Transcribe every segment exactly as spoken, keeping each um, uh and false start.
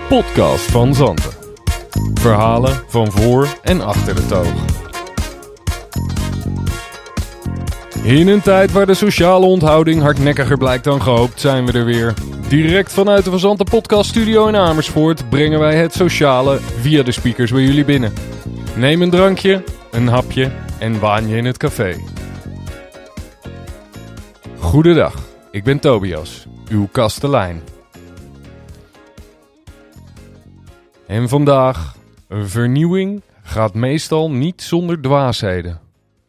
podcast van Zanten. Verhalen van voor en achter de toog. In een tijd waar de sociale onthouding hardnekkiger blijkt dan gehoopt, zijn we er weer. Direct vanuit de Van Zanten podcast studio in Amersfoort brengen wij het sociale via de speakers bij jullie binnen. Neem een drankje, een hapje en waan je in het café. Goedendag, ik ben Tobias, uw kastelein. En vandaag, vernieuwing gaat meestal niet zonder dwaasheden.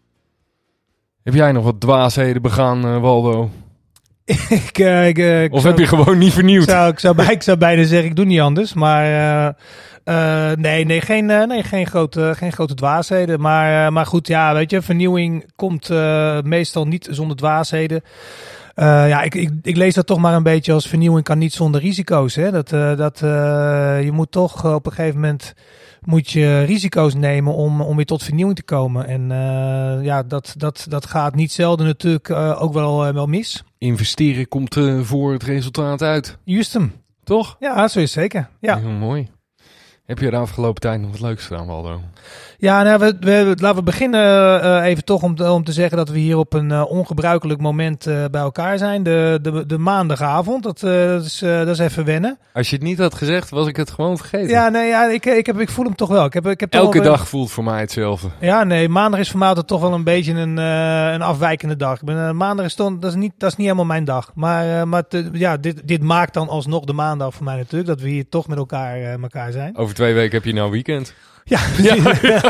Heb jij nog wat dwaasheden begaan, uh, Waldo? ik, uh, ik, uh, ik of zou, heb je gewoon niet vernieuwd? Ik zou, ik, zou, ik zou bijna zeggen, ik doe niet anders. Maar uh, uh, nee, nee, geen, uh, nee geen, grote, geen grote dwaasheden. Maar, uh, maar goed, ja, weet je, vernieuwing komt uh, meestal niet zonder dwaasheden. Uh, ja, ik, ik, ik lees dat toch maar een beetje als vernieuwing kan niet zonder risico's. Hè? Dat, uh, dat, uh, je moet toch uh, op een gegeven moment moet je risico's nemen om, om weer tot vernieuwing te komen. En uh, ja, dat, dat, dat gaat niet zelden natuurlijk uh, ook wel, uh, wel mis. Investeren komt uh, voor het resultaat uit. Juist hem. Toch? Ja, zo is het zeker. Ja. Heel mooi. Heb je de afgelopen tijd nog wat leuks gedaan, Waldo? Ja, nou, we, we, laten we beginnen uh, even toch om te, om te zeggen dat we hier op een uh, ongebruikelijk moment uh, bij elkaar zijn. De, de, de maandagavond, dat, uh, dat, is, uh, dat is even wennen. Als je het niet had gezegd, was ik het gewoon vergeten. Ja, nee, ja, ik, ik, heb, ik voel hem toch wel. Ik heb, ik heb Elke toch wel, dag voelt voor mij hetzelfde. Ja, nee, maandag is voor mij altijd toch wel een beetje een, uh, een afwijkende dag. Ik ben, uh, maandag is, toch, dat is, niet, dat is niet helemaal mijn dag. Maar, uh, maar te, ja, dit, dit maakt dan alsnog de maandag voor mij natuurlijk, dat we hier toch met elkaar, uh, elkaar zijn. Over twee weken heb je nou weekend. Ja, precies. Ja.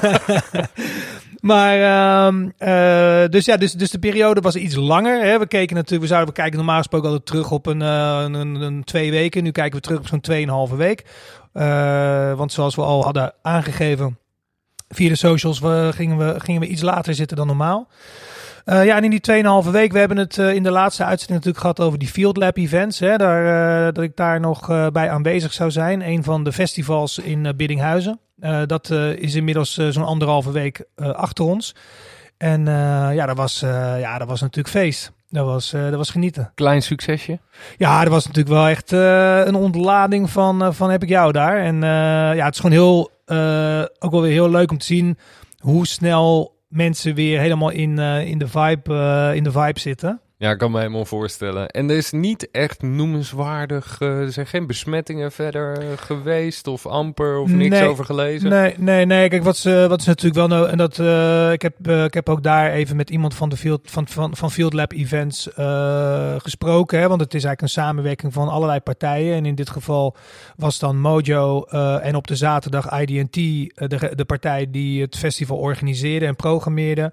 maar, uh, uh, dus ja, dus, dus de periode was iets langer. Hè. We keken natuurlijk, we zouden we kijken normaal gesproken altijd terug op een, uh, een, een, een twee weken. Nu kijken we terug op zo'n tweeënhalve week. Uh, want zoals we al hadden aangegeven via de socials, we, gingen, we, gingen we iets later zitten dan normaal. Uh, ja, en in die tweeënhalve week, we hebben het uh, in de laatste uitzending natuurlijk gehad over die Field Lab events. Hè, daar, uh, dat ik daar nog uh, bij aanwezig zou zijn. Een van de festivals in uh, Biddinghuizen. Uh, dat uh, is inmiddels uh, zo'n anderhalve week uh, achter ons. En uh, ja, dat was, uh, ja, dat was natuurlijk feest. Dat was, uh, dat was genieten. Klein succesje? Ja, dat was natuurlijk wel echt uh, een ontlading van, uh, van heb ik jou daar. En uh, ja, het is gewoon heel, uh, ook wel weer heel leuk om te zien hoe snel mensen weer helemaal in, uh, in, de vibe, uh, in de vibe zitten. Ja, ik kan me helemaal voorstellen. En er is niet echt noemenswaardig, uh, er zijn geen besmettingen verder uh, geweest of amper of niks nee, over gelezen? Nee, nee, nee. Kijk, wat is, wat is natuurlijk wel nou, en dat, uh, ik, heb, uh, ik heb ook daar even met iemand van de Field, van, van, van Field Lab Events uh, gesproken. Hè, want het is eigenlijk een samenwerking van allerlei partijen. En in dit geval was dan Mojo uh, en op de zaterdag I D en T, uh, de, de partij die het festival organiseerde en programmeerde.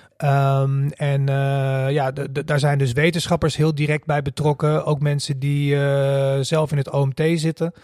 Um, en uh, ja, d- d- daar zijn dus wetenschappers heel direct bij betrokken. Ook mensen die uh, zelf in het O M T zitten.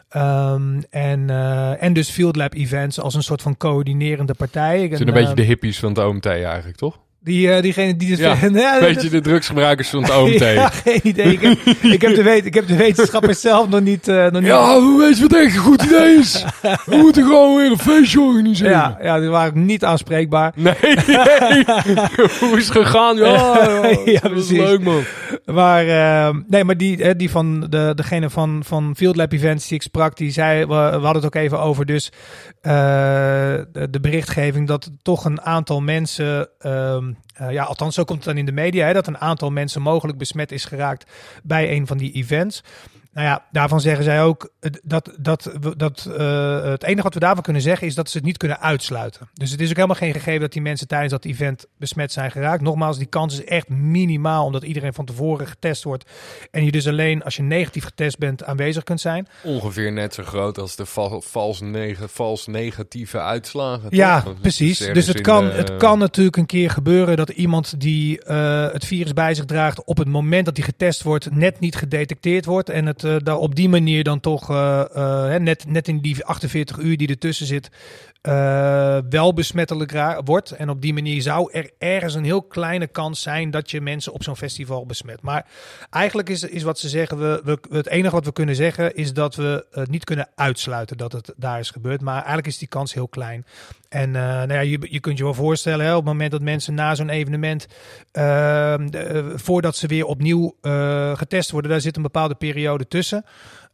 Um, en, uh, en dus Field Lab Events als een soort van coördinerende partij. Het zijn een en, beetje uh, de hippies van het O M T eigenlijk, toch? Die, uh, diegene die het... Ja, ja, een beetje dat, de drugsgebruikers van het O M T. ja, geen idee. Ik heb, ik heb, de, weet, ik heb de wetenschappers zelf nog niet... Uh, nog niet... Ja, weet je wat echt een goed idee is? We moeten gewoon weer een feestje organiseren. Ja, ja, die waren niet aanspreekbaar. Nee, nee. Hoe is het gegaan? Ja, ja, ja, dat precies. is leuk, man. Maar, uh, nee, maar die, die van de, degene van, van Field Lab Events die ik sprak, die zei, we, we hadden het ook even over dus uh, de, de berichtgeving dat toch een aantal mensen, uh, uh, ja, althans zo komt het dan in de media, hè, dat een aantal mensen mogelijk besmet is geraakt bij een van die events. Nou ja, daarvan zeggen zij ook dat, dat, dat uh, het enige wat we daarvan kunnen zeggen is dat ze het niet kunnen uitsluiten. Dus het is ook helemaal geen gegeven dat die mensen tijdens dat event besmet zijn geraakt. Nogmaals, die kans is echt minimaal omdat iedereen van tevoren getest wordt. En je dus alleen als je negatief getest bent aanwezig kunt zijn. Ongeveer net zo groot als de val, vals, neg- vals negatieve uitslagen. Ja, toch? precies. Dus het kan, de... het kan natuurlijk een keer gebeuren dat iemand die uh, het virus bij zich draagt op het moment dat hij getest wordt net niet gedetecteerd wordt en het Uh, daar op die manier dan toch uh, uh, net, net in die achtenveertig uur die ertussen zit uh, wel besmettelijk ra- wordt. En op die manier zou er ergens een heel kleine kans zijn dat je mensen op zo'n festival besmet. Maar eigenlijk is, is wat ze zeggen, we, we, het enige wat we kunnen zeggen is dat we uh, niet kunnen uitsluiten dat het daar is gebeurd. Maar eigenlijk is die kans heel klein. En uh, nou ja, je, je kunt je wel voorstellen, hè, op het moment dat mensen na zo'n evenement, uh, de, uh, voordat ze weer opnieuw uh, getest worden, daar zit een bepaalde periode tussen.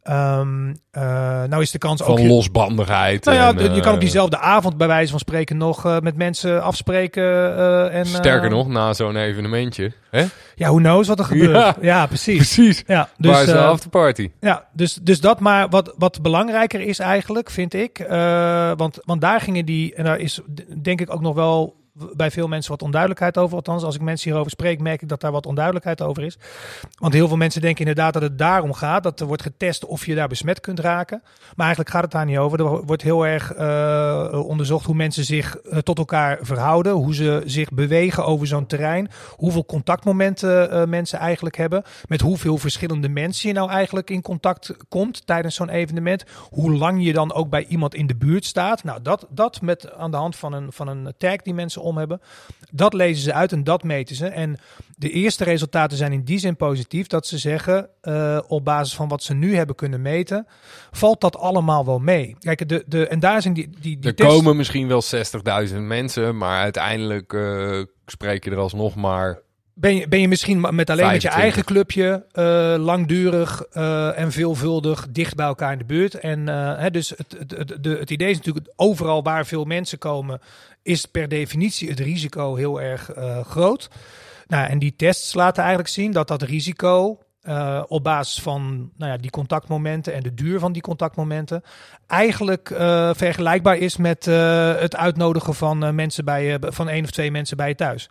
Um, uh, nou is de kans van ook... Van losbandigheid. Nou ja, en, je uh, kan op diezelfde avond bij wijze van spreken nog uh, met mensen afspreken. Uh, en, sterker uh, nog, na zo'n evenementje. Hè? Ja, who knows wat er gebeurt. Ja, ja precies. Precies. Ja, dus, waar is de uh, afterparty? Ja, dus, dus dat maar wat, wat belangrijker is eigenlijk, vind ik. Uh, want, want daar gingen die, en daar is denk ik ook nog wel bij veel mensen wat onduidelijkheid over. Althans, als ik mensen hierover spreek, merk ik dat daar wat onduidelijkheid over is. Want heel veel mensen denken inderdaad dat het daarom gaat. Dat er wordt getest of je daar besmet kunt raken. Maar eigenlijk gaat het daar niet over. Er wordt heel erg uh, onderzocht hoe mensen zich uh, tot elkaar verhouden. Hoe ze zich bewegen over zo'n terrein. Hoeveel contactmomenten uh, mensen eigenlijk hebben. Met hoeveel verschillende mensen je nou eigenlijk in contact komt tijdens zo'n evenement. Hoe lang je dan ook bij iemand in de buurt staat. Nou, dat, dat met aan de hand van een, van een tag die mensen om hebben. Dat lezen ze uit en dat meten ze. En de eerste resultaten zijn in die zin positief dat ze zeggen, uh, op basis van wat ze nu hebben kunnen meten, valt dat allemaal wel mee. Kijk, de, de, en daar zijn die, die, die er test... komen misschien wel zestigduizend mensen, maar uiteindelijk uh, spreek je er alsnog maar... Ben je, ben je misschien met alleen met je vijfentwintig eigen clubje uh, langdurig uh, en veelvuldig dicht bij elkaar in de buurt. En uh, hè, dus het, het, het, de, het idee is natuurlijk overal waar veel mensen komen, is per definitie het risico heel erg uh, groot. Nou, en die tests laten eigenlijk zien dat dat risico uh, op basis van nou ja, die contactmomenten en de duur van die contactmomenten eigenlijk uh, vergelijkbaar is met uh, het uitnodigen van uh, mensen bij uh, van één of twee mensen bij je thuis.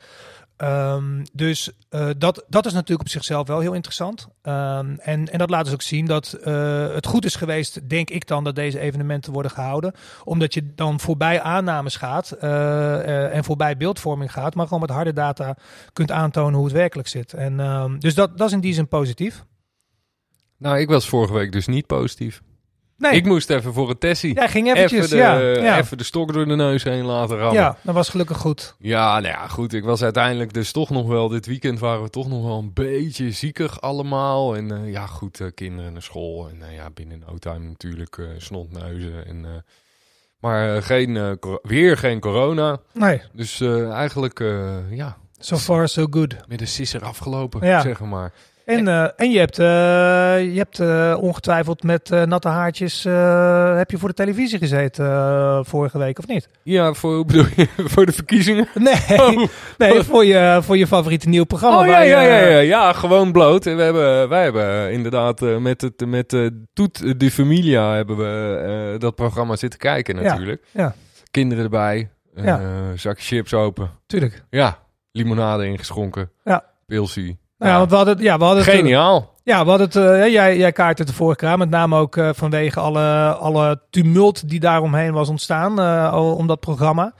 Um, dus uh, dat, dat is natuurlijk op zichzelf wel heel interessant. Um, en, en dat laat dus ook zien dat uh, het goed is geweest, denk ik dan, dat deze evenementen worden gehouden. Omdat je dan voorbij aannames gaat uh, uh, en voorbij beeldvorming gaat, maar gewoon met harde data kunt aantonen hoe het werkelijk zit. En, um, dus dat, dat is in die zin positief. Nou, ik was vorige week dus niet positief. Nee. Ik moest even voor een testie. Ja, ging eventjes, even de, ja, ja. Even de stok door de neus heen laten rammen. Ja, dat was gelukkig goed. Ja, nou ja, goed. Ik was uiteindelijk dus toch nog wel... Dit weekend waren we toch nog wel een beetje ziekig allemaal. En uh, ja, goed, uh, kinderen naar school. En uh, ja, binnen no time natuurlijk uh, snotneuzen. En, uh, maar uh, geen, uh, cor- weer geen corona. Nee. Dus uh, eigenlijk, uh, ja... So far, so good. Met een sisser afgelopen, Ja. zeg maar. En, uh, en je hebt, uh, je hebt uh, ongetwijfeld met uh, natte haartjes, uh, heb je voor de televisie gezeten uh, vorige week of niet? Ja, voor, hoe bedoel je, voor de verkiezingen? Nee, Oh. nee voor, je, voor je favoriete nieuw programma. Oh ja, waar je, ja, ja, ja, ja, gewoon bloot. En we hebben, wij hebben inderdaad uh, met het met uh, Toet de Familia hebben we uh, dat programma zitten kijken natuurlijk. Ja, ja. Kinderen erbij, uh, Ja. zakje chips open. Tuurlijk. Ja, limonade ingeschonken. Ja. Pilsie. Ja, ja, want we hadden, ja, we hadden het, Geniaal. ja, we hadden het, uh, jij, jij kaart het de vorige keer aan, met name ook uh, vanwege alle, alle tumult die daaromheen was ontstaan, uh, om dat programma.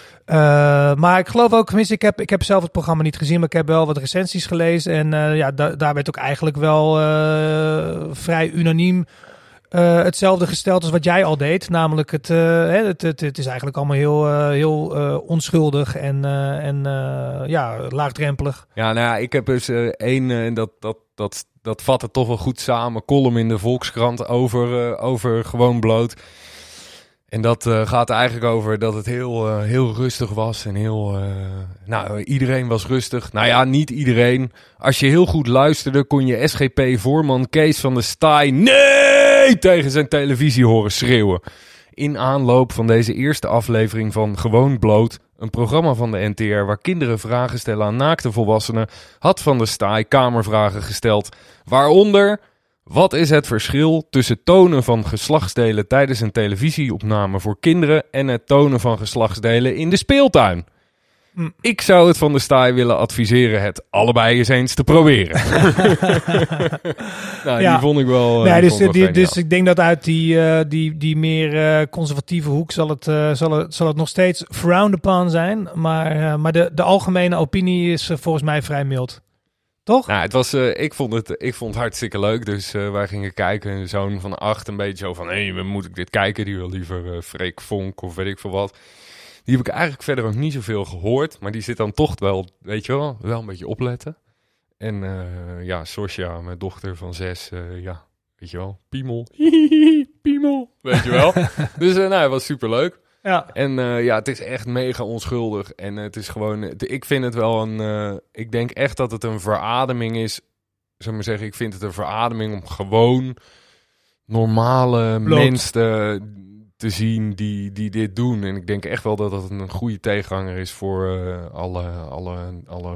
Uh, maar ik geloof ook, tenminste, ik heb, ik heb zelf het programma niet gezien, maar ik heb wel wat recensies gelezen. En uh, ja, da- daar werd ook eigenlijk wel uh, vrij unaniem uh, hetzelfde gesteld als wat jij al deed. Namelijk, het, uh, het, het, het is eigenlijk allemaal heel, uh, heel uh, onschuldig en, uh, en uh, ja, laagdrempelig. Ja, nou ja, ik heb dus uh, één, uh, dat, dat, dat, dat vat het toch wel goed samen, column in de Volkskrant over, uh, over gewoon bloot. En dat uh, gaat eigenlijk over dat het heel, uh, heel rustig was en heel... Uh, nou, iedereen was rustig. Nou ja, niet iedereen. Als je heel goed luisterde, kon je S G P-voorman Kees van der Staaij nee tegen zijn televisie horen schreeuwen. In aanloop van deze eerste aflevering van Gewoon Bloot, een programma van de N T R waar kinderen vragen stellen aan naakte volwassenen, had Van der Staaij kamervragen gesteld. Waaronder... Wat is het verschil tussen tonen van geslachtsdelen tijdens een televisieopname voor kinderen en het tonen van geslachtsdelen in de speeltuin? Hm. Ik zou het Van der Staaij willen adviseren het allebei eens eens te proberen. nou, Ja. die vond ik wel... Nee, die dus, vond ik die, wel dus ik denk dat uit die, uh, die, die meer uh, conservatieve hoek zal het, uh, zal, het, zal het nog steeds frowned upon zijn. Maar, uh, maar de, de algemene opinie is uh, volgens mij vrij mild. Toch? Nou, het was, uh, ik, vond het, ik vond het hartstikke leuk. Dus uh, wij gingen kijken. En zoon van acht een beetje zo van... Hé, hey, moet ik dit kijken? Die wil liever uh, Freek Vonk of weet ik veel wat. Die heb ik eigenlijk verder ook niet zoveel gehoord. Maar die zit dan toch wel, weet je wel, wel een beetje opletten. En uh, ja, Sosja, mijn dochter van zes, uh, ja, weet je wel, piemel. Piemel, weet je wel. Dus uh, nou, het was superleuk. Ja. En uh, ja, het is echt mega onschuldig. En uh, het is gewoon... Het, ik vind het wel een... Uh, ik denk echt dat het een verademing is. Zou ik maar zeggen, ik vind het een verademing om gewoon normale Loopt. mensen te zien die, die dit doen. En ik denk echt wel dat dat een goede tegenhanger is voor uh, alle, alle, alle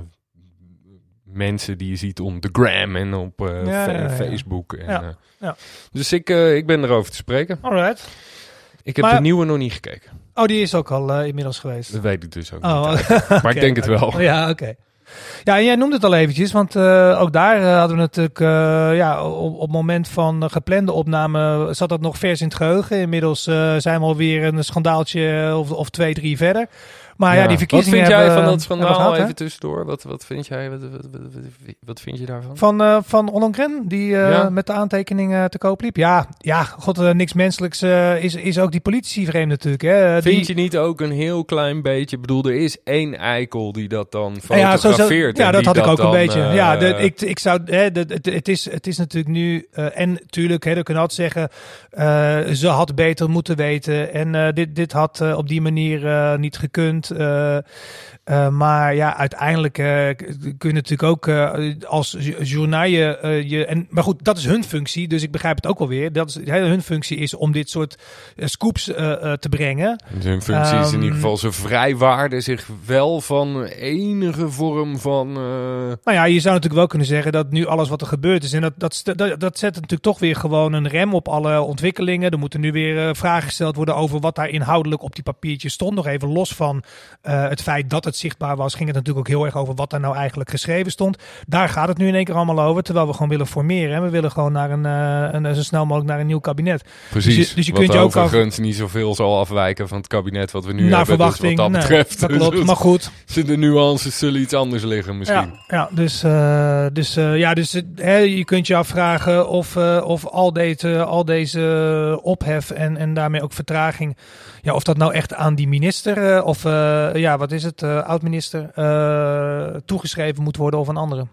mensen die je ziet op de gram en op uh, Ja, fa- ja, ja. Facebook. En, Ja, uh, ja. Dus ik, uh, ik ben erover te spreken. Alright. Ik heb Maar- de nieuwe nog niet gekeken. Oh, die is ook al uh, inmiddels geweest. Dat weet ik dus ook Oh, niet. Maar oké. ik denk het wel. Oh, ja, oké. Okay. Ja, en jij noemde het al eventjes, want uh, ook daar uh, hadden we natuurlijk uh, ja, op, op het moment van uh, geplande opname zat dat nog vers in het geheugen. Inmiddels uh, zijn we alweer een schandaaltje of, of twee, drie verder. Maar ja, ja die verkiezingen Wat vind jij hebben, van dat schandaal gehad, even hè? tussendoor? Wat, wat vind jij? Wat, wat, wat, wat, wat vind je daarvan? Van, uh, van Ollongren, die uh, Ja. met de aantekeningen te koop liep. Ja, ja god, uh, niks menselijks uh, is, is ook die politie vreemd natuurlijk. Hè. Die, Vind je niet ook een heel klein beetje... Ik bedoel, er is één eikel die dat dan Ja, zo- zo- fotografeert. ja, en dat die had ik ook dan, een beetje. uh, ja, de, ik, ik zou, hè, de, het, het, is, het is natuurlijk nu, uh, en natuurlijk, hè, we kunnen altijd zeggen, uh, ze had beter moeten weten en uh, dit, dit had uh, op die manier uh, niet gekund. Uh, uh, maar ja, uiteindelijk uh, kun je natuurlijk ook uh, als journaal je, uh, je en, maar goed, dat is hun functie, dus ik begrijp het ook wel weer. Dat is, hè, hun functie is om dit soort uh, scoops uh, uh, te brengen. Hun functie is in Um, ieder geval, ze vrijwaarden zich wel van enige vorm van... Uh, Nou ja, je zou natuurlijk wel kunnen zeggen dat nu alles wat er gebeurd is... en dat, dat, dat, dat zet natuurlijk toch weer gewoon een rem op alle ontwikkelingen. Er moeten nu weer uh, vragen gesteld worden over wat daar inhoudelijk op die papiertjes stond. Nog even los van uh, het feit dat het zichtbaar was... ging het natuurlijk ook heel erg over wat daar nou eigenlijk geschreven stond. Daar gaat het nu in één keer allemaal over, terwijl we gewoon willen formeren. En we willen gewoon naar een, uh, een, zo snel mogelijk naar een nieuw kabinet. precies, Dus je, dus je wat kunt je ook overigens niet zoveel zal afwijken van het kabinet wat we nu naar hebben. verwachting. Dus wat dat Nee, betreft, dat klopt, dus maar goed. de nuances zullen iets anders liggen misschien. Ja, ja dus, uh, dus, uh, ja, dus uh, hè, je kunt je afvragen of, uh, of al, deze, al deze ophef en, en daarmee ook vertraging, ja, of dat nou echt aan die minister uh, of uh, ja, wat is het, uh, oud-minister, uh, toegeschreven moet worden of een andere.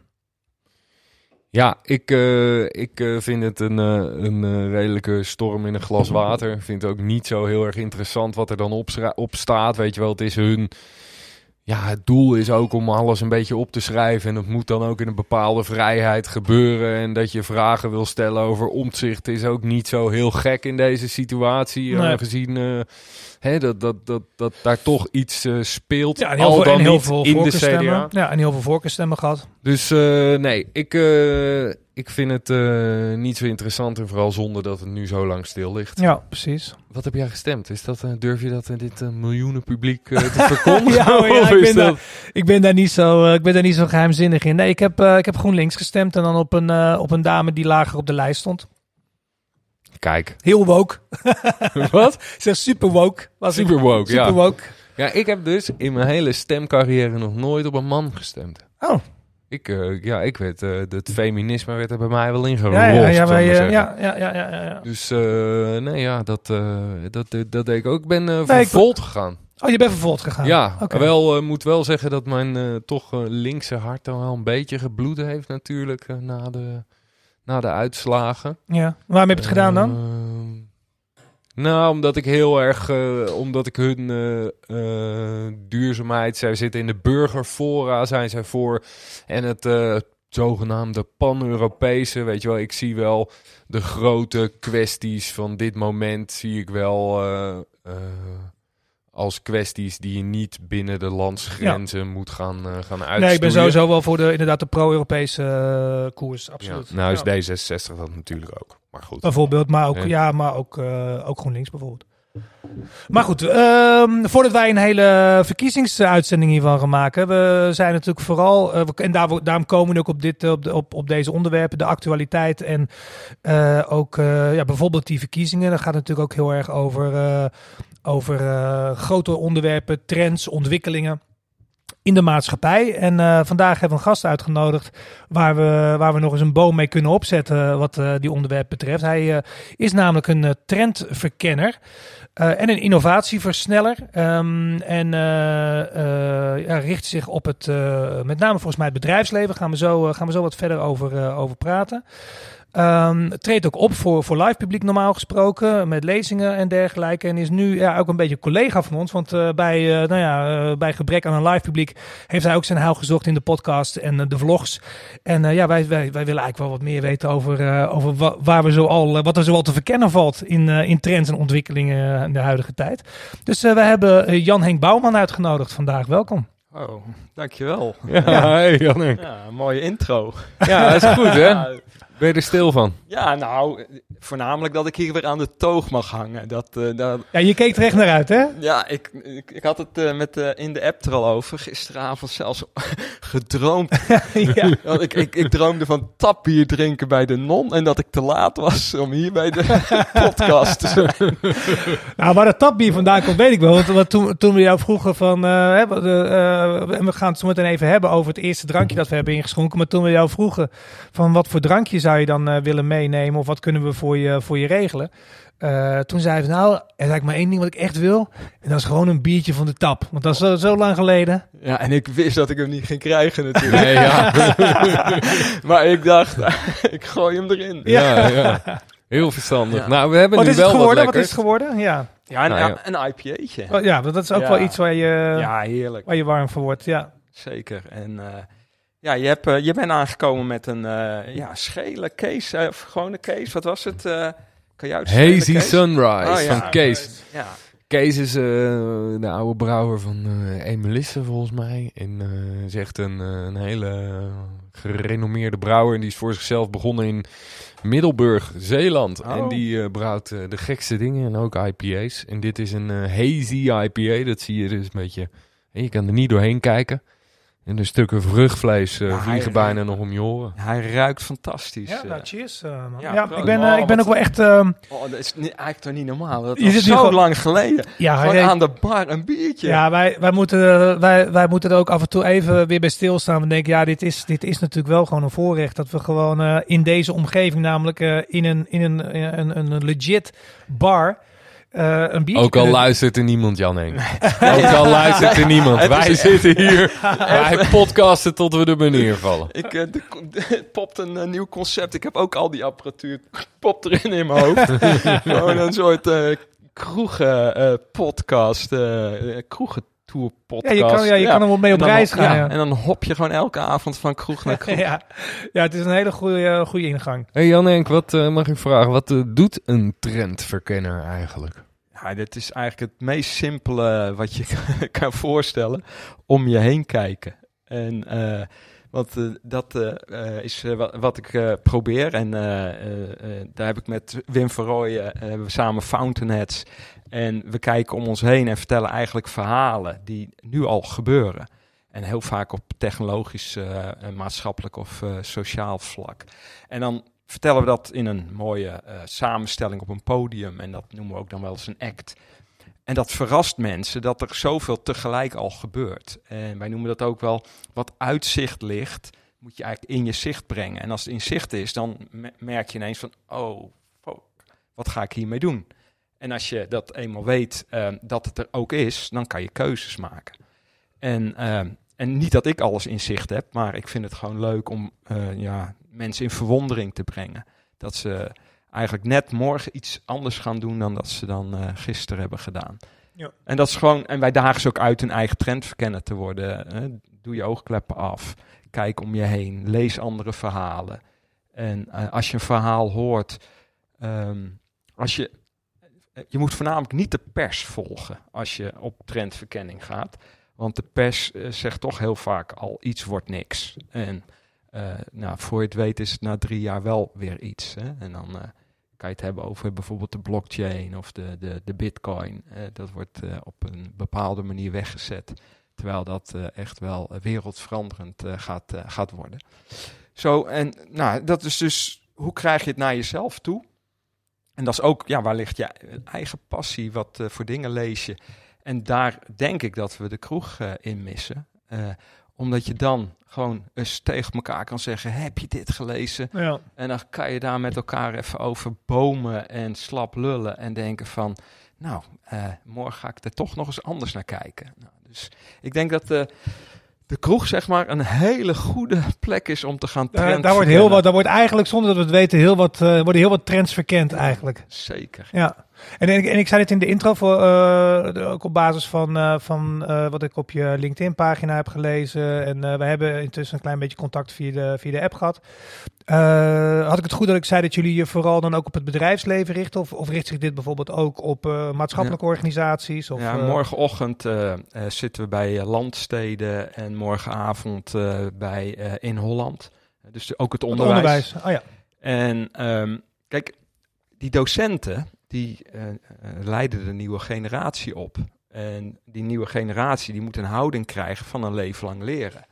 Ja, ik, uh, ik uh, vind het een, uh, een uh, redelijke storm in een glas water. Ik vind het ook niet zo heel erg interessant wat er dan op, schra- op staat. Weet je wel, het is hun... Ja, het doel is ook om alles een beetje op te schrijven. En dat moet dan ook in een bepaalde vrijheid gebeuren. En dat je vragen wil stellen over Omtzigt is ook niet zo heel gek in deze situatie. Nee. Aangezien uh, hè, dat, dat, dat, dat daar toch iets uh, speelt. Ja, en heel al veel, dan en heel niet veel in de C D voorkeurstemmen. A. Ja, en heel veel voorkeurstemmen gehad. Dus uh, nee, ik, uh, ik vind het uh, niet zo interessant. En vooral zonder dat het nu zo lang stil ligt. Ja, precies. Wat heb jij gestemd? Is dat, uh, durf je dat in dit uh, miljoenen publiek uh, te verkondigen? Ja, maar ja, Of ik, is ben dat... daar, ik, ben daar niet zo, uh, ik ben daar niet zo geheimzinnig in. Nee, ik heb, uh, ik heb GroenLinks gestemd en dan op een, uh, op een dame die lager op de lijst stond. Kijk. Heel woke. Wat? Zeg super woke. Was Super ik. woke, super ja. woke. Ja, ik heb dus in mijn hele stemcarrière nog nooit op een man gestemd. Oh. Ik, uh, ja, ik werd, uh, het feminisme werd er bij mij wel ingerold. Ja, ja, ja, zal ik wij, maar uh, zeggen. ja, ja, ja, ja, ja, ja. Dus, uh, nee, ja, dat, uh, dat, dat deed ik ook. Ik ben uh, voor Nee, ik- Volt gegaan. Oh, je bent vervolgd gegaan? Ja, Oké. wel, uh, moet wel zeggen dat mijn uh, toch uh, linkse hart dan wel een beetje gebloed heeft natuurlijk uh, na, de, na de uitslagen. Ja. Waarom heb je het gedaan dan? Ehm, nou, omdat ik heel erg, uh, omdat ik hun uh, uh, duurzaamheid, zij zitten in de burgerfora, zijn zij voor. En het uh, zogenaamde pan-Europese, weet je wel, ik zie wel de grote kwesties van dit moment, zie ik wel uh, uh, als kwesties die je niet binnen de landsgrenzen moet gaan, uh, gaan uitstoeien. Nee, ik ben sowieso wel voor de, inderdaad de pro-Europese uh, koers, absoluut. Ja, nou is Ja. D zesenzestig dat natuurlijk ook, maar goed. Bijvoorbeeld, maar ook, Ja. ja, maar ook, uh, ook GroenLinks bijvoorbeeld. Maar goed, um, voordat wij een hele verkiezingsuitzending hiervan gaan maken, we zijn natuurlijk vooral, uh, en daar, daarom komen we ook op, dit, op, de, op, op deze onderwerpen, de actualiteit en uh, ook uh, ja, bijvoorbeeld die verkiezingen. Dat gaat natuurlijk ook heel erg over, uh, over uh, grote onderwerpen, trends, ontwikkelingen in de maatschappij. En uh, vandaag hebben we een gast uitgenodigd waar we, waar we nog eens een boom mee kunnen opzetten wat uh, die onderwerp betreft. Hij uh, is namelijk een uh, trendverkenner uh, en een innovatieversneller. Um, en uh, uh, ja, richt zich op het, uh, met name volgens mij het bedrijfsleven. Gaan we zo, uh, gaan we zo wat verder over, uh, over praten. Um, treedt ook op voor, voor live publiek normaal gesproken, met lezingen en dergelijke. En is nu ja, ook een beetje collega van ons, want uh, bij, uh, nou ja, uh, bij gebrek aan een live publiek heeft hij ook zijn heil gezocht in de podcast en uh, de vlogs. En uh, ja, wij, wij, wij willen eigenlijk wel wat meer weten over, uh, over wa- waar we zo al, uh, wat er zoal te verkennen valt in, uh, in trends en ontwikkelingen uh, in de huidige tijd. Dus uh, we hebben uh, Jan-Henk Bouwman uitgenodigd vandaag. Welkom. Oh, dankjewel. Ja, ja. Hey Jan-Henk. Ja, een mooie intro. Ja, dat is goed hè? Ben je er stil van? Ja, nou, voornamelijk dat ik hier weer aan de toog mag hangen. Dat, uh, dat... Ja, je keek er echt naar uit, hè? Ja, ik, ik, ik had het uh, met, uh, in de app er al over. Gisteravond zelfs gedroomd. Ja. Want ik, ik, ik droomde van tapbier drinken bij de Non. En dat ik te laat was om hier bij de podcast te zijn. Nou, waar dat tapbier vandaan komt, weet ik wel. Want, want toen, toen we jou vroegen van... Uh, hè, de, uh, en we gaan het zo meteen even hebben over het eerste drankje dat we hebben ingeschonken. Maar toen we jou vroegen van wat voor drankje zou je dan uh, willen meenemen? Of wat kunnen we voor je, voor je regelen? Uh, toen zei ze, nou, er is eigenlijk maar één ding wat ik echt wil. En dat is gewoon een biertje van de tap. Want dat is zo, zo lang geleden. Ja, en ik wist dat ik hem niet ging krijgen natuurlijk. Nee, ja. Maar ik dacht, ik gooi hem erin. Ja, ja. Heel verstandig. Ja. Nou, we hebben Wat nu is wel het geworden? wat Wat is lekkers. het geworden? Ja, Ja, een, Nou ja. een I P A'tje. oh, ja dat is ook Ja. wel iets waar je, Ja, heerlijk. waar je warm voor wordt. Ja. Zeker. En uh, ja, je, hebt, uh, je bent aangekomen met een uh, ja, schele case, uh, of gewone case. Wat was het? Uh, kan je uitschelen, Hazy Kees? Sunrise Oh, ja. van Kees. Ja. Kees is uh, de oude brouwer van uh, Emelisse volgens mij. En uh, is echt een, uh, een hele uh, gerenommeerde brouwer. En die is voor zichzelf begonnen in Middelburg, Zeeland. Oh. En die uh, brouwt uh, de gekste dingen en ook I P A's. En dit is een uh, hazy I P A. Dat zie je dus een beetje... Je kan er niet doorheen kijken. En de stukken vruchtvlees uh, Ja, vliegen hij- bijna nog om je oren. Hij ruikt fantastisch. Ja, uh. nou, cheers. Uh, man. Ja, Ja, proost. ik ben, uh, Oh, ik ben wat- ook wel echt... Uh, Oh, dat is niet, eigenlijk toch niet normaal. Dat Je was zit nu zo gewoon- lang geleden. ja, Gewoon hij- aan de bar een biertje. ja wij, wij, moeten, wij, wij moeten er ook af en toe even weer bij stilstaan. We denken, ja, dit is, dit is natuurlijk wel gewoon een voorrecht. Dat we gewoon uh, in deze omgeving, namelijk uh, in, een, in een, een, een legit bar... Uh, een biertje Ook al kunnen- luistert er niemand, Jan Henk. Ook al luistert er niemand. Het Wij is- zitten hier. Wij podcasten tot we er beneden vallen. Ik, uh, de, de- het popt een uh, nieuw concept. Ik heb ook al die apparatuur. Popt erin in mijn hoofd. Gewoon een soort uh, kroegen uh, podcast. Uh, kroegen tour podcast. Ja, je kan, ja, je kan er wel mee op En dan- reis gaan. ja, Ja, En dan hop je gewoon elke avond van kroeg naar kroeg. ja. ja, het is een hele goede, goede ingang. Hey Jan Henk, wat uh, mag ik vragen? Wat uh, doet een trendverkenner eigenlijk? Ja, dit is eigenlijk het meest simpele wat je kan voorstellen. Om je heen kijken. En uh, want uh, dat uh, uh, is uh, wat, wat ik uh, probeer. En uh, uh, uh, daar heb ik met Wim Verrooyen uh, we samen Fountainheads. En we kijken om ons heen en vertellen eigenlijk verhalen die nu al gebeuren. En heel vaak op technologisch, uh, maatschappelijk of uh, sociaal vlak. En dan vertellen we dat in een mooie uh, samenstelling op een podium. En dat noemen we ook dan wel eens een act. En dat verrast mensen dat er zoveel tegelijk al gebeurt. En wij noemen dat ook wel wat uitzicht ligt, moet je eigenlijk in je zicht brengen. En als het in zicht is, dan me- merk je ineens van, oh, fuck, wat ga ik hiermee doen? En als je dat eenmaal weet uh, dat het er ook is, dan kan je keuzes maken. En, uh, en niet dat ik alles in zicht heb, maar ik vind het gewoon leuk om uh, ja, mensen in verwondering te brengen. Dat ze eigenlijk net morgen iets anders gaan doen dan dat ze dan uh, gisteren hebben gedaan. Ja. En dat is gewoon, en wij dagen ze ook uit hun eigen trendverkenner te worden. Hè. Doe je oogkleppen af, kijk om je heen, lees andere verhalen. En uh, als je een verhaal hoort, um, als je, je moet voornamelijk niet de pers volgen als je op trendverkenning gaat. Want de pers uh, zegt toch heel vaak al iets wordt niks. En uh, nou, voor je het weet is het na drie jaar wel weer iets. Hè? En dan uh, kan je het hebben over bijvoorbeeld de blockchain of de, de, de bitcoin. Uh, dat wordt uh, op een bepaalde manier weggezet. Terwijl dat uh, echt wel wereldveranderend uh, gaat, uh, gaat worden. Zo, en nou, dat is dus, hoe krijg je het naar jezelf toe? En dat is ook, ja, waar ligt je eigen passie? Wat uh, voor dingen lees je? En daar denk ik dat we de kroeg uh, in missen. Uh, omdat je dan gewoon eens tegen elkaar kan zeggen, heb je dit gelezen? Ja. En dan kan je daar met elkaar even over bomen en slap lullen en denken van, nou, uh, morgen ga ik er toch nog eens anders naar kijken. Nou, dus ik denk dat de de kroeg, zeg maar, een hele goede plek is om te gaan Uh, trend daar wordt heel wat, daar wordt eigenlijk, zonder dat we het weten, heel wat, uh, worden heel wat trends verkend eigenlijk. Zeker. Ja. En, en, en ik zei dit in de intro, voor, uh, ook op basis van, uh, van uh, wat ik op je LinkedIn-pagina heb gelezen. En uh, we hebben intussen een klein beetje contact via de, via de app gehad. Uh, had ik het goed dat ik zei dat jullie je vooral dan ook op het bedrijfsleven richten? Of, of richt zich dit bijvoorbeeld ook op uh, maatschappelijke ja. organisaties? Of, ja, uh, morgenochtend uh, uh, zitten we bij uh, Landsteden en morgenavond uh, bij uh, In Holland. Dus ook het onderwijs. Het onderwijs, oh ja. En um, kijk, die docenten, die uh, uh, leiden de nieuwe generatie op. En die nieuwe generatie, die moet een houding krijgen van een leven lang leren.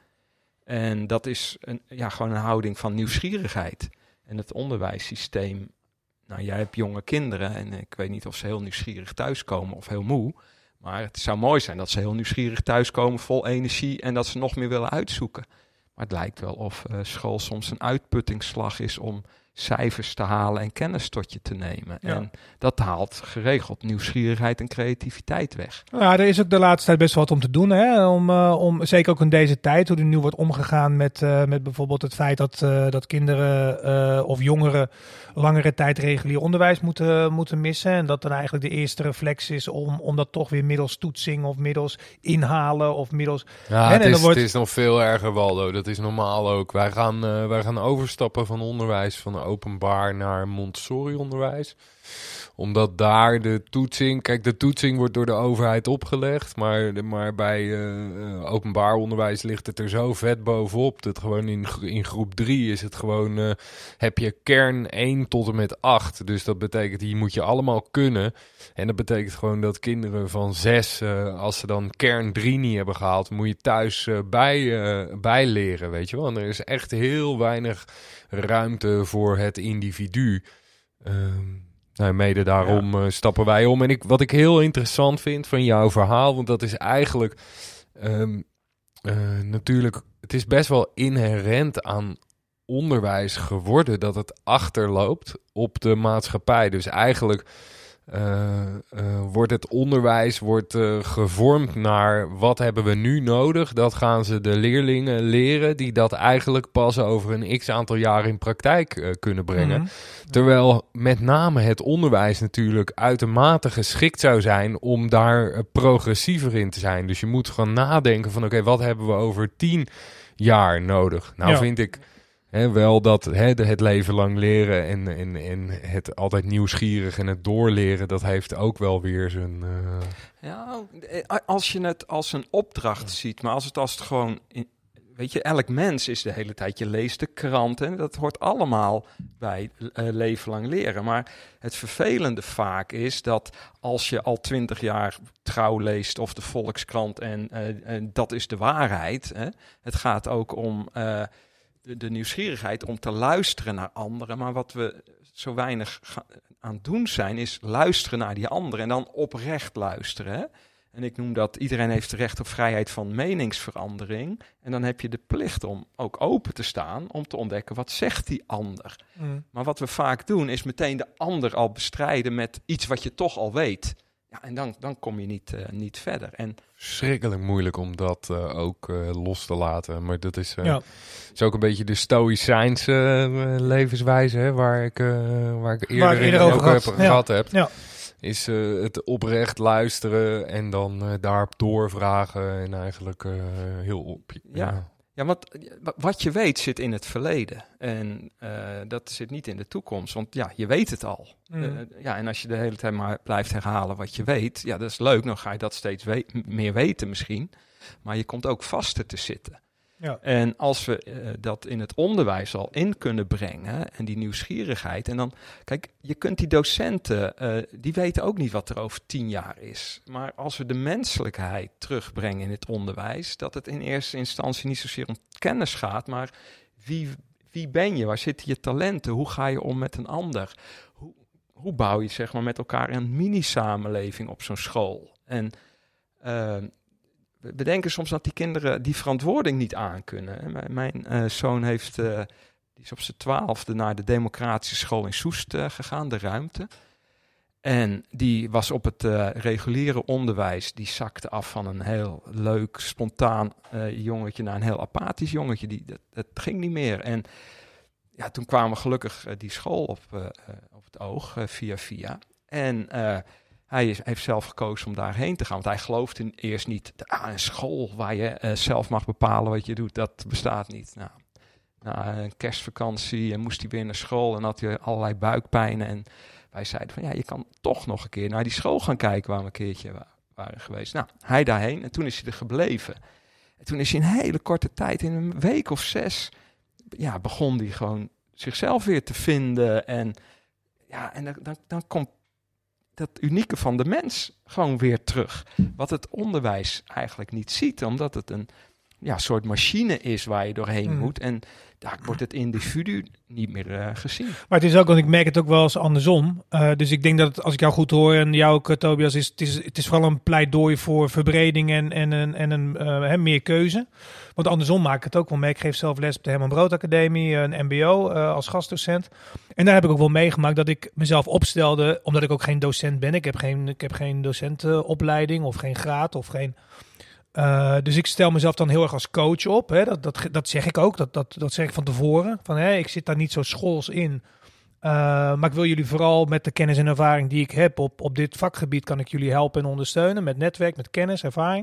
En dat is een, ja, gewoon een houding van nieuwsgierigheid. En het onderwijssysteem, nou, jij hebt jonge kinderen en ik weet niet of ze heel nieuwsgierig thuiskomen of heel moe. Maar het zou mooi zijn dat ze heel nieuwsgierig thuiskomen, vol energie en dat ze nog meer willen uitzoeken. Maar het lijkt wel of uh, school soms een uitputtingsslag is om cijfers te halen en kennis tot je te nemen. Ja. En dat haalt geregeld nieuwsgierigheid en creativiteit weg. Ja, er is ook de laatste tijd best wel wat om te doen. Hè? Om, uh, om, zeker ook in deze tijd, hoe er nu wordt omgegaan met, uh, met bijvoorbeeld het feit dat, uh, dat kinderen uh, of jongeren langere tijd regulier onderwijs moeten, moeten missen. En dat dan eigenlijk de eerste reflex is om, om dat toch weer middels toetsing of middels inhalen of middels... Ja, en, het, en is, wordt... het is nog veel erger, Waldo. Dat is normaal ook. Wij gaan, uh, wij gaan overstappen van onderwijs van openbaar naar Montessori-onderwijs. Omdat daar de toetsing... Kijk, de toetsing wordt door de overheid opgelegd. Maar, maar bij uh, openbaar onderwijs ligt het er zo vet bovenop. Dat gewoon in, in groep drie is het gewoon... Uh, heb je kern één tot en met acht. Dus dat betekent, die moet je allemaal kunnen. En dat betekent gewoon dat kinderen van zes... Uh, als ze dan kern drie niet hebben gehaald... moet je thuis uh, bij, uh, bijleren, weet je wel. En er is echt heel weinig ruimte voor het individu. Um, Nou, mede daarom ja. uh, stappen wij om. En ik, wat ik heel interessant vind van jouw verhaal... want dat is eigenlijk um, uh, natuurlijk... het is best wel inherent aan onderwijs geworden... dat het achterloopt op de maatschappij. Dus eigenlijk... Uh, uh, wordt het onderwijs wordt, uh, gevormd naar wat hebben we nu nodig. Dat gaan ze de leerlingen leren die dat eigenlijk pas over een x-aantal jaar in praktijk uh, kunnen brengen. Mm-hmm. Terwijl met name het onderwijs natuurlijk uitermate geschikt zou zijn om daar uh, progressiever in te zijn. Dus je moet gewoon nadenken van oké, okay, wat hebben we over tien jaar nodig? Nou ja. vind ik... He, wel dat he, de, het leven lang leren en, en, en het altijd nieuwsgierig en het doorleren, dat heeft ook wel weer zijn... Uh... Ja, als je het als een opdracht ziet, maar als het als het gewoon... In, weet je, elk mens is de hele tijd, je leest de krant en dat hoort allemaal bij uh, leven lang leren. Maar het vervelende vaak is dat als je al twintig jaar Trouw leest of de Volkskrant en, uh, en dat is de waarheid. Hè? Het gaat ook om... Uh, De, de nieuwsgierigheid om te luisteren naar anderen. Maar wat we zo weinig ga- aan het doen zijn, is luisteren naar die anderen. En dan oprecht luisteren. Hè? En ik noem dat, iedereen heeft recht op vrijheid van meningsverandering. En dan heb je de plicht om ook open te staan, om te ontdekken, wat zegt die ander? Mm. Maar wat we vaak doen, is meteen de ander al bestrijden met iets wat je toch al weet. Ja, en dan, dan kom je niet, uh, niet verder. En schrikkelijk moeilijk om dat uh, ook uh, los te laten. Maar dat is, uh, ja. is ook een beetje de stoïcijnse uh, levenswijze, hè, waar ik, uh, waar ik eerder, waar ik eerder in over ook had. heb Ja. gehad heb. Ja. Is uh, het oprecht luisteren en dan uh, daarop doorvragen en eigenlijk uh, heel op. Ja. ja. Ja, want wat je weet zit in het verleden. En uh, dat zit niet in de toekomst. Want ja, je weet het al. Mm. Uh, ja, en als je de hele tijd maar blijft herhalen wat je weet... ja, dat is leuk. Dan ga je dat steeds we- meer weten misschien. Maar je komt ook vaster te zitten. Ja. En als we uh, dat in het onderwijs al in kunnen brengen... en die nieuwsgierigheid... en dan, kijk, je kunt die docenten... Uh, die weten ook niet wat er over tien jaar is. Maar als we de menselijkheid terugbrengen in het onderwijs... dat het in eerste instantie niet zozeer om kennis gaat... maar wie, wie ben je? Waar zitten je talenten? Hoe ga je om met een ander? Hoe, hoe bouw je zeg maar met elkaar een mini-samenleving op zo'n school? En... Uh, We denken soms dat die kinderen die verantwoording niet aankunnen. M- mijn uh, zoon heeft, uh, die is op zijn twaalfde naar de democratische school in Soest uh, gegaan, de Ruimte. En die was op het uh, reguliere onderwijs, die zakte af van een heel leuk, spontaan uh, jongetje naar een heel apathisch jongetje. Die, dat, dat ging niet meer. En ja, toen kwamen we gelukkig uh, die school op, uh, uh, op het oog, uh, via via. En uh, hij is, heeft zelf gekozen om daarheen te gaan. Want hij geloofde eerst niet, ah, een school waar je uh, zelf mag bepalen wat je doet, dat bestaat niet. Nou, na een kerstvakantie en moest hij weer naar school en had hij allerlei buikpijnen. En wij zeiden van, ja, je kan toch nog een keer naar die school gaan kijken waar we een keertje wa- waren geweest. Nou, hij daarheen en toen is hij er gebleven. En toen is hij in een hele korte tijd, in een week of zes, ja, begon hij gewoon zichzelf weer te vinden. En ja, en dan, dan, dan komt dat unieke van de mens gewoon weer terug. Wat het onderwijs eigenlijk niet ziet, omdat het een ja, soort machine is waar je doorheen mm. moet. En daar wordt het individu niet meer uh, gezien. Maar het is ook, want ik merk het ook wel eens andersom. Uh, dus ik denk dat het, als ik jou goed hoor en jou ook, Tobias, is het, is, het is vooral een pleidooi voor verbreding en, en, en, en een, uh, hè, meer keuze. Want andersom maak ik het ook wel mee. Ik geef zelf les op de Herman Brood Academie, een M B O uh, als gastdocent. En daar heb ik ook wel meegemaakt dat ik mezelf opstelde, omdat ik ook geen docent ben. Ik heb geen, ik heb geen docentenopleiding of geen graad of geen... Uh, dus ik stel mezelf dan heel erg als coach op. Hè. Dat, dat, dat zeg ik ook. Dat, dat, dat zeg ik van tevoren. Van, hè, ik zit daar niet zo schools in. Uh, maar ik wil jullie vooral met de kennis en ervaring die ik heb op, op dit vakgebied, kan ik jullie helpen en ondersteunen. Met netwerk, met kennis, ervaring.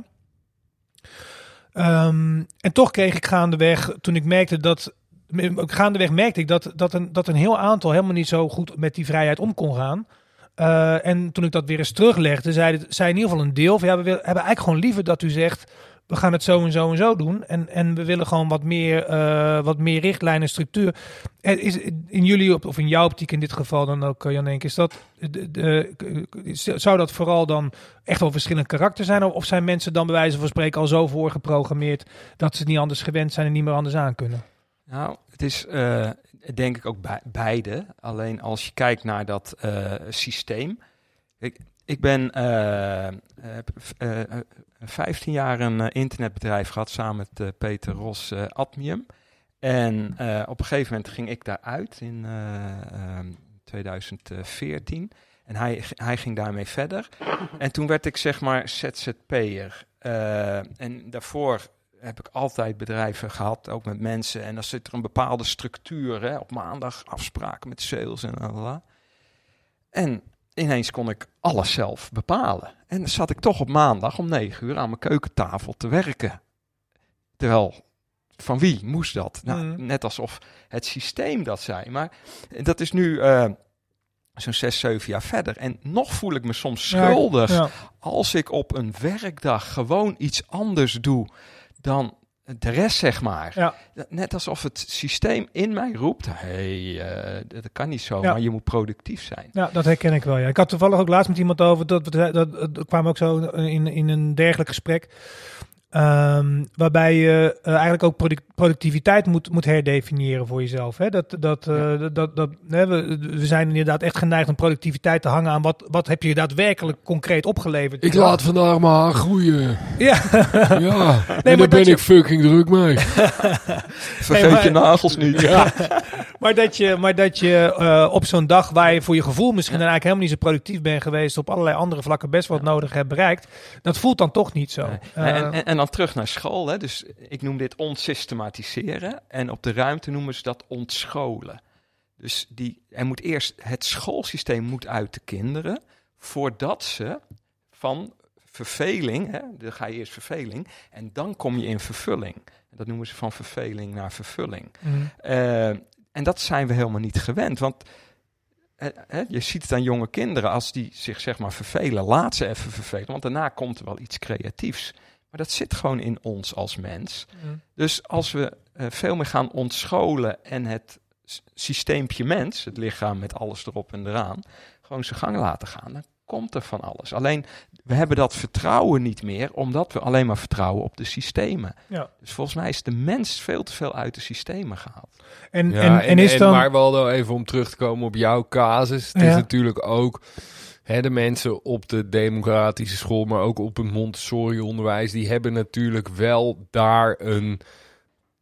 Um, en toch kreeg ik gaandeweg, toen ik merkte dat... Gaandeweg merkte ik dat, dat, een, dat een heel aantal helemaal niet zo goed met die vrijheid om kon gaan. Uh, en toen ik dat weer eens teruglegde, zei, zei in ieder geval een deel van, ja, we willen, hebben eigenlijk gewoon liever dat u zegt, we gaan het zo en zo en zo doen. En, en we willen gewoon wat meer, uh, wat meer richtlijnen en structuur. Er is in jullie, of in jouw optiek in dit geval dan ook, Jan Henk, is dat, de, de, zou dat vooral dan echt wel verschillend karakter zijn? Of zijn mensen dan bij wijze van spreken al zo voorgeprogrammeerd dat ze het niet anders gewend zijn en niet meer anders aan kunnen? Nou, het is uh, denk ik ook be- beide. Alleen als je kijkt naar dat uh, systeem. Ik, ik ben uh, uh, uh, vijftien jaar een uh, internetbedrijf gehad samen met uh, Peter Ros uh, Admium. En uh, op een gegeven moment ging ik daaruit in uh, um, tweeduizend veertien. En hij, hij ging daarmee verder. En toen werd ik zeg maar Z Z P'er. Uh, en daarvoor heb ik altijd bedrijven gehad, ook met mensen. En dan zit er een bepaalde structuur. Hè, op maandag afspraken met sales en lalala. En ineens kon ik alles zelf bepalen. En dan zat ik toch op maandag om negen uur aan mijn keukentafel te werken. Terwijl, van wie moest dat? Nou, mm. Net alsof het systeem dat zei. Maar dat is nu uh, zo'n zes, zeven jaar verder. En nog voel ik me soms schuldig. Ja, ja. Als ik op een werkdag gewoon iets anders doe dan de rest, zeg maar. Ja. Net alsof het systeem in mij roept, hey, uh, dat kan niet zo, ja. maar je moet productief zijn. Ja, dat herken ik wel, ja. Ik had toevallig ook laatst met iemand over, dat, dat, dat, dat kwam ook zo in, in een dergelijk gesprek, um, waarbij je uh, eigenlijk ook product, productiviteit moet, moet herdefiniëren voor jezelf. Hè? Dat, dat, uh, ja. dat, dat, dat, hè, we, we zijn inderdaad echt geneigd om productiviteit te hangen aan wat, wat heb je daadwerkelijk concreet opgeleverd. Ik laat vandaag mijn haar groeien. Ja. ja. Nee, en daar ben je... ik fucking druk mee. Vergeet nee, maar... je nagels niet. Ja. maar dat je, maar dat je uh, op zo'n dag waar je voor je gevoel misschien dan eigenlijk helemaal niet zo productief bent geweest, op allerlei andere vlakken best wat ja. nodig hebt bereikt, dat voelt dan toch niet zo. Nee. Uh, en, en, en dan terug naar school. Hè. Dus ik noem dit ontsystematiseren. En op de ruimte noemen ze dat ontscholen. Dus die, er moet eerst, het schoolsysteem moet uit de kinderen, voordat ze van verveling, hè, dan ga je eerst verveling, en dan kom je in vervulling. Dat noemen ze van verveling naar vervulling. Mm. Uh, en dat zijn we helemaal niet gewend, want uh, uh, je ziet het aan jonge kinderen, als die zich zeg maar vervelen, laat ze even vervelen, want daarna komt er wel iets creatiefs. Maar dat zit gewoon in ons als mens. Mm. Dus als we uh, veel meer gaan ontscholen en het s- systeempje mens, het lichaam met alles erop en eraan, gewoon zijn gang laten gaan, dan komt er van alles. Alleen, we hebben dat vertrouwen niet meer, omdat we alleen maar vertrouwen op de systemen. Ja. Dus volgens mij is de mens veel te veel uit de systemen gehaald. En, ja, en, en, en, is dan... en maar Waldo, even om terug te komen op jouw casus. Het ja. is natuurlijk ook, hè, de mensen op de democratische school, maar ook op het Montessori-onderwijs, die hebben natuurlijk wel daar een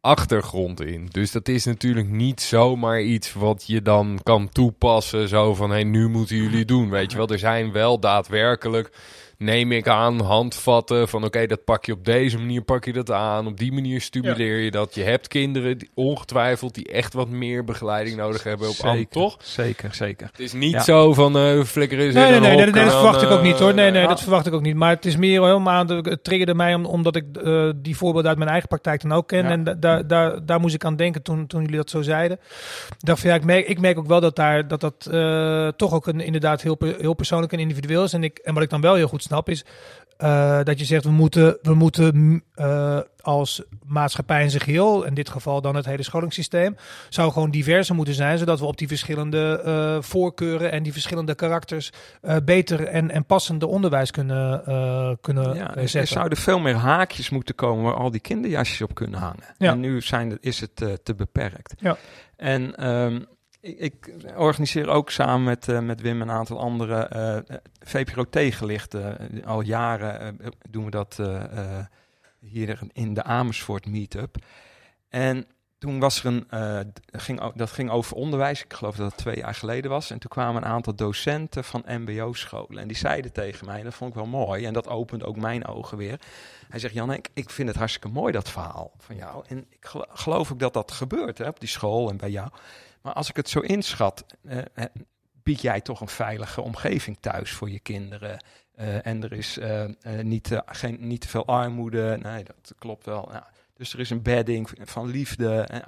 achtergrond in. Dus dat is natuurlijk niet zomaar iets wat je dan kan toepassen. Zo van, hé, hey, nu moeten jullie doen. Weet je wel, er zijn wel daadwerkelijk, neem ik aan, handvatten van oké, okay, dat pak je op deze manier, pak je dat aan. Op die manier stimuleer je dat. Je hebt kinderen, die, ongetwijfeld, die echt wat meer begeleiding nodig hebben. Op zeker, aan, toch? Zeker, zeker. Het is niet ja. zo van uh, flikker is nee, in nee, een nee, hok nee, nee, dat dan, verwacht ik ook uh, niet hoor. Nee, nee, uh, dat verwacht ik ook niet. Maar het is meer helemaal, het triggerde mij om, omdat ik uh, die voorbeelden uit mijn eigen praktijk dan ook ken. Ja. En da, da, daar, daar moest ik aan denken toen, toen jullie dat zo zeiden. Ik dacht van ja, ik merk, ik merk ook wel dat daar, dat, dat uh, toch ook een, inderdaad heel, heel persoonlijk en individueel is. En, ik, en wat ik dan wel heel goed snap is, Uh, dat je zegt, we moeten, we moeten uh, als maatschappij in zijn geheel, in dit geval dan het hele scholingssysteem, zou gewoon diverser moeten zijn, zodat we op die verschillende uh, voorkeuren en die verschillende karakters uh, beter en, en passende onderwijs kunnen, uh, kunnen ja, zetten. Er zouden veel meer haakjes moeten komen waar al die kinderjasjes op kunnen hangen. Ja. En nu zijn, is het uh, te beperkt. Ja. En um, Ik, ik organiseer ook samen met, uh, met Wim en een aantal andere uh, V P R O-tegenlichten. Uh, al jaren uh, doen we dat uh, uh, hier in de Amersfoort Meetup. En toen was er een, uh, ging, dat ging over onderwijs. Ik geloof dat het twee jaar geleden was. En toen kwamen een aantal docenten van M B O-scholen. En die zeiden tegen mij, en dat vond ik wel mooi. En dat opende ook mijn ogen weer. Hij zegt, Jan, ik, ik vind het hartstikke mooi dat verhaal van jou. En ik geloof ook dat dat gebeurt hè, op die school en bij jou. Maar als ik het zo inschat, uh, bied jij toch een veilige omgeving thuis voor je kinderen. Uh, en er is uh, uh, niet, uh, geen, niet te veel armoede. Nee, dat klopt wel. Ja. Dus er is een bedding van liefde. Ja.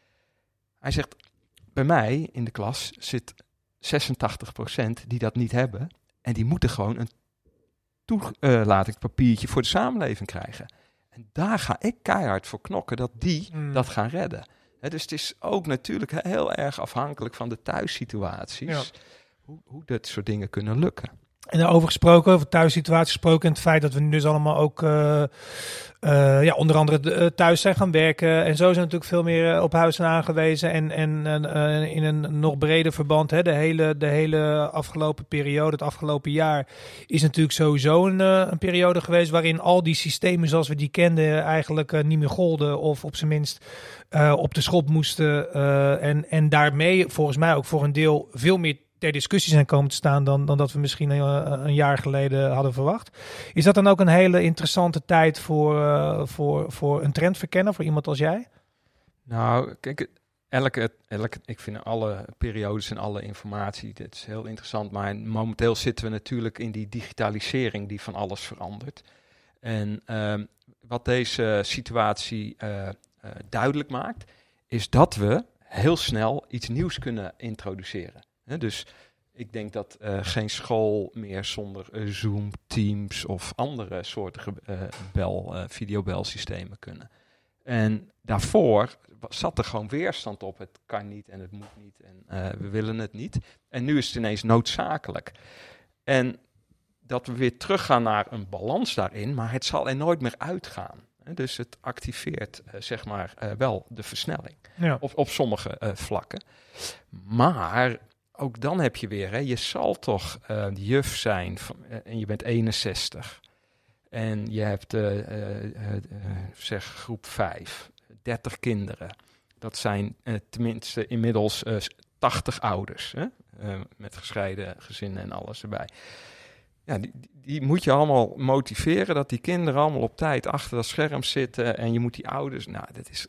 Hij zegt, bij mij in de klas zit zesentachtig procent die dat niet hebben. En die moeten gewoon een toelatingpapiertje uh, voor de samenleving krijgen. En daar ga ik keihard voor knokken dat die mm. dat gaan redden. He, dus het is ook natuurlijk heel erg afhankelijk van de thuissituaties. Ja. Hoe, hoe dat soort dingen kunnen lukken. En daarover gesproken, over thuissituaties gesproken en het feit dat we nu dus allemaal ook uh, uh, ja, onder andere uh, thuis zijn gaan werken. En zo zijn we natuurlijk veel meer op huis zijn aangewezen. En, en uh, in een nog breder verband, hè, de, hele, de hele afgelopen periode, het afgelopen jaar, is natuurlijk sowieso een, uh, een periode geweest waarin al die systemen zoals we die kenden eigenlijk uh, niet meer golden. Of op zijn minst uh, op de schop moesten. Uh, en, en daarmee volgens mij ook voor een deel veel meer ter discussie zijn komen te staan dan, dan dat we misschien een, een jaar geleden hadden verwacht. Is dat dan ook een hele interessante tijd voor, uh, voor, voor een trendverkenner, voor iemand als jij? Nou, kijk, elke, elke, ik vind alle periodes en alle informatie, dit is heel interessant, maar momenteel zitten we natuurlijk in die digitalisering die van alles verandert. En uh, wat deze situatie uh, uh, duidelijk maakt, is dat we heel snel iets nieuws kunnen introduceren. He, dus ik denk dat uh, geen school meer zonder uh, Zoom, Teams of andere soorten uh, bel, uh, videobelsystemen kunnen. En daarvoor zat er gewoon weerstand op. Het kan niet en het moet niet en uh, we willen het niet. En nu is het ineens noodzakelijk. En dat we weer teruggaan naar een balans daarin, maar het zal er nooit meer uitgaan. He, dus het activeert uh, zeg maar uh, wel de versnelling ja. op, op sommige uh, vlakken. Maar ook dan heb je weer, hè, je zal toch uh, juf zijn van, uh, en je bent eenenzestig. En je hebt, uh, uh, uh, zeg, groep vijf, dertig kinderen. Dat zijn uh, tenminste inmiddels uh, tachtig ouders, hè? Uh, met gescheiden gezinnen en alles erbij. Ja, die, die moet je allemaal motiveren, dat die kinderen allemaal op tijd achter dat scherm zitten. En je moet die ouders, nou, dat is...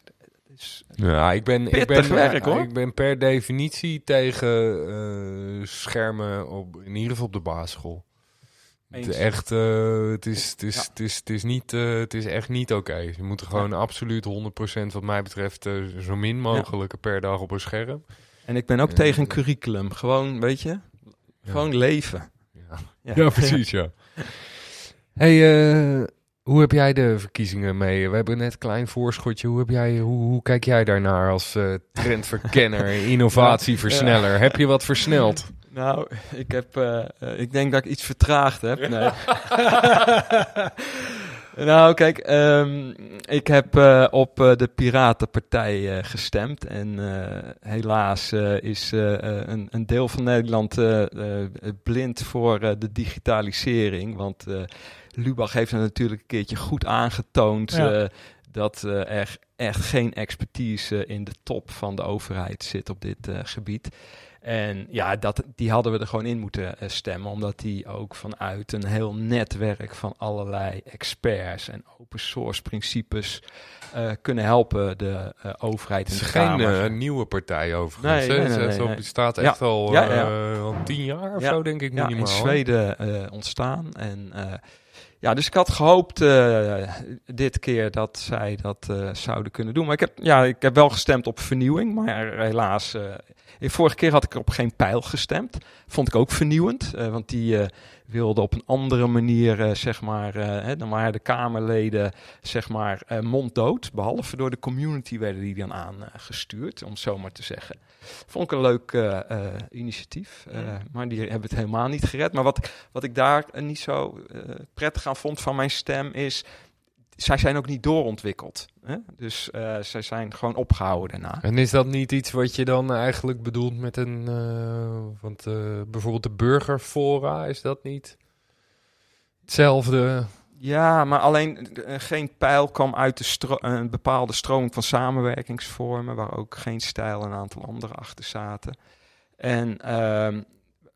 Ja, ik ben, ik ben, werk, hoor. ik ben per definitie tegen uh, schermen op, in ieder geval op de basisschool. Het, echt, uh, het, is, het, is, ja. het, is, het, is niet, uh, het is echt niet oké. Okay. Je moet gewoon ja. absoluut honderd procent wat mij betreft uh, zo min mogelijk ja. per dag op een scherm. En ik ben ook uh, tegen een curriculum. Gewoon, weet je, ja. gewoon leven. Ja, ja. ja precies, ja. Hey, uh, hoe heb jij de verkiezingen mee? We hebben net een klein voorschotje. Hoe, heb jij, hoe, hoe kijk jij daarnaar als uh, trendverkenner, innovatieversneller? Ja. Heb je wat versneld? Nou, ik heb, uh, uh, ik denk dat ik iets vertraagd heb. Nee. Nou, kijk, um, ik heb uh, op uh, de Piratenpartij uh, gestemd. En uh, helaas uh, is uh, een, een deel van Nederland uh, uh, blind voor uh, de digitalisering. Want uh, Lubach heeft het natuurlijk een keertje goed aangetoond. Ja. Uh, dat uh, er echt geen expertise in de top van de overheid zit op dit uh, gebied. En ja, dat, die hadden we er gewoon in moeten uh, stemmen, omdat die ook vanuit een heel netwerk van allerlei experts en open source principes uh, kunnen helpen de uh, overheid. Het is in de geen Kamer. uh, nieuwe partij overigens. Nee, hè? nee, nee, Het nee, nee. bestaat echt Ja. al, Ja, ja. uh, al tien jaar of Ja. zo, denk ik, Ja, minimaal. in Zweden uh, ontstaan. En uh, ja, dus ik had gehoopt uh, dit keer dat zij dat uh, zouden kunnen doen. Maar ik heb, ja, ik heb wel gestemd op vernieuwing, maar helaas... Uh, vorige keer had ik op geen pijl gestemd. Vond ik ook vernieuwend, uh, want die uh, wilde op een andere manier, uh, zeg maar... Uh, hè, dan waren de Kamerleden, zeg maar, uh, monddood. Behalve door de community werden die dan aangestuurd, uh, om het zo maar te zeggen. Vond ik een leuk uh, uh, initiatief, uh, maar die hebben het helemaal niet gered. Maar wat, wat ik daar uh, niet zo uh, prettig aan vond van mijn stem is... Zij zijn ook niet doorontwikkeld. Hè? Dus uh, zij zijn gewoon opgehouden daarna. En is dat niet iets wat je dan eigenlijk bedoelt met een... Uh, want uh, bijvoorbeeld de burgerfora, is dat niet hetzelfde? Ja, maar alleen uh, geen pijl kwam uit de stro- een bepaalde stroming van samenwerkingsvormen... waar ook geen stijl en een aantal anderen achter zaten. En, uh, uh,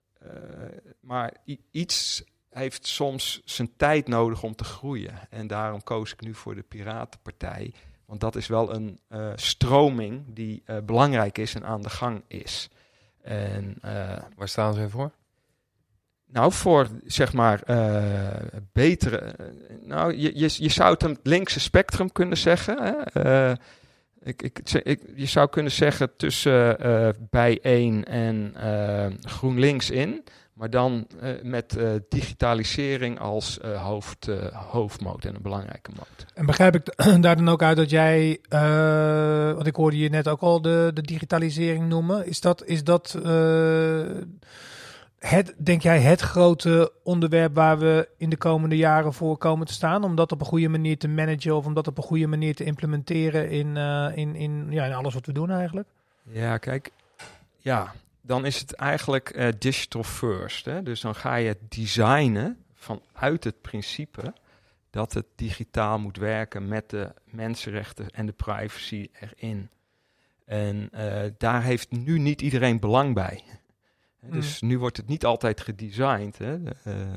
maar i- iets... heeft soms zijn tijd nodig om te groeien. En daarom koos ik nu voor de Piratenpartij. Want dat is wel een uh, stroming die uh, belangrijk is en aan de gang is. En, uh, Waar staan ze voor? nou, voor zeg maar uh, betere... Uh, nou, je, je, je zou het een linkse spectrum kunnen zeggen. Hè? Uh, ik, ik, ik, je zou kunnen zeggen tussen uh, bijeen en uh, GroenLinks in... Maar dan uh, met uh, digitalisering als uh, hoofd, uh, hoofdmoot en een belangrijke moot. En begrijp ik daar dan ook uit dat jij, uh, want ik hoorde je net ook al de, de digitalisering noemen. Is dat, is dat uh, het, denk jij, het grote onderwerp waar we in de komende jaren voor komen te staan? Om dat op een goede manier te managen of om dat op een goede manier te implementeren in, uh, in, in, ja, in alles wat we doen eigenlijk? Ja, kijk, ja... Dan is het eigenlijk uh, digital first. Hè? Dus dan ga je het designen vanuit het principe dat het digitaal moet werken met de mensenrechten en de privacy erin. En uh, daar heeft nu niet iedereen belang bij. Mm. Dus nu wordt het niet altijd gedesigned. Hè? Uh,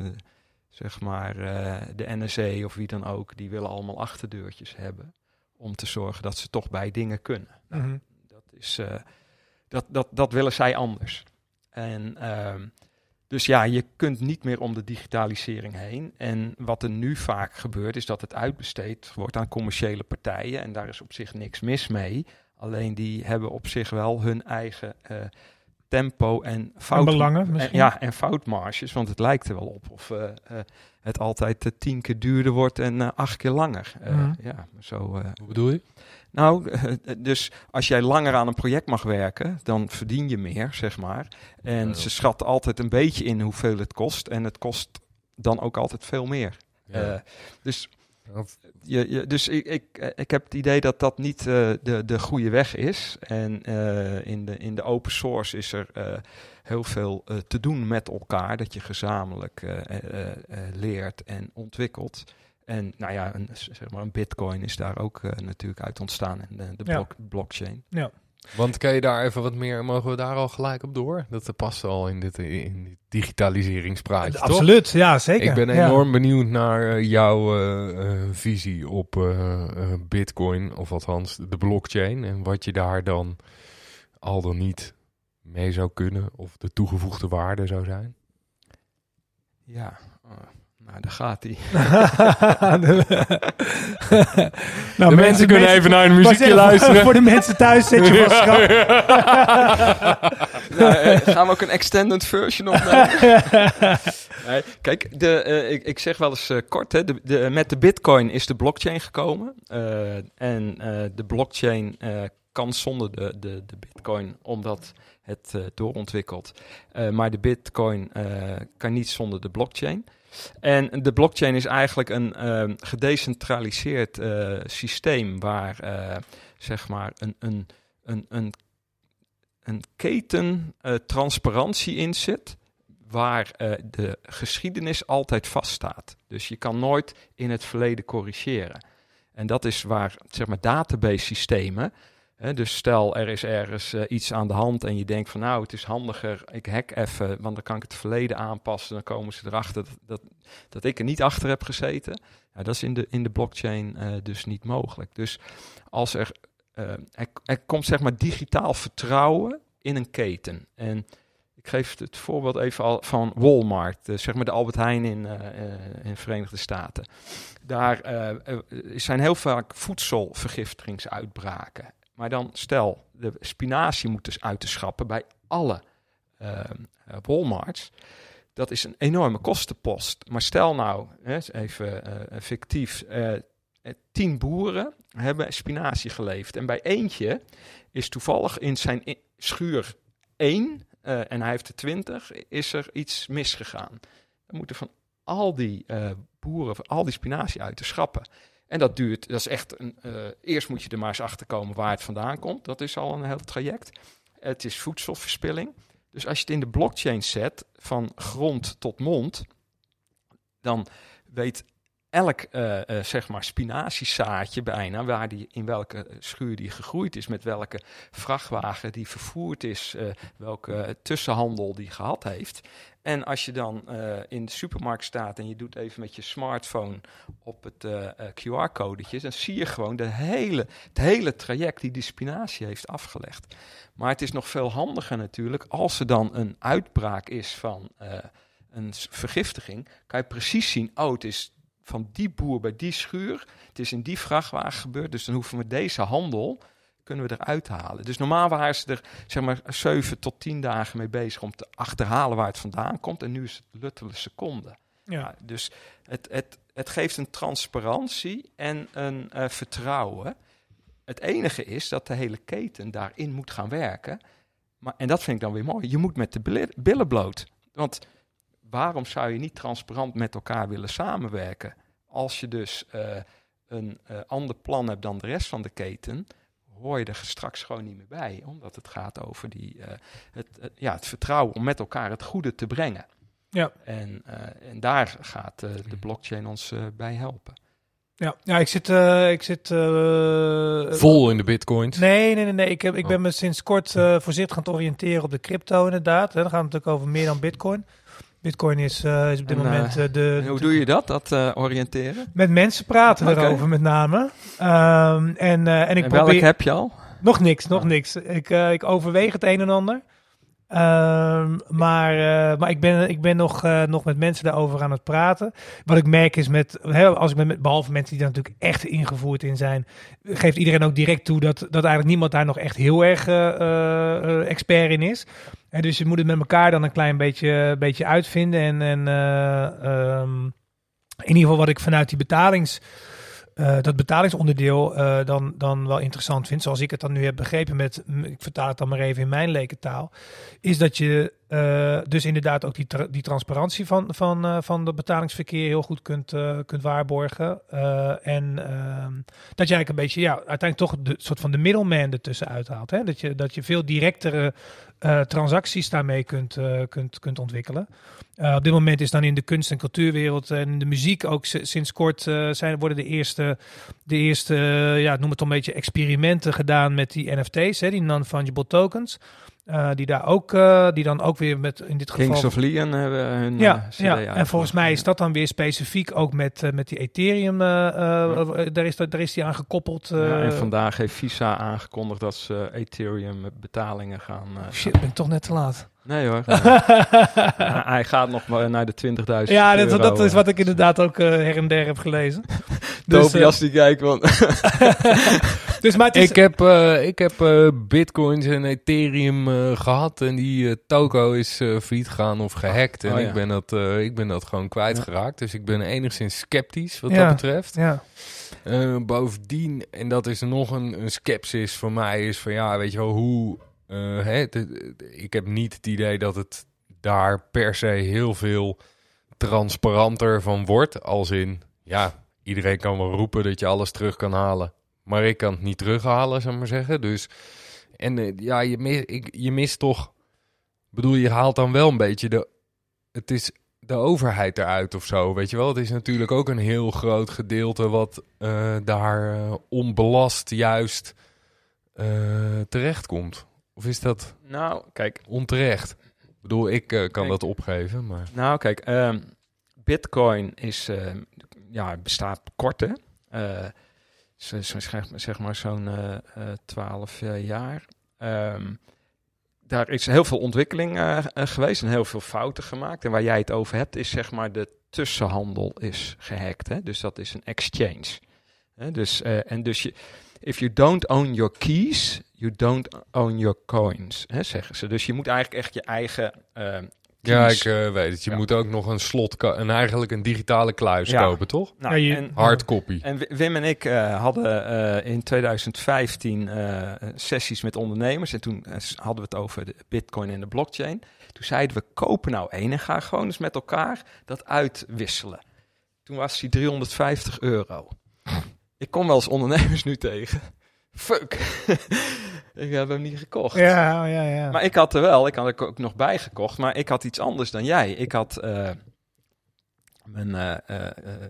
zeg maar uh, de N S A of wie dan ook, die willen allemaal achterdeurtjes hebben om te zorgen dat ze toch bij dingen kunnen. Mm-hmm. Nou, dat is... Uh, Dat, dat, dat willen zij anders. En uh, dus ja, je kunt niet meer om de digitalisering heen. En wat er nu vaak gebeurt, is dat het uitbesteed wordt aan commerciële partijen. En daar is op zich niks mis mee. Alleen die hebben op zich wel hun eigen uh, tempo en fout... En belangen misschien? En, ja, en foutmarges, want het lijkt er wel op. Of uh, uh, het altijd uh, tien keer duurder wordt en uh, acht keer langer. Uh, mm. Ja, zo... Uh, Hoe bedoel je? Nou, dus als jij langer aan een project mag werken, dan verdien je meer, zeg maar. En ja, ze schatten altijd een beetje in hoeveel het kost. En het kost dan ook altijd veel meer. Ja. Uh, dus je, je, dus ik, ik, ik heb het idee dat dat niet uh, de, de goede weg is. En uh, in, de, in de open source is er uh, heel veel uh, te doen met elkaar. Dat je gezamenlijk uh, uh, uh, leert en ontwikkelt. En nou ja, een, zeg maar een bitcoin is daar ook uh, natuurlijk uit ontstaan. En de, de blok, ja. blockchain. Ja. Want kan je daar even wat meer, mogen we daar al gelijk op door? Dat past al in dit, in dit digitaliseringspraatje, uh, Absoluut, toch? Ja, zeker. Ik ben enorm ja. benieuwd naar uh, jouw uh, uh, visie op uh, uh, bitcoin, of althans de blockchain. En wat je daar dan al dan niet mee zou kunnen, of de toegevoegde waarde zou zijn. Ja, uh. Nou, daar gaat hij. de nou, de mensen kunnen even naar een muziekje even, luisteren. Voor de mensen thuis zet je vast schrap. nou, uh, gaan we ook een extended version opnemen? nee, kijk, de, uh, ik, ik zeg wel eens uh, kort, hè, de, de, met de bitcoin is de blockchain gekomen. Uh, en uh, de blockchain uh, kan zonder de, de, de bitcoin, omdat het uh, doorontwikkelt. Uh, maar de bitcoin uh, kan niet zonder de blockchain. En de blockchain is eigenlijk een uh, gedecentraliseerd uh, systeem waar uh, zeg maar een, een, een, een, een keten uh, transparantie in zit, waar uh, de geschiedenis altijd vaststaat. Dus je kan nooit in het verleden corrigeren. En dat is waar, zeg maar, database systemen. Hè, dus stel, er is ergens uh, iets aan de hand en je denkt van nou, het is handiger, ik hack even, want dan kan ik het verleden aanpassen. Dan komen ze erachter dat, dat, dat ik er niet achter heb gezeten. Ja, dat is in de, in de blockchain uh, dus niet mogelijk. Dus als er, uh, er, er komt, zeg maar, digitaal vertrouwen in een keten. En ik geef het voorbeeld even al van Walmart, uh, zeg maar de Albert Heijn in, uh, uh, in de Verenigde Staten. Daar uh, uh, zijn heel vaak voedselvergiftigingsuitbraken. Maar dan stel, de spinazie moet dus uit te schappen bij alle uh, uh, Walmarts. Dat is een enorme kostenpost. Maar stel nou, hè, even uh, fictief, uh, tien boeren hebben spinazie geleverd. En bij eentje is toevallig in zijn in- schuur één, uh, en hij heeft er twintig, is er iets misgegaan. Dan moeten van al die uh, boeren, al die spinazie uit te schappen. En dat duurt, dat is echt, een, uh, eerst moet je er maar eens achter komen waar het vandaan komt. Dat is al een heel traject. Het is voedselverspilling. Dus als je het in de blockchain zet, van grond tot mond, dan weet elk uh, uh, zeg maar spinaziezaadje bijna, waar die, in welke schuur die gegroeid is, met welke vrachtwagen die vervoerd is, uh, welke tussenhandel die gehad heeft. En als je dan uh, in de supermarkt staat en je doet even met je smartphone op het uh, uh, Q R-codetje, dan zie je gewoon de hele, het hele traject die die spinazie heeft afgelegd. Maar het is nog veel handiger natuurlijk, als er dan een uitbraak is van uh, een vergiftiging, kan je precies zien, oh, het is van die boer bij die schuur, het is in die vrachtwagen gebeurd, dus dan hoeven we deze handel, kunnen we eruit halen. Dus normaal waren ze er, zeg maar, zeven tot tien dagen mee bezig om te achterhalen waar het vandaan komt. En nu is het luttele seconden. Ja. Ja, dus het, het, het geeft een transparantie en een uh, vertrouwen. Het enige is dat de hele keten daarin moet gaan werken. Maar, en dat vind ik dan weer mooi. Je moet met de billen bloot. Want waarom zou je niet transparant met elkaar willen samenwerken? Als je dus uh, een uh, ander plan hebt dan de rest van de keten, hoor je er straks gewoon niet meer bij. Omdat het gaat over die, uh, het, het, ja, het vertrouwen om met elkaar het goede te brengen. Ja. En, uh, en daar gaat uh, de blockchain ons uh, bij helpen. Ja, ja ik zit... Uh, ik zit uh, Vol in de bitcoins. Nee, nee, nee. nee. Ik, heb, ik Oh. ben me sinds kort uh, voorzichtig aan het oriënteren op de crypto inderdaad. Hè. Dan gaat het natuurlijk over meer dan bitcoin. Bitcoin is, uh, is op dit En, uh, moment uh, de... En hoe doe je dat, dat uh, oriënteren? Met mensen praten Okay. erover met name. Um, en, uh, en ik en probeer... welk heb je al? Nog niks, nog Oh. niks. Ik, uh, ik overweeg het een en ander. Um, maar uh, maar ik, ben, ik ben nog, uh, nog met mensen daarover aan het praten. Wat ik merk is, met, hè, als ik met, behalve mensen die daar natuurlijk echt ingevoerd in zijn, geeft iedereen ook direct toe dat, dat eigenlijk niemand daar nog echt heel erg uh, uh, expert in is. En dus je moet het met elkaar dan een klein beetje, beetje uitvinden. En, en uh, um, in ieder geval wat ik vanuit die betalings... Uh, dat betalingsonderdeel uh, dan, dan wel interessant vind, zoals ik het dan nu heb begrepen met, ik vertaal het dan maar even in mijn lekentaal, is dat je uh, dus inderdaad ook die, tra- die transparantie van, van, uh, van het betalingsverkeer heel goed kunt, uh, kunt waarborgen. Uh, en uh, dat je eigenlijk een beetje, ja, uiteindelijk toch de soort van de middleman ertussen uithaalt. Hè? Dat je, dat je veel directere uh, transacties daarmee kunt, uh, kunt, kunt ontwikkelen. Uh, op dit moment is dan in de kunst- en cultuurwereld en de muziek ook s- sinds kort uh, zijn, worden de eerste, de eerste uh, ja, noem het een beetje experimenten gedaan met die N F T's, hè, die non-fungible tokens. Uh, die daar ook, uh, die dan ook weer met in dit geval. Kings of Leon hebben hun Ja, uh, C D ja. uitgebracht. En volgens mij is dat dan weer specifiek ook met, uh, met die Ethereum. Uh, uh, uh, daar, is, daar is die aan gekoppeld. Uh, Ja, en vandaag heeft Visa aangekondigd dat ze Ethereum betalingen gaan... Uh, Shit, ben ik toch net te laat. Nee hoor. Ja, hij gaat nog maar naar de twintigduizend Ja, euro. dat, dat is wat ik inderdaad ook uh, her en der heb gelezen. Tobias die kijkt, want... Dus, maar het is... Ik heb, uh, ik heb uh, bitcoins en Ethereum uh, gehad en die uh, toko is uh, failliet gegaan of gehackt. En Oh, ja. ik, ben dat, uh, ik ben dat gewoon kwijtgeraakt. Dus ik ben enigszins sceptisch wat Ja. dat betreft. Ja. Uh, bovendien, en dat is nog een, een scepsis voor mij, is van ja, weet je wel, hoe... Uh, hè, de, de, ik heb niet het idee dat het daar per se heel veel transparanter van wordt. Als in, ja, iedereen kan wel roepen dat je alles terug kan halen. Maar ik kan het niet terughalen, zou ik maar zeggen. Dus, en uh, ja, je, mis, ik, je mist toch... bedoel, je haalt dan wel een beetje de... Het is de overheid eruit of zo, weet je wel? Het is natuurlijk ook een heel groot gedeelte wat uh, daar uh, onbelast juist uh, terechtkomt. Of is dat nou, kijk, onterecht? Ik bedoel, ik uh, kan kijk, dat opgeven, maar... Nou, kijk, uh, Bitcoin is, uh, ja, bestaat kort, hè? Uh, zo, zo, zeg maar zo'n twaalf uh, uh, jaar. Um, Daar is heel veel ontwikkeling uh, uh, geweest en heel veel fouten gemaakt. En waar jij het over hebt, is zeg maar de tussenhandel is gehackt. Hè? Dus dat is een exchange. Hè? Dus, uh, en dus je, if you don't own your keys, you don't own your coins, hè, zeggen ze. Dus je moet eigenlijk echt je eigen uh, Ja, ik uh, weet het. Je ja. moet ook nog een slot, en eigenlijk een digitale kluis ja. kopen, toch? Nou, ja, je, en, hardcopy. En Wim en ik uh, hadden uh, in twintig vijftien uh, sessies met ondernemers. En toen uh, hadden we het over de Bitcoin en de blockchain. Toen zeiden we, kopen nou één en ga gewoon eens met elkaar dat uitwisselen. Toen was die driehonderdvijftig euro. Ik kom wel eens ondernemers nu tegen. Fuck. Ik heb hem niet gekocht. Ja, ja, ja. Maar ik had er wel, ik had er ook nog bij gekocht, maar ik had iets anders dan jij. Ik had uh, mijn uh, uh,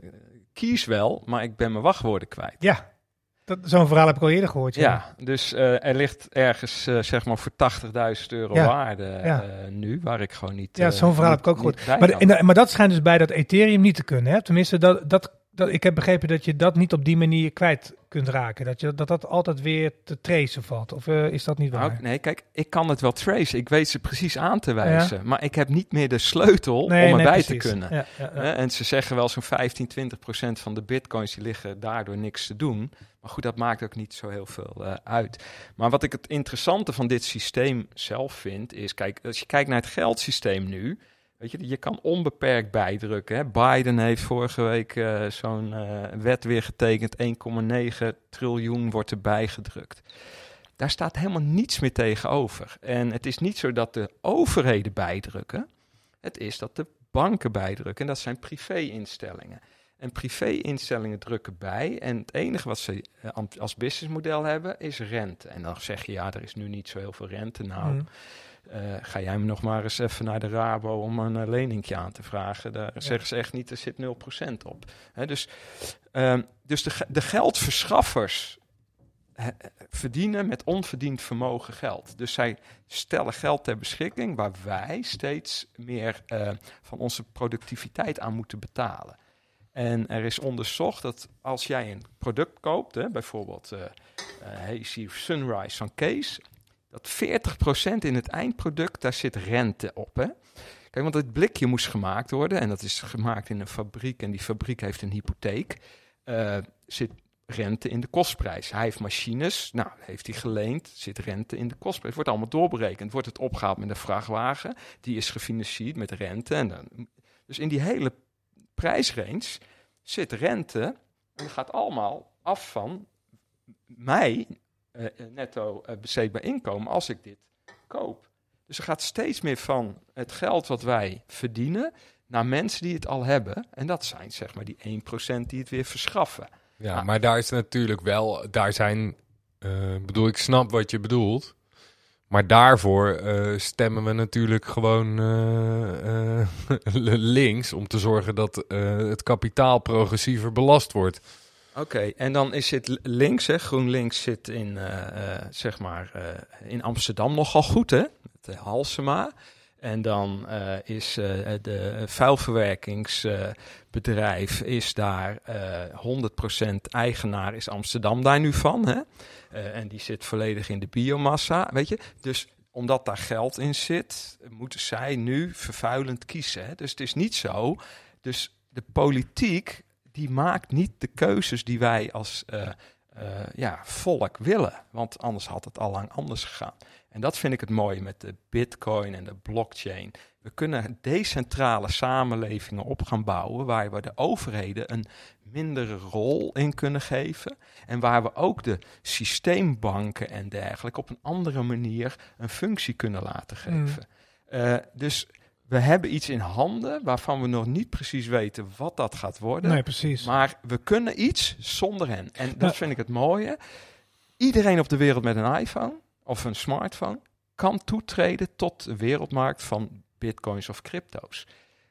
keys wel, maar ik ben mijn wachtwoorden kwijt. Ja, dat, zo'n verhaal heb ik al eerder gehoord. Ja, ja dus uh, er ligt ergens uh, zeg maar voor tachtigduizend euro ja. waarde ja. uh, nu, waar ik gewoon niet... Ja, zo'n uh, verhaal niet, heb ik ook gehoord. Maar, de, maar dat schijnt dus bij dat Ethereum niet te kunnen, hè? Tenminste, dat... dat Dat, ik heb begrepen dat je dat niet op die manier kwijt kunt raken. Dat je, dat, dat altijd weer te tracen valt. Of uh, is dat niet waar? Nou, nee, kijk, ik kan het wel tracen. Ik weet ze precies aan te wijzen. Ja. Maar ik heb niet meer de sleutel nee, om erbij nee, te kunnen. Ja, ja, ja. En ze zeggen wel zo'n vijftien, twintig procent van de bitcoins die liggen daardoor niks te doen. Maar goed, dat maakt ook niet zo heel veel uh, uit. Maar wat ik het interessante van dit systeem zelf vind, is, kijk, als je kijkt naar het geldsysteem nu, weet je, je kan onbeperkt bijdrukken. Hè? Biden heeft vorige week uh, zo'n uh, wet weer getekend. één komma negen triljoen wordt er bijgedrukt. Daar staat helemaal niets meer tegenover. En het is niet zo dat de overheden bijdrukken. Het is dat de banken bijdrukken. En dat zijn privé-instellingen. En privé-instellingen drukken bij. En het enige wat ze uh, als businessmodel hebben is rente. En dan zeg je, ja, er is nu niet zo heel veel rente. Nou... Mm. Uh, ga jij me nog maar eens even naar de Rabo om een uh, leningje aan te vragen. Daar ja. zeggen ze echt niet, er zit nul procent op. He, dus uh, dus de, de geldverschaffers he, verdienen met onverdiend vermogen geld. Dus zij stellen geld ter beschikking waar wij steeds meer uh, van onze productiviteit aan moeten betalen. En er is onderzocht dat als jij een product koopt, hè, bijvoorbeeld uh, uh, Hazy Sunrise van Kees, dat veertig procent in het eindproduct, daar zit rente op. Hè? Kijk, want het blikje moest gemaakt worden. En dat is gemaakt in een fabriek. En die fabriek heeft een hypotheek. Uh, zit rente in de kostprijs. Hij heeft machines. Nou, heeft hij geleend. Zit rente in de kostprijs. Wordt allemaal doorberekend. Wordt het opgehaald met een vrachtwagen. Die is gefinancierd met rente. En dan, dus in die hele prijsrange zit rente. En dat gaat allemaal af van mij... Uh, netto uh, besteedbaar inkomen als ik dit koop. Dus er gaat steeds meer van het geld wat wij verdienen naar mensen die het al hebben. En dat zijn zeg maar die één procent die het weer verschaffen. Ja, nou, maar daar is natuurlijk wel, daar zijn, uh, bedoel ik snap wat je bedoelt. Maar daarvoor uh, stemmen we natuurlijk gewoon uh, uh, links om te zorgen dat uh, het kapitaal progressiever belast wordt. Oké, okay, en dan is het links, hè? GroenLinks zit in, uh, uh, zeg maar, uh, in Amsterdam nogal goed, hè? Het Halsema. En dan uh, is uh, de vuilverwerkingsbedrijf uh, is daar uh, honderd procent eigenaar is Amsterdam daar nu van, hè? Uh, en die zit volledig in de biomassa, weet je? Dus omdat daar geld in zit, moeten zij nu vervuilend kiezen, hè? Dus het is niet zo. Dus de politiek... die maakt niet de keuzes die wij als uh, uh, ja, volk willen. Want anders had het al lang anders gegaan. En dat vind ik het mooie met de bitcoin en de blockchain. We kunnen decentrale samenlevingen op gaan bouwen... waar we de overheden een mindere rol in kunnen geven... en waar we ook de systeembanken en dergelijke... op een andere manier een functie kunnen laten geven. Mm. Uh, dus... we hebben iets in handen waarvan we nog niet precies weten wat dat gaat worden. Nee, precies. Maar we kunnen iets zonder hen. En dat ja. vind ik het mooie. Iedereen op de wereld met een iPhone of een smartphone kan toetreden tot de wereldmarkt van bitcoins of crypto's.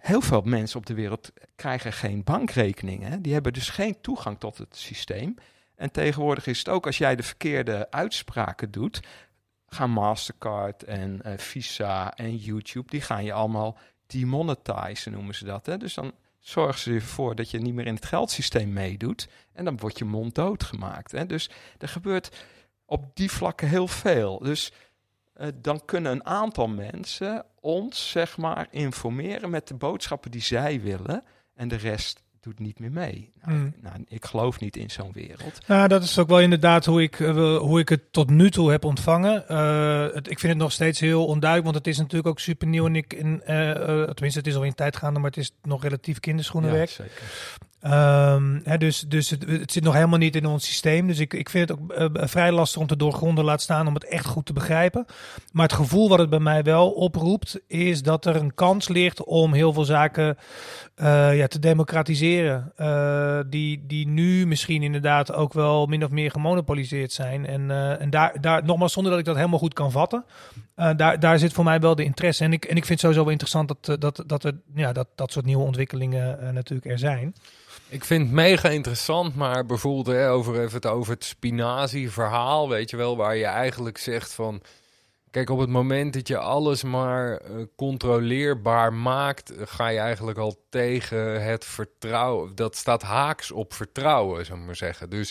heel veel mensen op de wereld krijgen geen bankrekening. Hè? Die hebben dus geen toegang tot het systeem. En tegenwoordig is het ook, als jij de verkeerde uitspraken doet, gaan Mastercard en uh, Visa en YouTube, die gaan je allemaal demonetizen, noemen ze dat. Hè? Dus dan zorgen ze ervoor dat je niet meer in het geldsysteem meedoet. En dan wordt je mond doodgemaakt. Hè? Dus er gebeurt op die vlakken heel veel. Dus uh, dan kunnen een aantal mensen ons, zeg maar, informeren met de boodschappen die zij willen. En de rest doet niet meer mee. Nou, mm. nou, ik geloof niet in zo'n wereld. Nou, dat is ook wel inderdaad hoe ik, uh, hoe ik het tot nu toe heb ontvangen. Uh, het, ik vind het nog steeds heel onduidelijk, want het is natuurlijk ook super nieuw. En ik, in, uh, uh, tenminste, het is al in tijd gaande, maar het is nog relatief kinderschoenenwerk. Ja, zeker. Um, hè, dus dus het, het zit nog helemaal niet in ons systeem. Dus ik, ik vind het ook uh, vrij lastig om te doorgronden laten staan om het echt goed te begrijpen. Maar het gevoel wat het bij mij wel oproept is dat er een kans ligt om heel veel zaken uh, ja, te democratiseren. Uh, die, die nu misschien inderdaad ook wel min of meer gemonopoliseerd zijn. En, uh, en daar, daar, nogmaals, zonder dat ik dat helemaal goed kan vatten. Uh, daar, daar zit voor mij wel de interesse. En ik, en ik vind het sowieso wel interessant dat, dat, dat, er, ja, dat dat soort nieuwe ontwikkelingen uh, natuurlijk er zijn. Ik vind het mega interessant, maar bijvoorbeeld hè, over, even het, over het spinazie-verhaal, weet je wel, waar je eigenlijk zegt van, kijk, op het moment dat je alles maar uh, controleerbaar maakt, ga je eigenlijk al tegen het vertrouwen. Dat staat haaks op vertrouwen, zou ik maar zeggen. Dus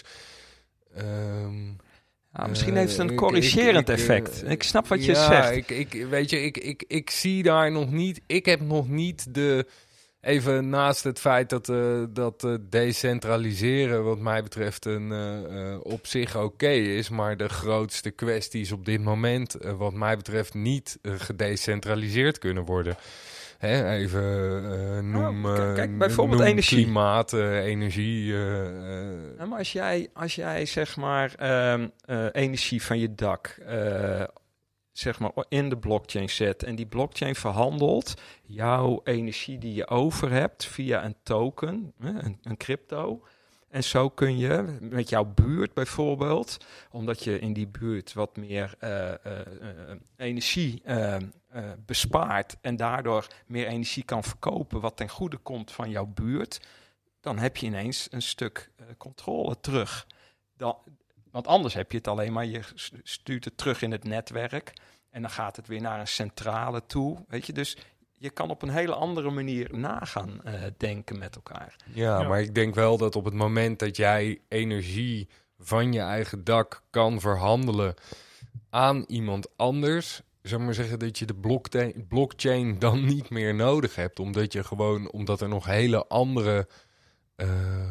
Um, ja, misschien uh, heeft het een corrigerend ik, ik, effect. Uh, ik snap wat je ja, zegt. Ik, ik, weet je, ik, ik, ik zie daar nog niet... Ik heb nog niet de... Even naast het feit dat, uh, dat uh, decentraliseren wat mij betreft een, uh, uh, op zich oké okay is. Maar de grootste kwesties op dit moment uh, wat mij betreft niet uh, gedecentraliseerd kunnen worden. Hè, even uh, noem, uh, kijk, bijvoorbeeld noem energie. klimaat, uh, energie. Uh, uh. Ja, maar als jij, als jij zeg maar um, uh, energie van je dak uh, zeg maar in de blockchain zet en die blockchain verhandelt jouw energie die je over hebt via een token, een, een crypto. En zo kun je met jouw buurt bijvoorbeeld, omdat je in die buurt wat meer uh, uh, uh, energie uh, uh, bespaart en daardoor meer energie kan verkopen wat ten goede komt van jouw buurt, dan heb je ineens een stuk uh, controle terug. Dan, want anders heb je het alleen maar, je stuurt het terug in het netwerk en dan gaat het weer naar een centrale toe, weet je, dus je kan op een hele andere manier nagaan uh, denken met elkaar. Ja, ja, maar ik denk wel dat op het moment dat jij energie van je eigen dak kan verhandelen aan iemand anders, zou maar zeggen dat je de blockchain, blockchain dan niet meer nodig hebt, omdat je gewoon, omdat er nog hele andere uh,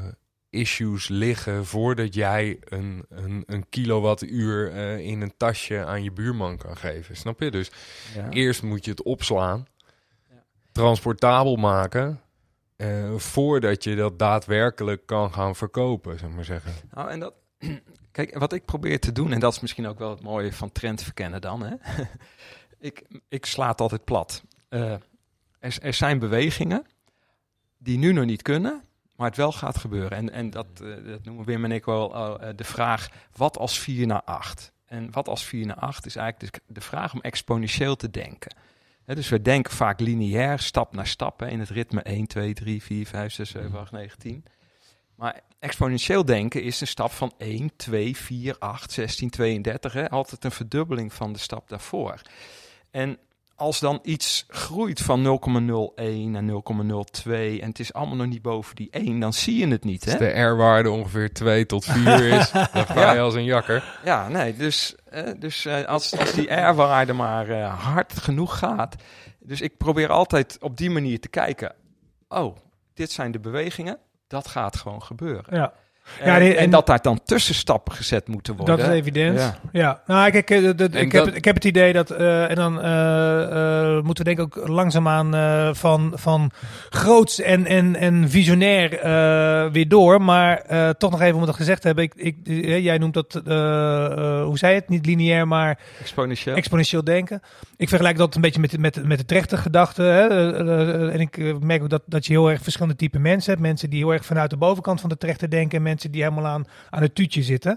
issues liggen voordat jij een, een, een kilowattuur uh, in een tasje aan je buurman kan geven. Snap je? Dus ja. Eerst moet je het opslaan, transportabel maken, uh, voordat je dat daadwerkelijk kan gaan verkopen, zou ik maar zeggen. Nou, en dat, kijk, wat ik probeer te doen, en dat is misschien ook wel het mooie van trend verkennen dan, hè? ik, ik sla het altijd plat. Uh, er, er zijn bewegingen die nu nog niet kunnen, maar het wel gaat gebeuren. En, en dat, uh, dat noemen Wim en ik wel uh, de vraag, wat als vier naar acht? En wat als vier naar acht is eigenlijk de, de vraag om exponentieel te denken. He, dus we denken vaak lineair, stap naar stap, hè, in het ritme één, twee, drie, vier, vijf, zes, zeven, acht, negen, tien. Maar exponentieel denken is een stap van één, twee, vier, acht, zestien, tweeëndertig. Hè, altijd een verdubbeling van de stap daarvoor. En als dan iets groeit van nul komma nul één naar nul komma nul twee en het is allemaal nog niet boven die één, dan zie je het niet. Hè? Als de R-waarde ongeveer twee tot vier is, dan ga je ja. als een jakker. Ja, nee, dus, uh, dus uh, als, als die R-waarde maar uh, hard genoeg gaat. Dus ik probeer altijd op die manier te kijken. Oh, dit zijn de bewegingen. Dat gaat gewoon gebeuren. Ja. En, ja, en, en dat daar dan tussenstappen gezet moeten worden. Dat is evident. Ja, ja. Nou, kijk, ik, ik, ik, heb, ik heb het idee dat, uh, en dan uh, uh, moeten we denk ik ook langzaamaan uh, van, van groots en, en, en visionair uh, weer door. Maar uh, toch nog even om het gezegd te hebben. Ik, ik, uh, jij noemt dat, uh, uh, hoe zei je het? Niet lineair, maar exponentieel, exponentieel denken. Ik vergelijk dat een beetje met, met, met de trechtergedachte. Hè? Uh, uh, en ik uh, merk ook dat, dat je heel erg verschillende type mensen hebt. Mensen die heel erg vanuit de bovenkant van de trechter denken. Mensen die helemaal aan, aan het tuutje zitten.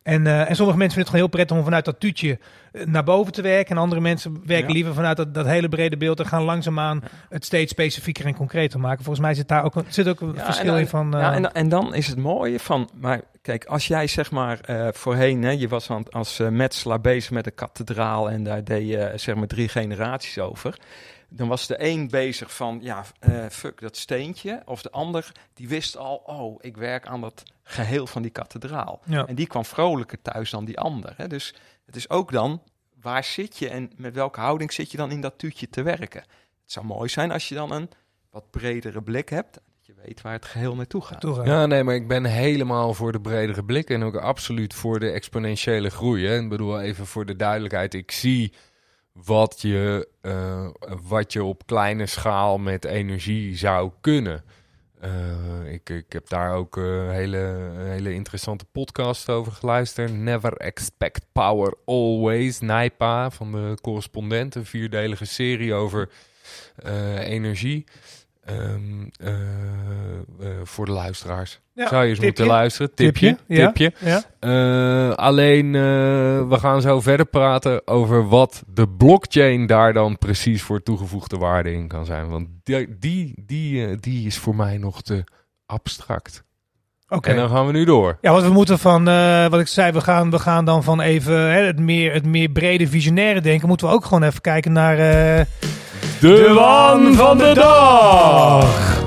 En, uh, en sommige mensen vinden het gewoon heel prettig om vanuit dat tuutje naar boven te werken. En andere mensen werken ja. liever vanuit dat, dat hele brede beeld en gaan langzaamaan het steeds specifieker en concreter maken. Volgens mij zit daar ook een, zit ook een ja, verschil en, in van... Uh, ja, en, en dan is het mooie van... Maar kijk, als jij zeg maar uh, voorheen... Hè, je was aan, als uh, metselaar bezig met de kathedraal en daar deed je uh, zeg maar drie generaties over... Dan was de een bezig van, ja, uh, fuck dat steentje. Of de ander, die wist al, oh, ik werk aan dat geheel van die kathedraal. Ja. En die kwam vrolijker thuis dan die ander. Hè? Dus het is ook dan, waar zit je en met welke houding zit je dan in dat tuutje te werken? Het zou mooi zijn als je dan een wat bredere blik hebt. Dat je weet waar het geheel naartoe gaat. Ja, nee, maar ik ben helemaal voor de bredere blik. En ook absoluut voor de exponentiële groei. Hè? Ik bedoel, even voor de duidelijkheid, ik zie... Wat je, uh, wat je op kleine schaal met energie zou kunnen. Uh, ik, ik heb daar ook een hele, hele interessante podcast over geluisterd. Never Expect Power Always. Nijpa van de Correspondent. Een vierdelige serie over uh, energie. Um, uh, uh, voor de luisteraars. Ja, zou je eens tipje. moeten luisteren. Tipje. Tipje. tipje. Ja, ja. Uh, alleen, uh, we gaan zo verder praten over wat de blockchain daar dan precies voor toegevoegde waarde in kan zijn. Want die, die, die, uh, die is voor mij nog te abstract. Oké. Okay. En dan gaan we nu door. Ja, wat we moeten van, uh, wat ik zei, we gaan, we gaan dan van even hè, het, meer, het meer brede visionaire denken. Moeten we ook gewoon even kijken naar... Uh, De, de waan van de dag!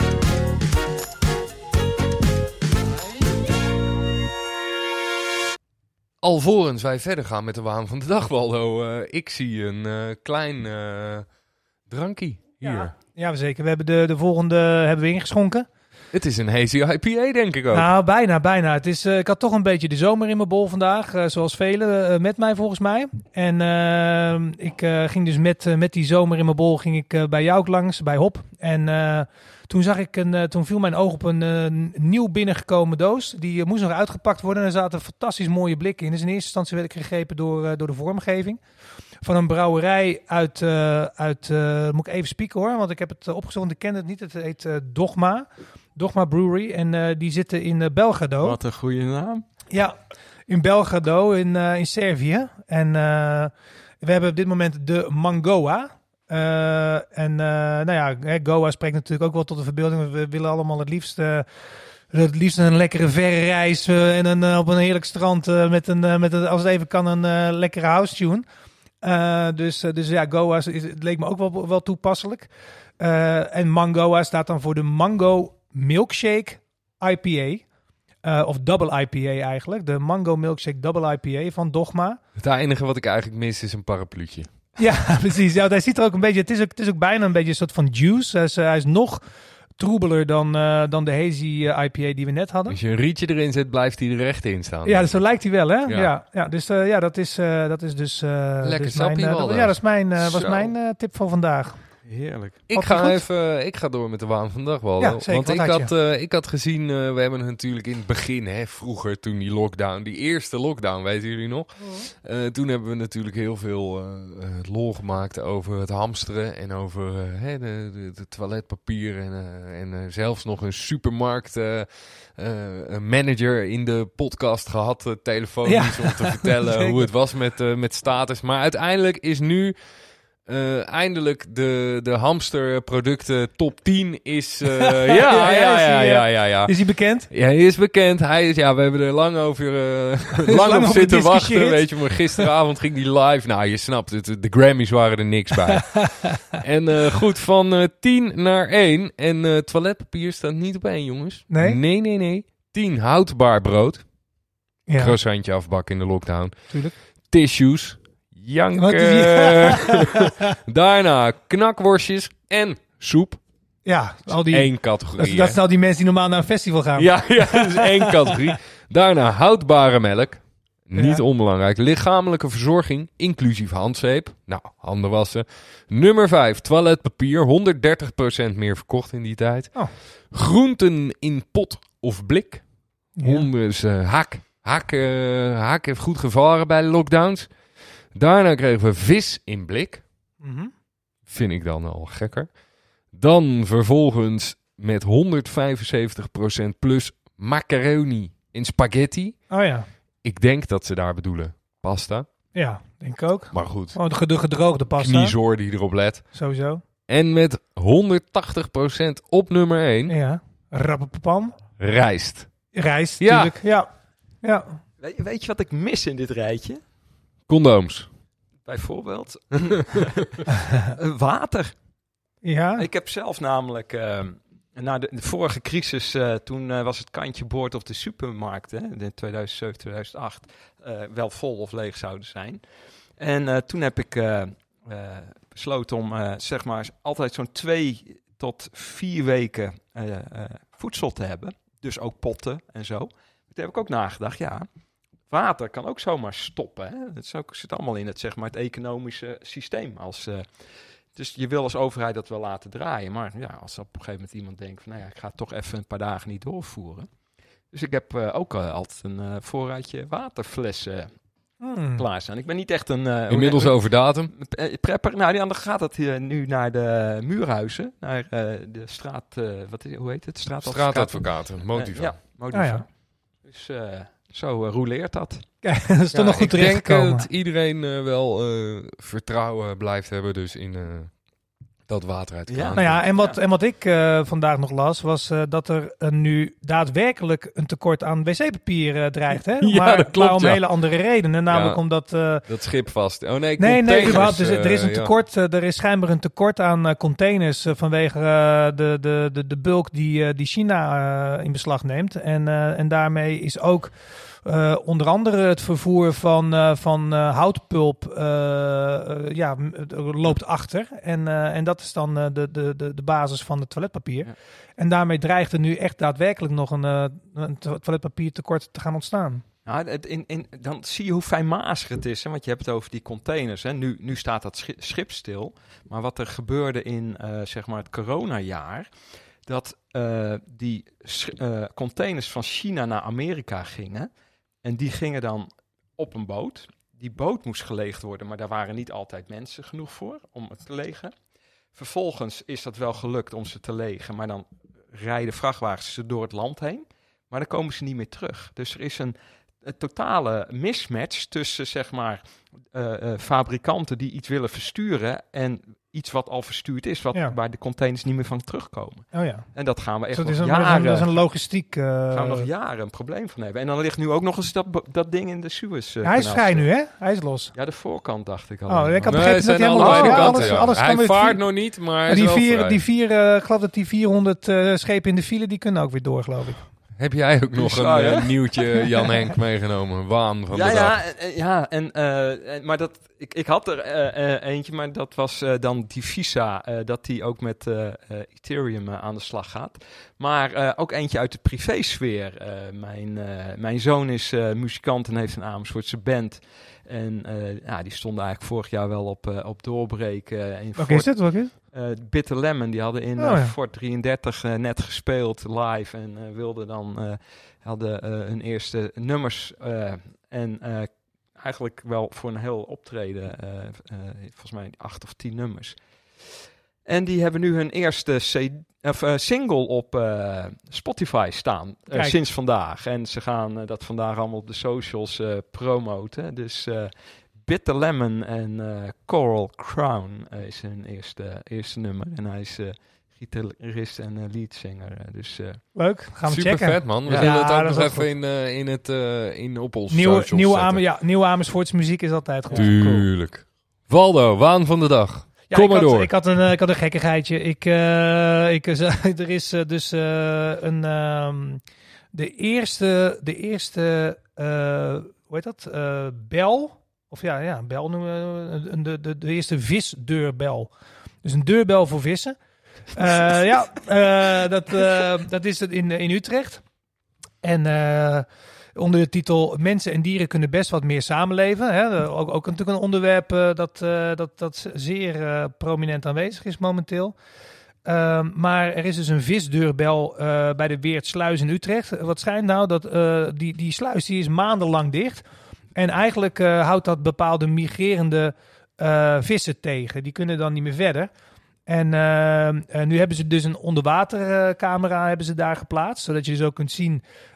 Alvorens wij verder gaan met de waan van de dag, Waldo. Uh, ik zie een uh, klein uh, drankie hier. Ja, ja, zeker. We hebben de, de volgende hebben we ingeschonken. Het is een hazy I P A, denk ik ook. Nou, bijna, bijna. Het is, uh, ik had toch een beetje de zomer in mijn bol vandaag, uh, zoals velen uh, met mij volgens mij. En uh, ik uh, ging dus met, uh, met die zomer in mijn bol ging ik uh, bij jou langs, bij Hop. En uh, toen zag ik een, uh, toen viel mijn oog op een uh, nieuw binnengekomen doos. Die uh, moest nog uitgepakt worden en er zaten fantastisch mooie blikken in. Dus in eerste instantie werd ik gegrepen door, uh, door de vormgeving. Van een brouwerij uit, uh, uit uh, moet ik even spieken hoor, want ik heb het uh, opgezocht, want ik ken het niet. Het heet uh, Dogma. Dogma Brewery. En uh, die zitten in uh, Belgrado. Wat een goede naam. Ja, in Belgrado, in, uh, in Servië. En uh, we hebben op dit moment de Mangoa. Uh, en uh, nou ja, hè, Goa spreekt natuurlijk ook wel tot de verbeelding. We willen allemaal het liefst... Uh, Het liefst een lekkere verre reis uh, en een, uh, op een heerlijk strand uh, met een, uh, met een, als het even kan, een uh, lekkere house tune. Uh, dus, uh, dus ja, Goa is, het leek me ook wel, wel toepasselijk. Uh, en Mangoa staat dan voor de Mango Milkshake I P A. Uh, of Double I P A eigenlijk. De Mango Milkshake Double I P A van Dogma. Het enige wat ik eigenlijk mis is een parapluutje. Ja, precies. Ja, hij ziet er ook een beetje... Het is ook, het is ook bijna een beetje een soort van juice. Hij is, uh, hij is nog... troebeler dan, uh, dan de hazy uh, I P A die we net hadden. Als je een rietje erin zet, blijft hij er recht in staan. Ja, dus zo lijkt hij wel, hè? Ja, ja, ja dus uh, ja, dat is, uh, dat is dus... Uh, Lekker dus sappie mijn, uh, uh, Ja, dat is mijn, uh, was mijn uh, tip voor vandaag. Heerlijk. Ik ga, even, ik ga door met de waan van de dag, Waldo. Ja, zeker. Want ik had, had, uh, ik had gezien, uh, we hebben natuurlijk in het begin, hè, vroeger toen die lockdown, die eerste lockdown, weten jullie nog? Oh. Uh, toen hebben we natuurlijk heel veel uh, uh, lol gemaakt over het hamsteren en over uh, hè, de, de, de toiletpapier en, uh, en uh, zelfs nog een supermarkt uh, uh, een manager in de podcast gehad, uh, telefonisch, ja. om te vertellen hoe het was met, uh, met status. Maar uiteindelijk is nu... Uh, eindelijk de, de hamsterproducten top tien is... Uh, ja, ja, ja, ja, ja, ja, ja, ja. Is hij bekend? Ja, hij is bekend. Hij is, ja, we hebben er lang over uh, lang, lang op zitten wachten. Weet je, maar gisteravond ging die live. Nou, je snapt het. De Grammys waren er niks bij. En uh, goed, van uh, tien naar één. En uh, toiletpapier staat niet op één, jongens. Nee? Nee, nee, nee. tien houdbaar brood. Ja. Croissantje afbakken in de lockdown. Tuurlijk. Tissues. Janken. Daarna knakworstjes en soep. Ja, al die... Eén categorie. Dat, dat zijn al die mensen die normaal naar een festival gaan. Ja, ja, dat is één categorie. Daarna houdbare melk. Niet ja. onbelangrijk. Lichamelijke verzorging, inclusief handzeep. Nou, handen wassen. Nummer vijf, toiletpapier. honderddertig procent meer verkocht in die tijd. Oh. Groenten in pot of blik. Ja. Honderd, uh, hak. Hak, uh, hak heeft goed gevaren bij de lockdowns. Daarna kregen we vis in blik. Mm-hmm. Vind ik dan al gekker. Dan vervolgens met honderdvijfenzeventig procent plus macaroni in spaghetti. Oh ja. Ik denk dat ze daar bedoelen pasta. Ja, denk ik ook. Maar goed, Oh, de gedroogde pasta. kniezoor die erop let. Sowieso. En met honderdtachtig procent op nummer één, Ja. Rappapapam. rijst. Rijst, Ja. natuurlijk. Ja. Ja. Weet, weet je wat ik mis in dit rijtje? Condooms. Bijvoorbeeld water. Ja. Ik heb zelf namelijk, uh, na de, de vorige crisis, uh, toen uh, was het kantje boord of de supermarkt, hè, in tweeduizend zeven, tweeduizend acht, uh, wel vol of leeg zouden zijn. En uh, toen heb ik uh, uh, besloten om, uh, zeg maar, altijd zo'n twee tot vier weken uh, uh, voedsel te hebben. Dus ook potten en zo. Toen heb ik ook nagedacht, ja, water kan ook zomaar stoppen. Hè? Het is ook, zit allemaal in het, zeg maar, het economische systeem. Als, uh, dus je wil als overheid dat wel laten draaien. Maar ja, als op een gegeven moment iemand denkt van, nou ja, ik ga het toch even een paar dagen niet doorvoeren. Dus ik heb uh, ook uh, altijd een uh, voorraadje waterflessen Hmm. klaarstaan. Ik ben niet echt een... Uh, Inmiddels hoe, over datum. uh, prepper. Nou, dan gaat het uh, nu naar de Muurhuizen. Naar uh, de straat... Uh, wat is, hoe heet het? Straatadvocaten. Straatadvocaten, Motiva. Uh, ja, Motiva. Ah, ja. Dus uh, zo uh, rouleert dat. Kijk, dat is toch Ja, nog goed ik denk terechtgekomen. dat iedereen uh, wel uh, vertrouwen blijft hebben dus in uh, dat water uit de Ja. kraan. Nou ja, en wat, Ja. en wat ik uh, vandaag nog las, was uh, dat er uh, nu daadwerkelijk een tekort aan wc-papier uh, dreigt. Hè? Ja, maar, dat klopt, maar om ja. hele andere redenen. Namelijk Ja. omdat... Uh, Dat schip vast. Oh nee, nee, containers, nee, überhaupt. Dus, er is een uh, ja. tekort. Uh, er is schijnbaar een tekort aan uh, containers uh, vanwege uh, de, de, de, de bulk die, uh, die China uh, in beslag neemt. En, uh, en daarmee is ook... Uh, onder andere het vervoer van, uh, van uh, houtpulp uh, uh, ja, m- loopt achter. En, uh, en dat is dan uh, de, de, de, de basis van het toiletpapier. Ja. En daarmee dreigt er nu echt daadwerkelijk nog een, uh, een to- toiletpapiertekort te gaan ontstaan. Nou, het, in, in, dan zie je hoe fijnmazig het is. Hè? Want je hebt het over die containers. Hè? Nu, nu staat dat schi- schip stil. Maar wat er gebeurde in uh, zeg maar het coronajaar... dat uh, die sch- uh, containers van China naar Amerika gingen... En die gingen dan op een boot. Die boot moest geleegd worden, maar daar waren niet altijd mensen genoeg voor om het te legen. Vervolgens is dat wel gelukt om ze te legen, maar dan rijden vrachtwagens ze door het land heen. Maar dan komen ze niet meer terug. Dus er is een, een totale mismatch tussen, zeg maar, uh, uh, fabrikanten die iets willen versturen en iets wat al verstuurd is, wat Ja. waar de containers niet meer van terugkomen. Oh ja. En dat gaan we echt Dus dat, is nog een, dat, is een, jaren... dat is een logistiek... Uh, gaan we nog jaren een probleem van hebben. En dan ligt nu ook nog eens dat, dat ding in de Suez. Uh, hij is kanaal vrij stil. nu, hè? Hij is los. Ja, de voorkant dacht ik al. Oh, ik had Nee, begrepen het dat zijn hij allebei helemaal- de ja, kanten, alles- ja. alles kan Hij weer vaart vier- nog niet, maar hij Maar is die wel vier, vrij. die vier uh, ik geloof dat die vierhonderd uh, schepen in de file, die kunnen ook weer door, geloof ik. Heb jij ook nog Bizar, een hè? uh, nieuwtje Jan Henk meegenomen? Waan van ja, de ja, dag. en- en- ja, en, uh, en, maar dat, ik, ik had er uh, uh, eentje, maar dat was uh, dan die Visa, uh, dat die ook met uh, uh, Ethereum uh, aan de slag gaat. Maar uh, ook eentje uit de privésfeer. Uh, mijn, uh, mijn zoon is uh, muzikant en heeft een Amersfoortse band. En uh, ja, die stonden eigenlijk vorig jaar wel op, uh, op doorbreken. In Welke is dit? Welke is het? Uh, Bitter Lemon, die hadden in uh, Oh, ja. Fort drieëndertig uh, net gespeeld live en uh, wilden dan, uh, hadden uh, hun eerste nummers uh, en uh, eigenlijk wel voor een heel optreden, uh, uh, volgens mij acht of tien nummers. En die hebben nu hun eerste C- of, uh, single op uh, Spotify staan, uh, Kijk. sinds vandaag. En ze gaan uh, dat vandaag allemaal op de socials uh, promoten, dus... Uh, Bitter Lemon en uh, Coral Crown uh, is hun eerste, eerste nummer. En hij is uh, gitarist en uh, leadzanger. Uh, dus, uh, Leuk, gaan we Super checken. vet, man. We Ja. zullen Ja, het ook dat is nog ook even in, uh, in, het, uh, in op ons Nieuwe, socials nieuwe, zetten. Amer, ja, nieuwe Amersfoortse muziek is altijd goed. Tuurlijk. Waldo, waan van de dag. Ja, Kom ik maar had, door. Ik had een, uh, ik had een gekkigheidje. Ik, uh, ik, uh, er is uh, dus uh, een... Um, de eerste... De eerste uh, hoe heet dat? Uh, bel... Of ja, ja, een bel noemen we uh, de, de, de eerste visdeurbel. Dus een deurbel voor vissen. Uh, ja, uh, dat, uh, dat is het in, in Utrecht. En uh, onder de titel Mensen en dieren kunnen best wat meer samenleven. Hè? Ook, ook natuurlijk een onderwerp uh, dat, uh, dat, dat zeer uh, prominent aanwezig is momenteel. Uh, maar er is dus een visdeurbel uh, bij de Weertsluis in Utrecht. Wat schijnt nou? Dat uh, die, die sluis die is maandenlang dicht. En eigenlijk uh, houdt dat bepaalde migrerende uh, vissen tegen. Die kunnen dan niet meer verder. En uh, uh, nu hebben ze dus een onderwatercamera hebben ze daar geplaatst. Zodat je dus ook kunt zien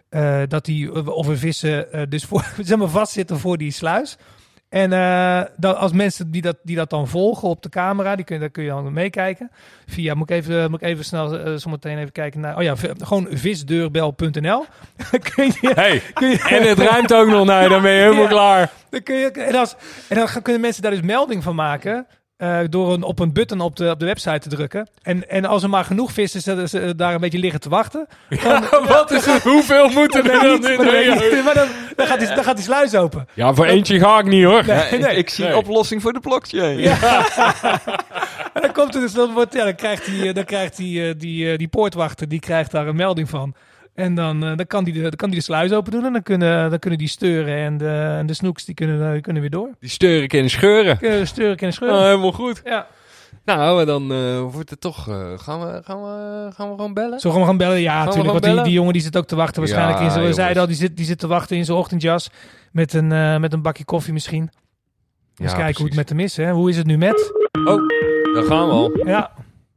uh, dat die of een vissen uh, dus voor, zeg maar vastzitten voor die sluis. En uh, dat, als mensen die dat, die dat dan volgen op de camera, die kun, daar kun je dan meekijken. Via, moet ik even, moet ik even snel uh, zometeen even kijken naar, oh ja, v- gewoon visdeurbel punt n l. kun je, Hey, kun je, en het ruimt ook nog, nou, dan ben je helemaal Ja. klaar. dan kun je, en, als, en dan gaan- kunnen mensen daar dus melding van maken. Uh, door een, op een button op de, op de website te drukken. En, en als er maar genoeg vissen ze, ze daar een beetje liggen te wachten. Dan, Wat is het? Hoeveel moeten er dan, dan niet, maar dan, in? niet, maar dan, dan, gaat die, dan gaat die sluis open. Ja, voor eentje ga ik niet, hoor. Nee, Ja, nee. ik zie nee. een oplossing voor de blockchain. Ja. En dan komt er dus, dan, wordt, ja, dan krijgt die, dan krijgt die, uh, die, uh, die poortwachter, die krijgt daar een melding van. En dan, uh, dan, kan die de, dan kan die de sluis open doen en dan kunnen, dan kunnen die steuren en de, en de snoeks die kunnen, uh, kunnen weer door. Die steuren kunnen scheuren. Kunnen steuren en scheuren. Oh, helemaal goed. Ja. Nou, dan uh, wordt het toch... Uh, gaan, we, gaan, we, gaan we gewoon bellen? Zullen we gaan bellen? Ja, we natuurlijk. gewoon Want die, bellen? die jongen die zit ook te wachten waarschijnlijk Ja, in zijn... We jongens. zeiden al, die zit, die zit te wachten in zijn ochtendjas. Met een, uh, met een bakje koffie misschien. Eens Ja, kijken hoe het precies. met hem is. Hè? Hoe is het nu met? Oh, daar gaan we al. Ja.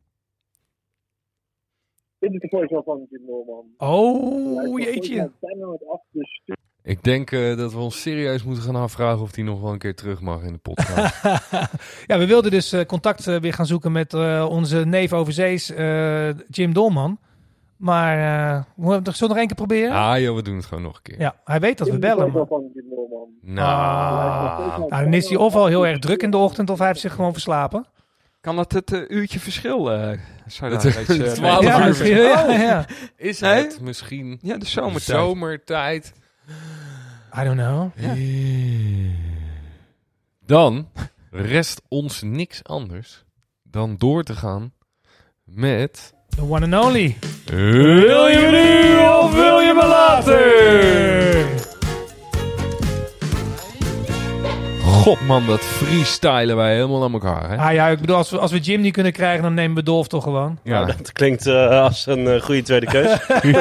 Dit is de voorstel van Jim Norman. Oh, jeetje. Zijn we het af, dus Ik denk uh, dat we ons serieus moeten gaan afvragen of hij nog wel een keer terug mag in de podcast. Ja, we wilden dus uh, contact uh, weer gaan zoeken met uh, onze neef overzees, uh, Jim Dolman. Maar uh, we zullen we nog één keer proberen? Ah joh, we doen het gewoon nog een keer. Ja, hij weet dat we dit is de bellen. voorstel Maar... van Jim Norman. Nou, Nou, dan is hij of al heel erg druk in de ochtend of hij heeft zich gewoon verslapen. Kan dat het uh, uurtje verschil? Uh, zou Het- daar iets, uh, twaalf mee- Ja, uur misschien- verschil. ja, ja. is Nee? het misschien Ja, de zomertijd. zomertijd? I don't know. Ja. Dan rest ons niks anders dan door te gaan met... The one and only. Wil je me nu of wil je me later? God man, dat freestylen wij helemaal aan elkaar, hè? Ah ja, ik bedoel, als we, als we Jim niet kunnen krijgen, dan nemen we Dolf toch gewoon. Ja. Nou, dat klinkt uh, als een uh, goede tweede keus.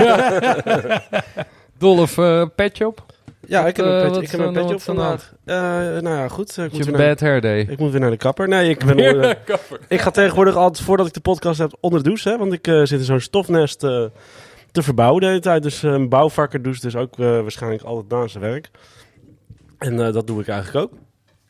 Dolf, uh, petje op? Ja, ik heb uh, een wat petje, ik heb is een er petje nou op wat vandaag. Uh, nou ja, goed. Uh, ik, moet Je weer naar, bad hair day. ik moet weer naar de kapper. Nee, ik, ben, uh, ik ga tegenwoordig altijd, voordat ik de podcast heb, onder de douche. Hè, want ik uh, zit in zo'n stofnest uh, te verbouwen de hele tijd. Dus uh, een bouwvakker doucht dus ook uh, waarschijnlijk altijd na zijn werk. En uh, dat doe ik eigenlijk ook.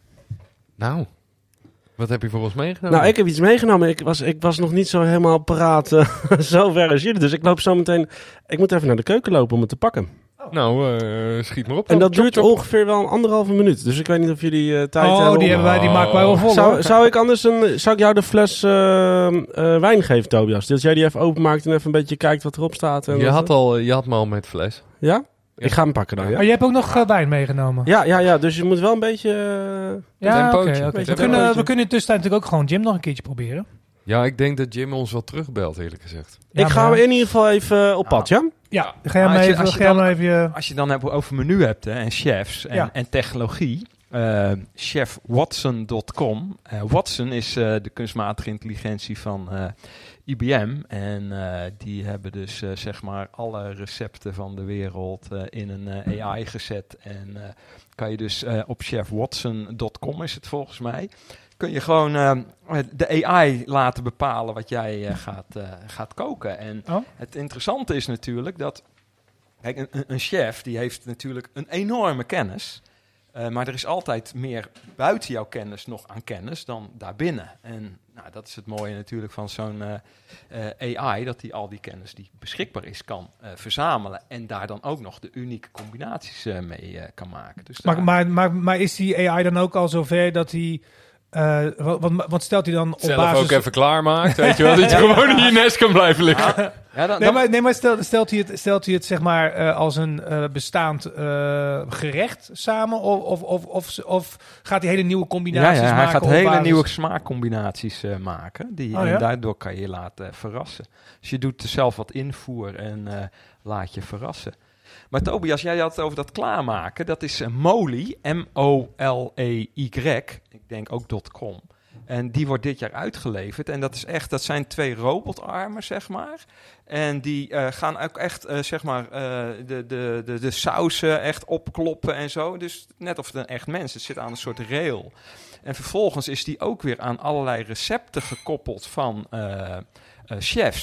Nou, wat heb je voor ons meegenomen? Nou, ik heb iets meegenomen. Ik was, ik was nog niet zo helemaal paraat uh, zo ver als jullie. Dus ik loop zo meteen... Ik moet even naar de keuken lopen om het te pakken. Nou, uh, schiet maar op. En dan. dat Chop, duurt chop. ongeveer wel een anderhalve minuut. Dus ik weet niet of jullie uh, tijd Oh, hebben. die, om- hebben wij, die maken wij wel vol. Zou, hoor. zou ik anders een, zou ik jou de fles uh, uh, wijn geven, Tobias? Dat jij die even openmaakt en even een beetje kijkt wat erop staat. En Je dat- had, al, je had me al met fles. Ja? Ja. Ik ga hem pakken dan, ja? Maar je hebt ook nog uh, wijn meegenomen. Ja, ja, ja. Dus je moet wel een beetje... uh, Ja, oké. tempootje. oké. Met We, een kunnen, tempootje. we kunnen in de tussentijd natuurlijk ook gewoon Jim nog een keertje proberen. Ja, ik denk dat Jim ons wel terugbelt, eerlijk gezegd. Ja, ik ga maar- in ieder geval even uh, op pad, ja? Ja, ga jij Maar maar als je- even, als je ga jij dan- maar even je... Als je dan hebt over menu hebt hè, en chefs en, Ja. en technologie. uh, chef watson dot com. Uh, Watson is uh, de kunstmatige intelligentie van uh, I B M. En uh, die hebben dus uh, zeg maar alle recepten van de wereld uh, in een uh, A I gezet. En uh, kan je dus uh, op chef watson dot com is het volgens mij. Kun je gewoon uh, de A I laten bepalen wat jij uh, gaat, uh, gaat koken. En Oh. het interessante is natuurlijk dat... Kijk, een, een- een chef die heeft natuurlijk een enorme kennis. Uh, maar er is altijd meer buiten jouw kennis nog aan kennis dan daarbinnen. En nou, dat is het mooie natuurlijk van zo'n uh, uh, A I. Dat die al die kennis die beschikbaar is kan uh, verzamelen. En daar dan ook nog de unieke combinaties uh, mee uh, kan maken. Dus Maar, daar- maar, maar, maar is die A I dan ook al zover dat hij... Uh, wat, wat, wat stelt hij dan op Zelf basis... ook even klaarmaakt, weet je wel. Dat je gewoon in je nest kan blijven liggen. Ah, ja, dan, Nee, dan- maar, nee, maar stelt, stelt, hij het, stelt hij het zeg maar uh, als een uh, bestaand uh, gerecht samen? Of, of, of, of, of gaat hij hele nieuwe ja, combinaties ja, maken? hij gaat op hele basis- nieuwe smaakcombinaties uh, maken. Die, Oh, en ja? daardoor kan je je laten verrassen. Dus je doet er zelf wat invoer en uh, laat je verrassen. Maar Tobias, jij had het over dat klaarmaken. Dat is uh, Moly, M O L E Y. Ik denk ook .com. En die wordt dit jaar uitgeleverd. En dat is echt, dat zijn twee robotarmen, zeg maar. En die uh, gaan ook echt, uh, zeg maar, uh, de, de, de, de sausen echt opkloppen en zo. Dus net of het een echt mens is. Het zit aan een soort rail. En vervolgens is die ook weer aan allerlei recepten gekoppeld van uh, uh, chefs.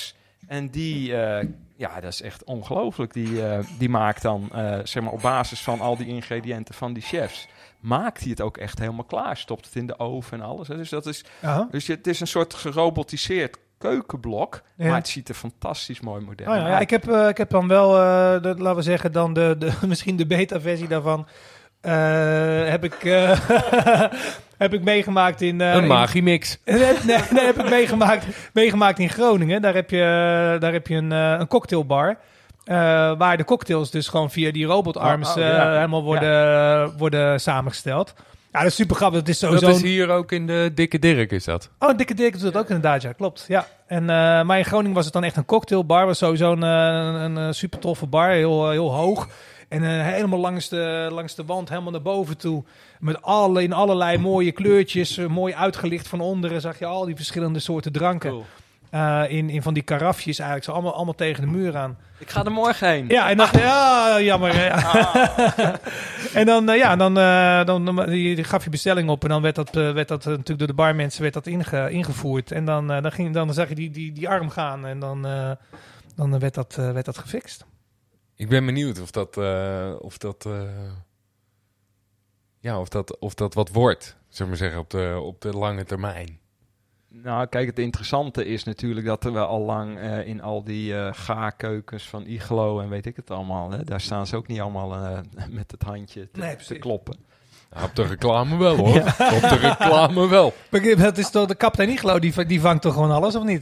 En die, uh, ja, dat is echt ongelooflijk. Die, uh, die maakt dan, uh, zeg maar, op basis van al die ingrediënten van die chefs, maakt hij het ook echt helemaal klaar. Stopt het in de oven en alles. Hè. Dus, dat is, dus het is een soort gerobotiseerd keukenblok, ja. Maar het ziet er fantastisch mooi modern uit. Oh ja, ja, ik, heb, uh, ik heb dan wel, uh, de, laten we zeggen, dan de, de, misschien de beta-versie daarvan uh, heb ik... Uh, Heb ik meegemaakt in... Uh, een Magimix. nee, nee, nee, heb ik meegemaakt, meegemaakt in Groningen. Daar heb je, daar heb je een, uh, een cocktailbar. Uh, waar de cocktails dus gewoon via die robotarms oh, oh, ja. uh, helemaal worden, ja. worden samengesteld. Ja, dat is super grappig. Dat is sowieso... Dat is hier ook in de Dikke Dirk, is dat? Oh, Dikke Dirk doet dat ook inderdaad, ja. Klopt, ja. En, uh, maar in Groningen was het dan echt een cocktailbar. Was sowieso een, een, een super toffe bar. Heel, heel hoog. En uh, helemaal langs de, langs de wand, helemaal naar boven toe. Met alle, in allerlei mooie kleurtjes. Uh, mooi uitgelicht van onderen. Zag je al die verschillende soorten dranken. Cool. Uh, in, in van die karafjes eigenlijk. Zo allemaal, allemaal tegen de muur aan. Ik ga er morgen heen. Ja, en dan... Ja, jammer. Ja. Ah. en dan, uh, ja, dan, uh, dan, dan die, die gaf je bestelling op. En dan werd dat, uh, werd dat uh, natuurlijk door de barmensen werd dat inge, ingevoerd. En dan, uh, dan, ging, dan zag je die, die, die arm gaan. En dan, uh, dan werd, dat, uh, werd dat gefixt. Ik ben benieuwd of dat, uh, of dat, uh, ja, of dat, of dat wat wordt, zullen we zeggen, op de, op de lange termijn. Nou, kijk, het interessante is natuurlijk dat er wel al lang uh, in al die uh, gaarkeukens van Iglo en weet ik het allemaal, hè, daar staan ze ook niet allemaal uh, met het handje te, nee, te kloppen. Ja, op de reclame wel, hoor. Ja. Op de reclame wel. Dat is toch de kapitein Iglo, die, die vangt toch gewoon alles, of niet?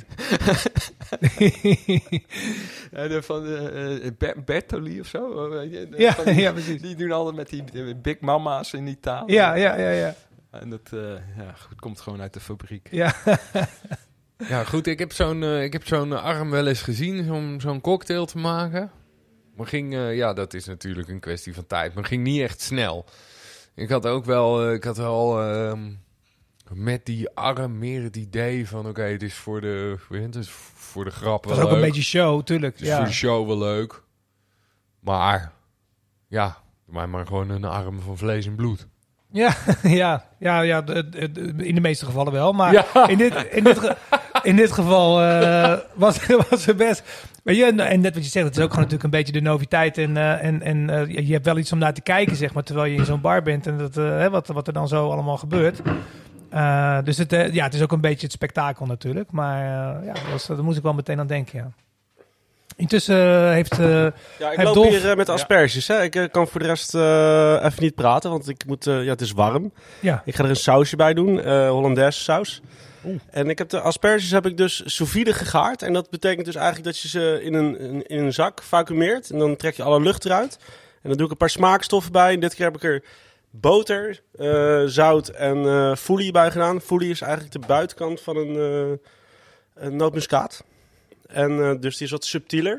ja, de, van de, uh, Ber- Bertoli of zo. De, ja, die, ja, precies. Die doen altijd met die uh, Big Mama's in Italië. Ja, ja, ja, ja. En dat uh, ja, goed, komt gewoon uit de fabriek. Ja. Ja, goed, ik heb zo'n, uh, ik heb zo'n arm wel eens gezien, zo'n, zo'n cocktail te maken. Maar ging, uh, ja, dat is natuurlijk een kwestie van tijd, maar ging niet echt snel. Ik had ook wel, uh, ik had wel uh, met die arm meer het idee van, oké, okay, het is voor de, het is voor de grap wel leuk. Dat is ook een beetje show, tuurlijk. Het is ja. voor de show wel leuk. Maar, ja, maar, maar gewoon een arm van vlees en bloed. Ja, ja, ja, ja de, de, de, in de meeste gevallen wel. Maar ja. in, dit, in, dit ge, in dit geval uh, was, was het best... Weet je, en net wat je zegt, het is ook gewoon natuurlijk een beetje de noviteit. En, uh, en, en uh, je hebt wel iets om naar te kijken, zeg maar, terwijl je in zo'n bar bent. En dat, uh, hè, wat, wat er dan zo allemaal gebeurt. Uh, dus het, uh, ja, het is ook een beetje het spektakel natuurlijk. Maar uh, ja, dat was, daar moest ik wel meteen aan denken, ja. Intussen uh, heeft... Uh, ja, ik heeft loop Dolf... hier uh, met asperges. Hè? Ik uh, kan voor de rest uh, even niet praten, want ik moet, uh, ja, het is warm. Ja. Ik ga er een sausje bij doen, uh, Hollandaise saus. Oeh. En ik heb de asperges heb ik dus sous vide gegaard. En dat betekent dus eigenlijk dat je ze in een, in, in een zak vacuumeert. En dan trek je alle lucht eruit. En dan doe ik een paar smaakstoffen bij. En dit keer heb ik er boter, uh, zout en uh, foelie bij gedaan. Foelie is eigenlijk de buitenkant van een, uh, een nootmuskaat. En uh, dus die is wat subtieler.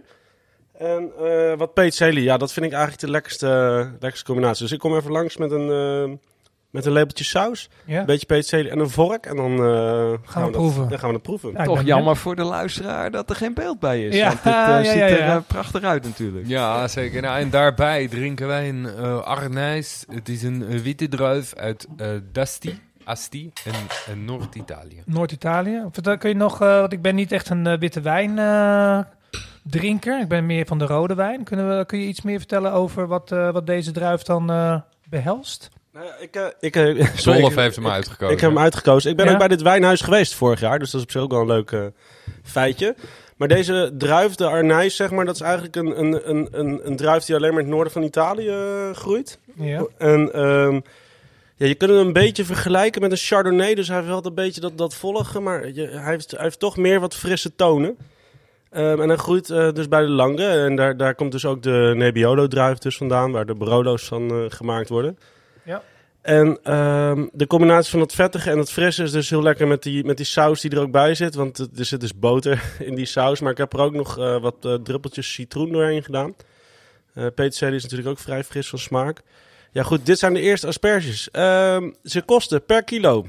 En uh, wat peterselie, ja, dat vind ik eigenlijk de lekkerste, uh, lekkerste combinatie. Dus ik kom even langs met een, uh, met een lepeltje saus, ja. Een beetje peterselie en een vork. En dan, uh, gaan, gaan, we we proeven. Dat, dan gaan we dat proeven. Ja, toch jammer net. Voor de luisteraar dat er geen beeld bij is. Ja. Want het uh, ja, ja, ziet ja, er ja. uh, prachtig uit natuurlijk. Ja, zeker. Nou, en daarbij drinken wij een uh, Arnijs. Het is een uh, witte druif uit uh, D'Asti. Asti en, en Noord-Italië. Noord-Italië. Kun je nog, uh, want ik ben niet echt een uh, witte wijn uh, drinker. Ik ben meer van de rode wijn. Kunnen we, kun je iets meer vertellen over wat, uh, wat deze druif dan uh, behelst? Nou ja, ik, uh, ik, uh, sorry, Dolf heeft hem uitgekozen. Ik, ik heb hem uitgekozen. Ik ben ja? ook bij dit wijnhuis geweest vorig jaar, dus dat is op zich ook wel een leuk uh, feitje. Maar deze druif, de Arnijs, zeg maar, dat is eigenlijk een, een, een, een, een druif die alleen maar in het noorden van Italië uh, groeit. Ja. En... Um, Ja, je kunt hem een beetje vergelijken met een Chardonnay. Dus hij heeft wel een beetje dat, dat volgen. Maar je, hij, heeft, hij heeft toch meer wat frisse tonen. Um, en hij groeit uh, dus bij de Lange. En daar, daar komt dus ook de Nebbiolo-druif dus vandaan. Waar de Barolos van uh, gemaakt worden. Ja. En um, de combinatie van het vettige en het frisse is dus heel lekker met die, met die saus die er ook bij zit. Want er zit dus boter in die saus. Maar ik heb er ook nog uh, wat uh, druppeltjes citroen doorheen gedaan. Uh, peterselie is natuurlijk ook vrij fris van smaak. Ja goed, dit zijn de eerste asperges. Uh, ze kosten per kilo.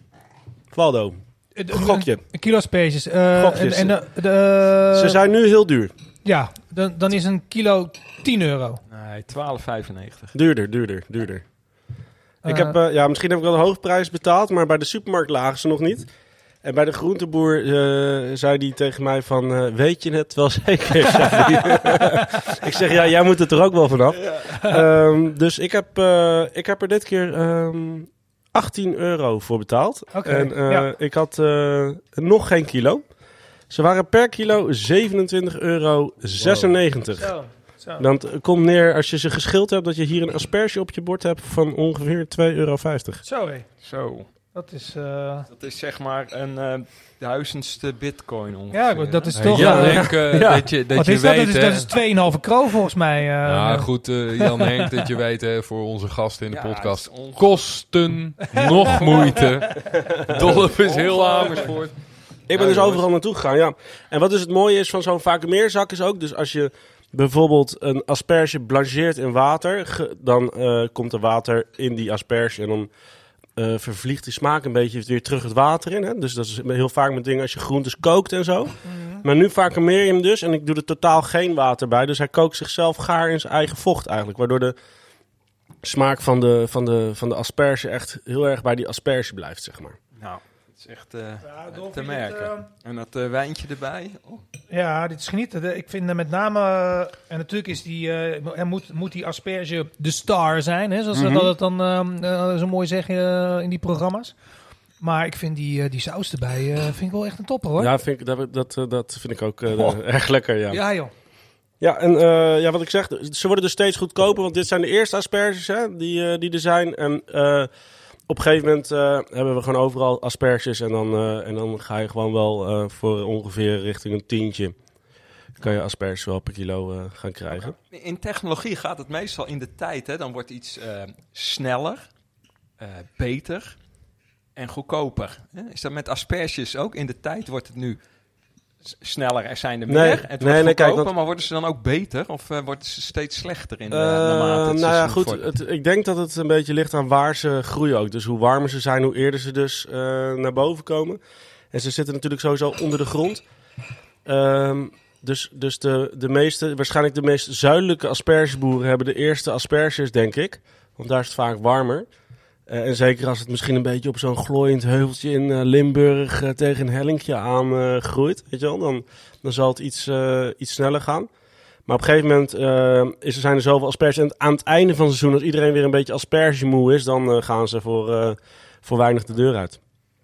Waldo, een gokje. Een, een kilo asperges. Uh, Gokjes. En, en de, de, ze zijn nu heel duur. Ja, dan, dan is een kilo tien euro. Nee, twaalf vijfennegentig. Duurder, duurder, duurder. Uh, ik uh, heb, uh, ja, misschien heb ik wel een hoge prijs betaald, maar bij de supermarkt lagen ze nog niet. En bij de groenteboer uh, zei hij tegen mij van, uh, weet je het wel zeker? Ik zeg, ja, jij moet het er ook wel vanaf. Ja. Um, dus ik heb, uh, ik heb er dit keer um, achttien euro voor betaald. Okay, en uh, ja. ik had uh, nog geen kilo. Ze waren per kilo zevenentwintig euro zesennegentig. Wow. Zo, zo. Dan komt neer, als je ze geschild hebt, dat je hier een asperge op je bord hebt van ongeveer twee euro vijftig. Zo hé. Zo. Dat is... Uh... Dat is zeg maar een uh, duizendste bitcoin ongeveer. Ja, dat is Hey, toch... Jan Uh, Henk, uh, ja. dat je, dat wat je is weet... dat? Dat is, hè, dat is twee komma vijf kroon volgens mij. Uh, ja, uh. goed, uh, Jan Henk, dat je weet hè, voor onze gasten in de Ja, podcast. het is onge- Kosten, nog moeite. Dolf is heel Amersfoort. Ik ben Ja, dus jongens. overal naartoe gegaan, ja. En wat dus het mooie is van zo'n vacumeerzak is ook... dus als je bijvoorbeeld een asperge blancheert in water... Ge, dan uh, komt er water in die asperge... en dan uh, vervliegt die smaak een beetje weer terug het water in. Hè? Dus dat is heel vaak met dingen als je groentes kookt en zo. Mm-hmm. Maar nu vacumeer je hem dus... en ik doe er totaal geen water bij. Dus hij kookt zichzelf gaar in zijn eigen vocht eigenlijk. Waardoor de smaak van de, van de, van de asperge echt heel erg bij die asperge blijft, zeg maar. Nou, het is echt uh, Ja, Dolf, te is merken. het, uh, En dat uh, wijntje erbij. Oh. Ja, dit is genieten. Ik vind uh, met name... Uh, en natuurlijk is die, uh, moet, moet die asperge de star zijn. Hè, zoals mm-hmm. dat het dan uh, uh, zo mooi zeggen uh, in die programma's. Maar ik vind die, uh, die saus erbij uh, vind ik wel echt een topper, hoor. Ja, vind ik, dat, dat, dat vind ik ook uh, oh. erg lekker, ja. Ja, joh. Ja, en uh, ja, wat ik zeg, ze worden dus steeds goedkoper, want dit zijn de eerste asperges hè, die, uh, die er zijn. En uh, op een gegeven moment uh, hebben we gewoon overal asperges en dan, uh, en dan ga je gewoon wel uh, voor ongeveer richting een tientje. Kan je asperges wel per kilo uh, gaan krijgen. In technologie gaat het meestal in de tijd, hè, dan wordt iets uh, sneller, uh, beter en goedkoper. Hè? Is dat met asperges ook? In de tijd wordt het nu... sneller, er zijn er meer. Nee, het wordt nee, nee, goedkoper, kijk, want... maar worden ze dan ook beter? Of uh, worden ze steeds slechter in de, uh, naarmate het Nou ja, goed. vordert? Het, ik denk dat het een beetje ligt aan waar ze groeien ook. Dus hoe warmer ze zijn, hoe eerder ze dus uh, naar boven komen. En ze zitten natuurlijk sowieso onder de grond. Um, dus dus de, de meeste, waarschijnlijk de meest zuidelijke aspergeboeren hebben de eerste asperges, denk ik. Want daar is het vaak warmer. Uh, en zeker als het misschien een beetje op zo'n glooiend heuveltje in uh, Limburg uh, tegen een hellinkje aan uh, groeit, weet je wel, dan, dan zal het iets, uh, iets sneller gaan. Maar op een gegeven moment uh, is er, zijn er zoveel asperges. En aan het einde van het seizoen, als iedereen weer een beetje aspergemoe is, dan uh, gaan ze voor, uh, voor weinig de deur uit.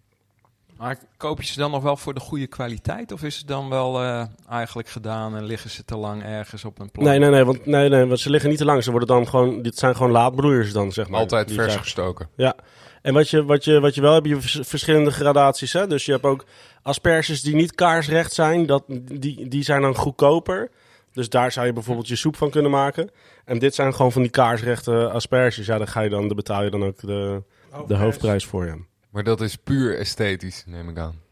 Maar koop je ze dan nog wel voor de goede kwaliteit? Of is het dan wel uh, eigenlijk gedaan en liggen ze te lang ergens op een plank? Nee, nee, nee, want, nee, nee, want ze liggen niet te lang. Ze worden dan gewoon, dit zijn gewoon laadbroeiers dan, zeg maar. Altijd Die vers zijn. gestoken. Ja, en wat je, wat je, wat je wel hebt, je hebt verschillende gradaties. Hè? Dus je hebt ook asperges die niet kaarsrecht zijn, dat, die, die zijn dan goedkoper. Dus daar zou je bijvoorbeeld je soep van kunnen maken. En dit zijn gewoon van die kaarsrechte asperges. Ja, daar ga je dan, daar betaal je dan ook de, de hoofdprijs voor, ja. Maar dat is puur esthetisch, neem ik aan.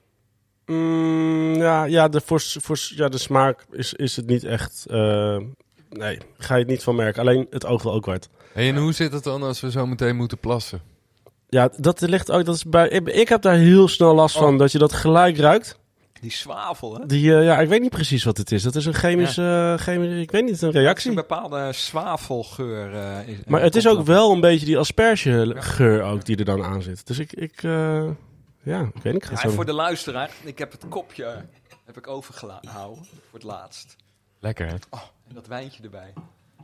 Mm, ja, ja, de, voor, voor, ja, de smaak is, is het niet echt... Uh, nee, ga je het niet van merken. Alleen het oog wel ook wat. Hey, en hoe zit het dan als we zo meteen moeten plassen? Ja, dat ligt ook... Dat is bij, ik, ik heb daar heel snel last van, oh. dat je dat gelijk ruikt. Die zwavel, hè? Die, uh, ja, ik weet niet precies wat het is. Dat is een chemische... Ja. Uh, chemische ik weet niet, een reactie. Een bepaalde zwavelgeur. Uh, is, maar uh, het is ook dan. wel een beetje die aspergegeur ook die er dan aan zit. Dus ik... ik uh, ja, ik weet niet. Ja, en voor de luisteraar, ik heb het kopje heb ik overgehouden voor het laatst. Lekker, hè? Oh, en dat wijntje erbij.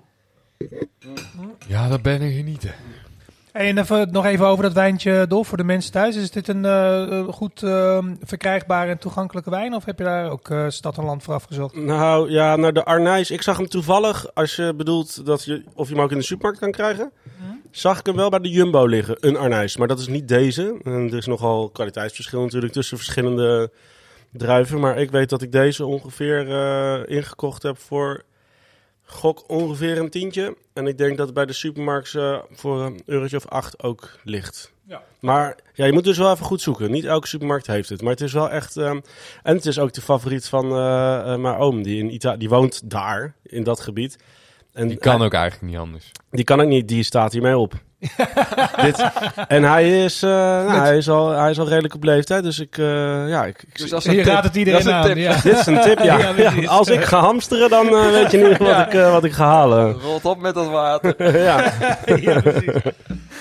Ja, dat ben ik genieten. Hey, en even, nog even over dat wijntje, Dolf, voor de mensen thuis. Is dit een uh, goed uh, verkrijgbare en toegankelijke wijn? Of heb je daar ook uh, stad en land voor afgezocht? Nou ja, naar de Arnijs. Ik zag hem toevallig, als je bedoelt dat je, of je hem ook in de supermarkt kan krijgen. Hmm? Zag ik hem wel bij de Jumbo liggen, een Arnijs. Maar dat is niet deze. En er is nogal kwaliteitsverschil natuurlijk tussen verschillende druiven. Maar ik weet dat ik deze ongeveer uh, ingekocht heb voor... Gok ongeveer een tientje. En ik denk dat het bij de supermarkt uh, voor een eurotje of acht ook ligt. Ja. Maar ja, je moet dus wel even goed zoeken. Niet elke supermarkt heeft het. Maar het is wel echt... Um, en het is ook de favoriet van uh, uh, mijn oom. Die, in Ita- die woont daar, in dat gebied. En die kan hij, ook eigenlijk niet anders. Die kan ook niet. Die staat hiermee op. Dit, en hij is, uh, nou, hij, is al, hij is al redelijk op leeftijd. Dus ik... Uh, ja, ik, ik dus als je raadt het iedereen aan. Ja. Dit is een tip, ja. ja, ja als ik ga hamsteren, dan uh, weet je niet wat, ja. ik, uh, wat ik ga halen. Rolt op met dat water. ja. ja, precies.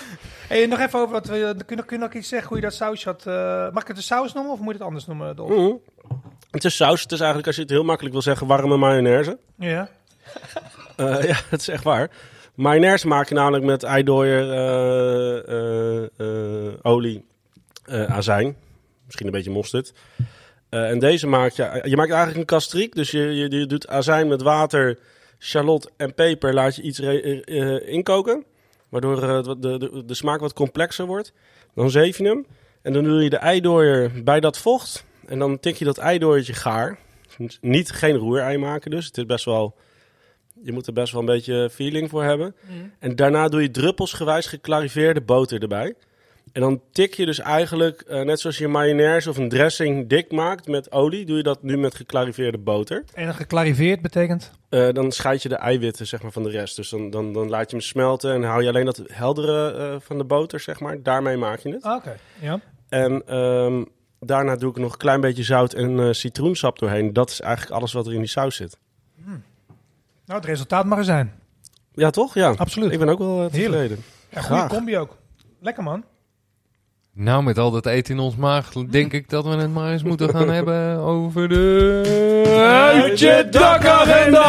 Hey, nog even over wat we. Kun je, kun je nog iets zeggen hoe je dat sausje had? Uh, mag ik het een saus noemen of moet je het anders noemen? Dolf? Mm-hmm. Het is saus. Het is eigenlijk, als je het heel makkelijk wil zeggen, warme mayonaise. Ja. Uh, ja, dat is echt waar. Mayonaise maak je namelijk met eidooier, uh, uh, uh, olie, uh, azijn. Misschien een beetje mosterd. Uh, en deze maak je... Je maakt eigenlijk een kastriek. Dus je, je, je doet azijn met water, shallot en peper. Laat je iets re- uh, inkoken. Waardoor uh, de, de, de smaak wat complexer wordt. Dan zeef je hem. En dan doe je de eidooier bij dat vocht. En dan tik je dat eidooiertje gaar. Niet, geen roerei maken dus. Het is best wel... Je moet er best wel een beetje feeling voor hebben. Mm. En daarna doe je druppelsgewijs geclariveerde boter erbij. En dan tik je dus eigenlijk, uh, net zoals je mayonaise of een dressing dik maakt met olie, doe je dat nu met geclariveerde boter. En geclariveerd betekent? Uh, dan scheid je de eiwitten zeg maar, van de rest. Dus dan, dan, dan laat je hem smelten en hou je alleen dat heldere uh, van de boter, zeg maar. Daarmee maak je het. Oké, okay. Ja. En um, daarna doe ik er nog een klein beetje zout en uh, citroensap doorheen. Dat is eigenlijk alles wat er in die saus zit. Hmm. Nou, het resultaat mag er zijn. Ja, toch? Ja. Absoluut. Ik ben ook wel uh, tevreden. Ja, goede combi ook. Lekker, man. Nou, met al dat eten in ons maag, denk ik dat we het maar eens moeten gaan hebben over de Uit je dak agenda!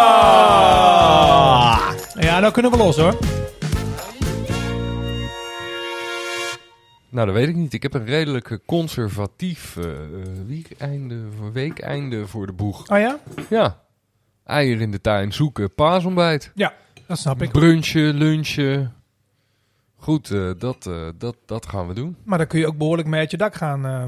Ja, nou kunnen we los, hoor. Nou, dat weet ik niet. Ik heb een redelijk conservatief uh, weekeinde, weekeinde voor de boeg. Oh ja? Ja. Eieren in de tuin zoeken, paasontbijt. Ja, dat snap ik. Brunchen, lunchen. Goed, uh, dat, uh, dat, dat gaan we doen. Maar dan kun je ook behoorlijk mee uit je dak gaan. Uh,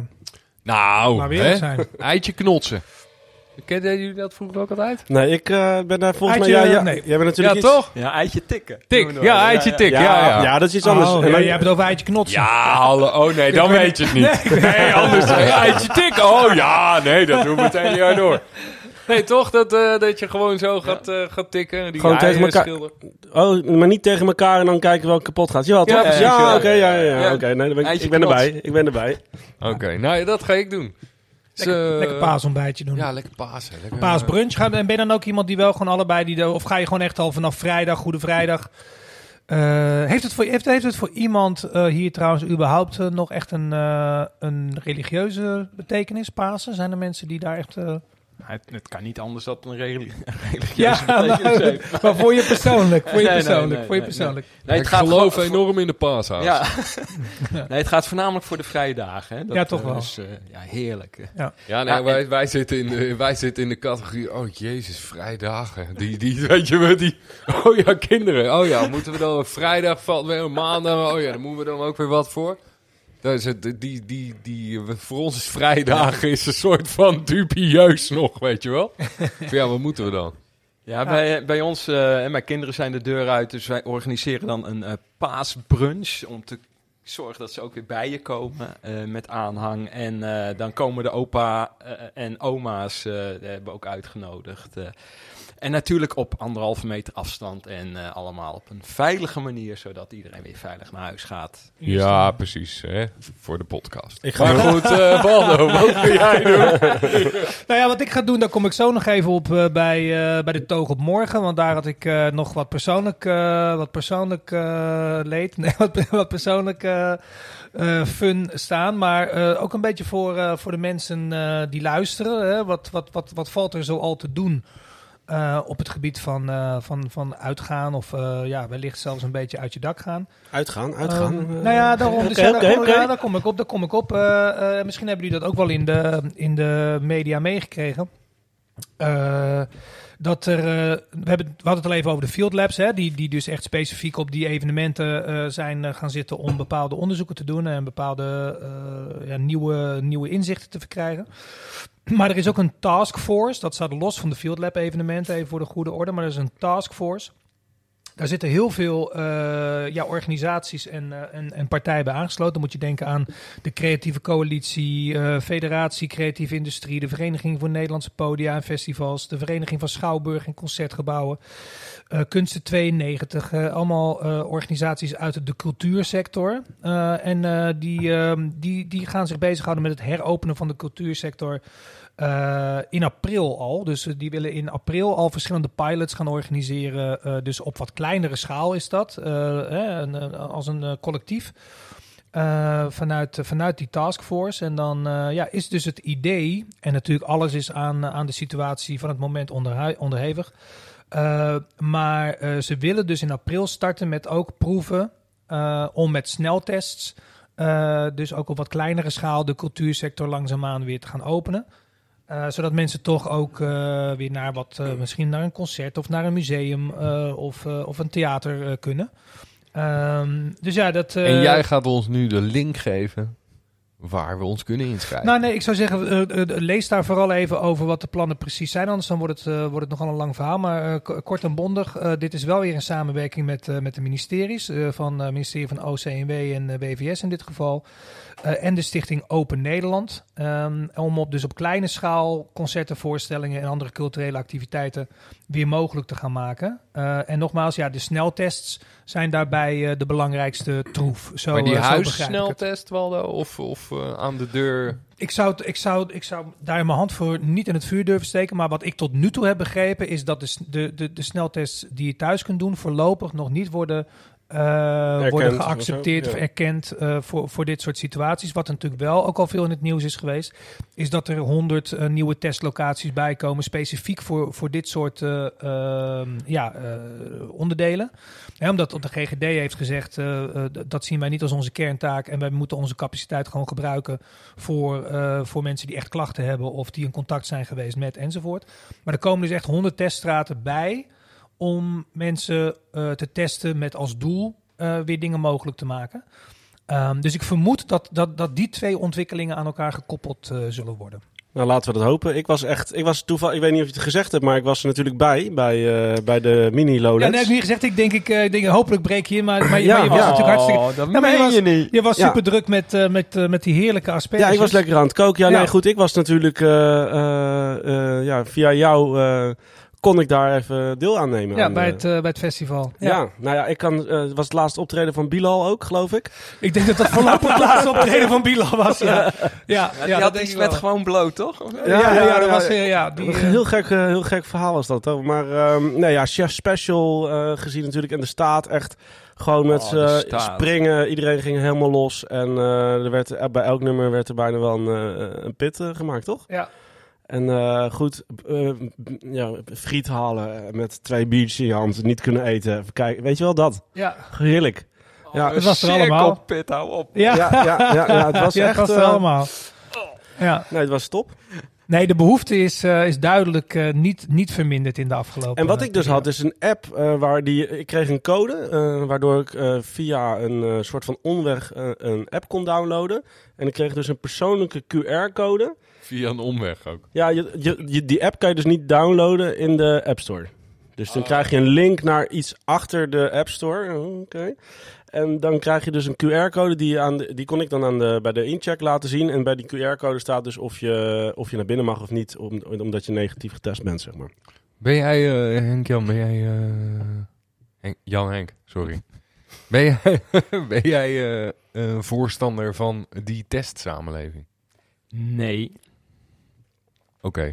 nou, hè? Zijn. Eitje knotsen. Kenden jullie dat vroeger ook altijd? Nee, ik uh, ben daar volgens eitje, mij... Ja, ja, nee. Jij bent natuurlijk ja, iets... toch? Ja, eitje tikken. Tik, ja, eitje tik. Ja, ja, ja. ja, dat is iets anders. Oh, en ja, dan... jij hebt het over eitje knotsen. Ja, hallo. Oh nee, dan weet je het niet. Nee, nee anders. Eitje tik. Oh ja, nee, dat doen we meteen jaar door. Nee, toch? Dat, uh, dat je gewoon zo gaat, uh, gaat tikken. Die gewoon tegen elkaar. Schilder. Oh, maar niet tegen elkaar en dan kijken welke kapot gaat. Ja, toch? Ja, ja, ja oké. Okay, ja, ja, ja. ja. Okay, nee, ben ik, ik ben erbij. Ik ben erbij. Oké, okay, nou dat ga ik doen. Lekker, uh, lekker paasontbijtje doen. Ja, lekker paas. Lekker, paasbrunch. Ga, en ben je dan ook iemand die wel gewoon allebei... Die de, of ga je gewoon echt al vanaf vrijdag, Goede Vrijdag... Uh, heeft, het voor, heeft, heeft het voor iemand uh, hier trouwens überhaupt uh, nog echt een, uh, een religieuze betekenis, Pasen? Zijn er mensen die daar echt... Uh... Het, het kan niet anders dan een reli- religieuze ja, betekenis nou, maar voor je persoonlijk. Voor je nee, persoonlijk. Nee, nee, voor je persoonlijk. Nee, nee. Nee, ik het geloof gewoon, enorm in de paashaas. Ja. Nee, het gaat voornamelijk voor de vrije dagen. Hè? Dat, ja, toch wel. Dus, uh, ja, heerlijk. Ja, ja, nee, ja wij, en... wij, zitten in de, wij zitten in de categorie... Oh, jezus, vrijdagen. Die, die, weet je wel, die... Oh ja, kinderen. Oh ja, moeten we dan... Vrijdag valt weer een maandag. Oh ja, dan moeten we dan ook weer wat voor. Dus het, die, die, die, die, voor ons is vrijdagen is een soort van dubieus nog, weet je wel. Ja, wat moeten we dan? Ja, bij, bij ons uh, en mijn kinderen zijn de deur uit, dus wij organiseren dan een uh, paasbrunch om te zorgen dat ze ook weer bij je komen uh, met aanhang. En uh, dan komen de opa uh, en oma's, uh, die hebben we ook uitgenodigd. Uh, En natuurlijk op anderhalve meter afstand en uh, allemaal op een veilige manier, zodat iedereen weer veilig naar huis gaat. Ja, precies. Hè? Voor de podcast. Ik ga maar goed, uh, Waldo, wat ga jij doen? Nou ja, wat ik ga doen, daar kom ik zo nog even op uh, bij, uh, bij de Toog op morgen. Want daar had ik uh, nog wat persoonlijk, uh, wat persoonlijk uh, leed. Nee, wat, wat persoonlijk uh, uh, fun staan. Maar uh, ook een beetje voor, uh, voor de mensen uh, die luisteren. Hè? Wat, wat, wat, wat valt er zo al te doen? Uh, op het gebied van, uh, van, van uitgaan of uh, ja, wellicht zelfs een beetje uit je dak gaan. Uitgaan, uitgaan. Uh, uh, nou ja, daarom. Dus okay, ja, daar, okay, kom, okay. ja, daar kom ik op. Daar kom ik op. Uh, uh, misschien hebben jullie dat ook wel in de, in de media meegekregen. Uh, dat er, uh, we, hebben, we hadden het al even over de Field Labs, hè, die, die dus echt specifiek op die evenementen uh, zijn uh, gaan zitten om bepaalde onderzoeken te doen en bepaalde uh, ja, nieuwe, nieuwe inzichten te verkrijgen. Maar er is ook een taskforce, dat staat los van de Field Lab evenementen, even voor de goede orde, maar er is een taskforce. Daar zitten heel veel uh, ja, organisaties en, uh, en, en partijen bij aangesloten. Dan moet je denken aan de Creatieve Coalitie, uh, Federatie Creatieve Industrie, de Vereniging voor Nederlandse Podia en Festivals, de Vereniging van Schouwburg en Concertgebouwen, uh, Kunsten tweeënnegentig. Uh, allemaal uh, organisaties uit de cultuursector. Uh, en uh, die, uh, die, die gaan zich bezighouden met het heropenen van de cultuursector. Uh, in april al. Dus uh, die willen in april al verschillende pilots gaan organiseren. Uh, dus op wat kleinere kleinere schaal is dat, uh, hè, een, een, als een uh, collectief. Uh, vanuit, uh, vanuit die taskforce. En dan uh, ja, is dus het idee, en natuurlijk alles is aan, aan de situatie van het moment onderhu- onderhevig. Uh, maar uh, ze willen dus in april starten met ook proeven uh, om met sneltests, uh, dus ook op wat kleinere schaal, de cultuursector langzaamaan weer te gaan openen. Uh, zodat mensen toch ook uh, weer naar wat, uh, misschien naar een concert of naar een museum uh, of, uh, of een theater uh, kunnen. Um, dus ja, dat... Uh, en jij gaat ons nu de link geven waar we ons kunnen inschrijven. Nou nee, ik zou zeggen, uh, uh, lees daar vooral even over wat de plannen precies zijn. Anders dan wordt het, uh, wordt het nogal een lang verhaal. Maar uh, k- kort en bondig, uh, dit is wel weer een samenwerking met, uh, met de ministeries. Uh, van het uh, ministerie van O C M W en uh, B V S in dit geval. Uh, en de stichting Open Nederland. Um, om op, dus op kleine schaal concerten, voorstellingen en andere culturele activiteiten weer mogelijk te gaan maken. Uh, en nogmaals, ja, de sneltests zijn daarbij uh, de belangrijkste troef. Zo, maar die uh, zo begrijp ik het. huissneltest, Waldo, of, of uh, aan de deur? Ik zou, ik, zou, ik zou daar mijn hand voor niet in het vuur durven steken. Maar wat ik tot nu toe heb begrepen is dat de, de, de, de sneltests die je thuis kunt doen voorlopig nog niet worden... Uh, Erkend, worden geaccepteerd of of ja. erkend uh, voor, voor dit soort situaties. Wat natuurlijk wel ook al veel in het nieuws is geweest, is dat er honderd uh, nieuwe testlocaties bijkomen, specifiek voor, voor dit soort uh, uh, ja, uh, onderdelen. Ja, omdat de G G D heeft gezegd, uh, uh, dat zien wij niet als onze kerntaak en wij moeten onze capaciteit gewoon gebruiken voor, uh, voor mensen die echt klachten hebben of die in contact zijn geweest met enzovoort. Maar er komen dus echt honderd teststraten bij om mensen uh, te testen met als doel uh, weer dingen mogelijk te maken. Um, dus ik vermoed dat, dat, dat die twee ontwikkelingen aan elkaar gekoppeld uh, zullen worden. Nou, laten we dat hopen. Ik was echt, ik was toevallig, ik weet niet of je het gezegd hebt, maar ik was er natuurlijk bij, bij, uh, bij de mini Lowlands. Ja, nee, heb ik niet gezegd. Ik denk, ik, uh, ik denk hopelijk breek je in, maar, maar, Ja, maar je was ja. natuurlijk hartstikke... Oh, dat Ja, maar je meen was- je niet. Je was Ja. super druk met, uh, met, uh, met die heerlijke asperges. Ja, ik was lekker aan het koken. Ja, Ja. nee, goed. Ik was natuurlijk, uh, uh, uh, ja, via jou uh, kon ik daar even deel aan nemen. Ja, aan, bij uh, het, uh, bij het festival. ja. Ja. nou ja, ik kan, uh, het was het laatste optreden van Bilal ook, geloof ik. Ik denk dat dat voorlopig het laatste optreden van Bilal was. Ja, ja, ja, Ja, dat dat denk is ik met wel. gewoon bloot, toch? Ja, ja, Ja, ja, ja, dat ja. was... uh, ja, die, Een uh, heel gek, uh, heel gek verhaal was dat. Hoor. Maar um, nee, ja, Chef Special uh, gezien natuurlijk. En de staat echt gewoon met Oh, z'n de staat. springen. Iedereen ging helemaal los. En uh, er werd, uh, bij elk nummer werd er bijna wel een, uh, een pit uh, gemaakt, toch? ja. En uh, goed, uh, ja, friet halen met twee biertjes in je hand. Niet kunnen eten. Even kijken. Weet je wel, dat. Ja, Heerlijk. Ja, het was er allemaal. Cirkelpit, hou op. ja. Ja, ja, ja, ja, het was Ja, het echt... was er uh, allemaal. Ja. Nee, het was top. Nee, de behoefte is, uh, is duidelijk uh, niet, niet verminderd in de afgelopen En wat ik dus periode. had, is een app uh, waar die... Ik kreeg een code, uh, waardoor ik uh, via een uh, soort van omweg uh, een app kon downloaden. En ik kreeg dus een persoonlijke Q R-code. Via een omweg ook. Ja, je, je, je- die app kan je dus niet downloaden in de App Store. Dus dan krijg je een link naar iets achter de App Store. Oh, Oké. En dan krijg je dus een Q R-code, die, je aan de, die kon ik dan aan de, bij de incheck laten zien. En bij die Q R-code staat dus of je, of je naar binnen mag of niet, om, omdat je negatief getest bent, zeg maar. Ben jij, uh, Henk-Jan, ben jij... Uh, Henk, Jan-Henk, sorry. Ben jij, ben jij uh, uh, voorstander van die testsamenleving? Nee. Oké.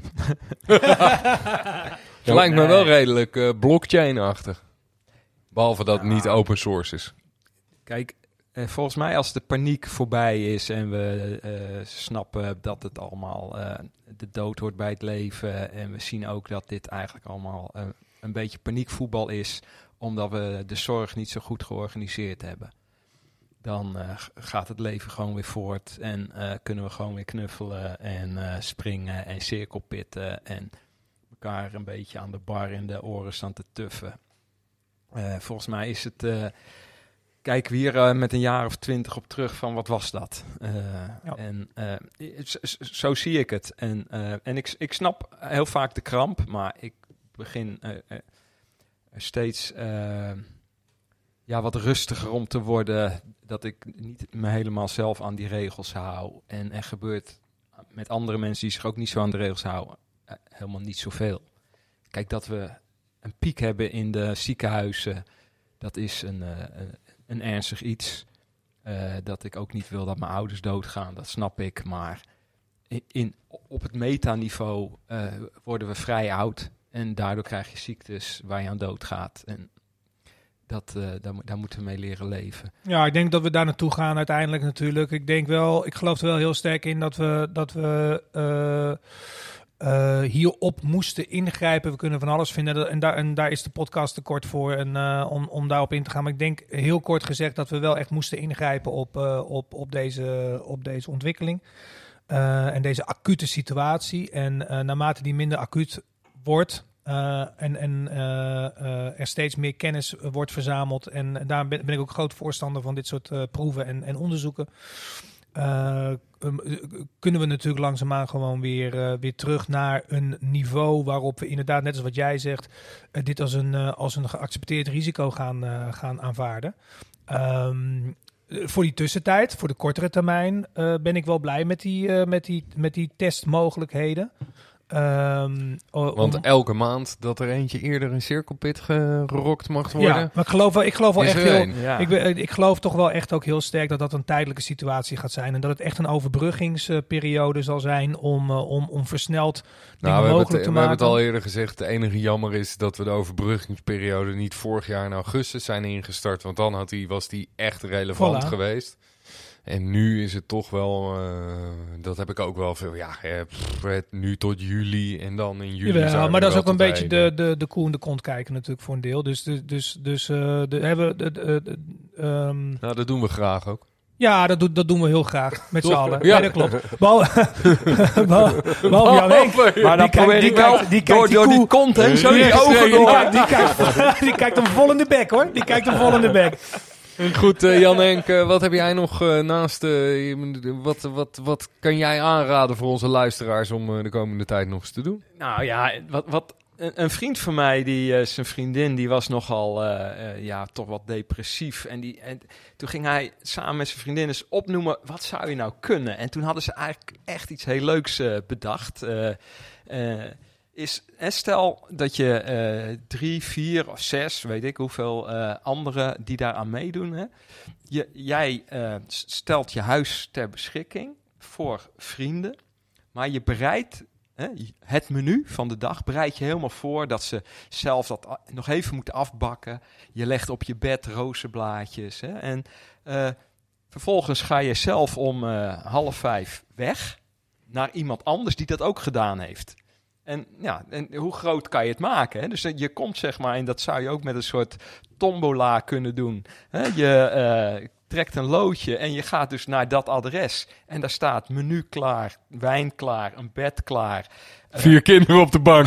Het lijkt me wel redelijk uh, blockchain-achtig. Behalve dat het niet open source is. Kijk, eh, volgens mij als de paniek voorbij is en we eh, snappen dat het allemaal eh, de dood hoort bij het leven. En we zien ook dat dit eigenlijk allemaal eh, een beetje paniekvoetbal is, omdat we de zorg niet zo goed georganiseerd hebben. Dan eh, g- gaat het leven gewoon weer voort en eh, kunnen we gewoon weer knuffelen en eh, springen en cirkelpitten en elkaar een beetje aan de bar in de oren staan te tuffen. Uh, volgens mij is het... Uh, kijken we hier uh, met een jaar of twintig op terug van wat was dat? Uh, Ja. En uh, zo, zo zie ik het. En, uh, en ik, ik snap heel vaak de kramp, maar ik begin uh, uh, steeds uh, ja, wat rustiger om te worden. Dat ik niet me helemaal zelf aan die regels hou. En er gebeurt met andere mensen die zich ook niet zo aan de regels houden, uh, helemaal niet zoveel. Kijk, dat we een piek hebben in de ziekenhuizen, dat is een, uh, een ernstig iets. Uh, dat ik ook niet wil dat mijn ouders doodgaan, dat snap ik. Maar in, in, op het metaniveau uh, worden we vrij oud. En daardoor krijg je ziektes waar je aan doodgaat. En dat, uh, daar, daar moeten we mee leren leven. Ja, ik denk dat we daar naartoe gaan uiteindelijk natuurlijk. Ik denk wel, ik geloof er wel heel sterk in dat we, dat we uh, uh, hierop moesten ingrijpen. We kunnen van alles vinden en daar, en daar is de podcast te kort voor en, uh, om, om daarop in te gaan. Maar ik denk heel kort gezegd dat we wel echt moesten ingrijpen op, uh, op, op, deze, op deze ontwikkeling. Uh, en deze acute situatie. En uh, naarmate die minder acuut wordt uh, en, en uh, uh, er steeds meer kennis uh, wordt verzameld. En daar ben, ben ik ook groot voorstander van dit soort uh, proeven en, en onderzoeken. Uh, um, kunnen we natuurlijk langzaamaan gewoon weer, uh, weer terug naar een niveau waarop we inderdaad, net als wat jij zegt, uh, dit als een, uh, als een geaccepteerd risico gaan, uh, gaan aanvaarden. Um, Voor die tussentijd, voor de kortere termijn, uh, ben ik wel blij met die, uh, met die, met die testmogelijkheden. Um, Want om... elke maand dat er eentje eerder een cirkelpit gerokt mag worden. Ja, maar ik geloof wel, ik geloof wel echt heel, ja. ik, ik geloof toch wel echt ook heel sterk dat dat een tijdelijke situatie gaat zijn. En dat het echt een overbruggingsperiode zal zijn om, uh, om, om versneld dingen nou, mogelijk het, te we maken. We hebben het al eerder gezegd, het enige jammer is dat we de overbruggingsperiode niet vorig jaar in augustus zijn ingestart. Want dan had die, was die echt relevant Voilà. geweest. En nu is het toch wel, uh, dat heb ik ook wel veel, ja, eh, pff, het nu tot juli en dan in juli. Ja, maar dat is ook een beetje rijden. de, de, de koe in de kont kijken natuurlijk voor een deel. Dus, dus, dus, dus uh, de, hebben de, de, de, um... Nou, dat doen we graag ook. Ja, dat, do, dat doen we heel graag, met z'n allen. Ja. Nee, dat klopt. Behalve Behalve Jan Henk. Maar dan probeer ik wel die kijkt door, die door koe- die kont heen zo die, die ogen die, door. kijkt- die, kijkt, die kijkt hem vol in de bek, hoor. Die kijkt hem vol in de bek. Goed, uh, Jan Henk, uh, wat heb jij nog uh, naast, uh, wat, wat, wat kan jij aanraden voor onze luisteraars om uh, de komende tijd nog eens te doen? Nou ja, wat, wat een, een vriend van mij, die uh, zijn vriendin, die was nogal, uh, uh, ja, toch wat depressief. En, die, en toen ging hij samen met zijn vriendin eens opnoemen, wat zou je nou kunnen? En toen hadden ze eigenlijk echt iets heel leuks uh, bedacht. Uh, uh, is, stel dat je uh, drie, vier of zes, weet ik hoeveel uh, anderen die daaraan meedoen. Hè? Je, jij uh, stelt je huis ter beschikking voor vrienden, maar je bereidt hè, het menu van de dag bereid je helemaal voor dat ze zelf dat a- nog even moeten afbakken. Je legt op je bed rozenblaadjes hè, en uh, vervolgens ga je zelf om uh, half vijf weg naar iemand anders die dat ook gedaan heeft. En ja, en hoe groot kan je het maken? Hè? Dus je komt zeg maar, en dat zou je ook met een soort tombola kunnen doen. Hè? Je uh, trekt een loodje en je gaat dus naar dat adres. En daar staat menu klaar, wijn klaar, een bed klaar. Uh, Vier kinderen op de bank.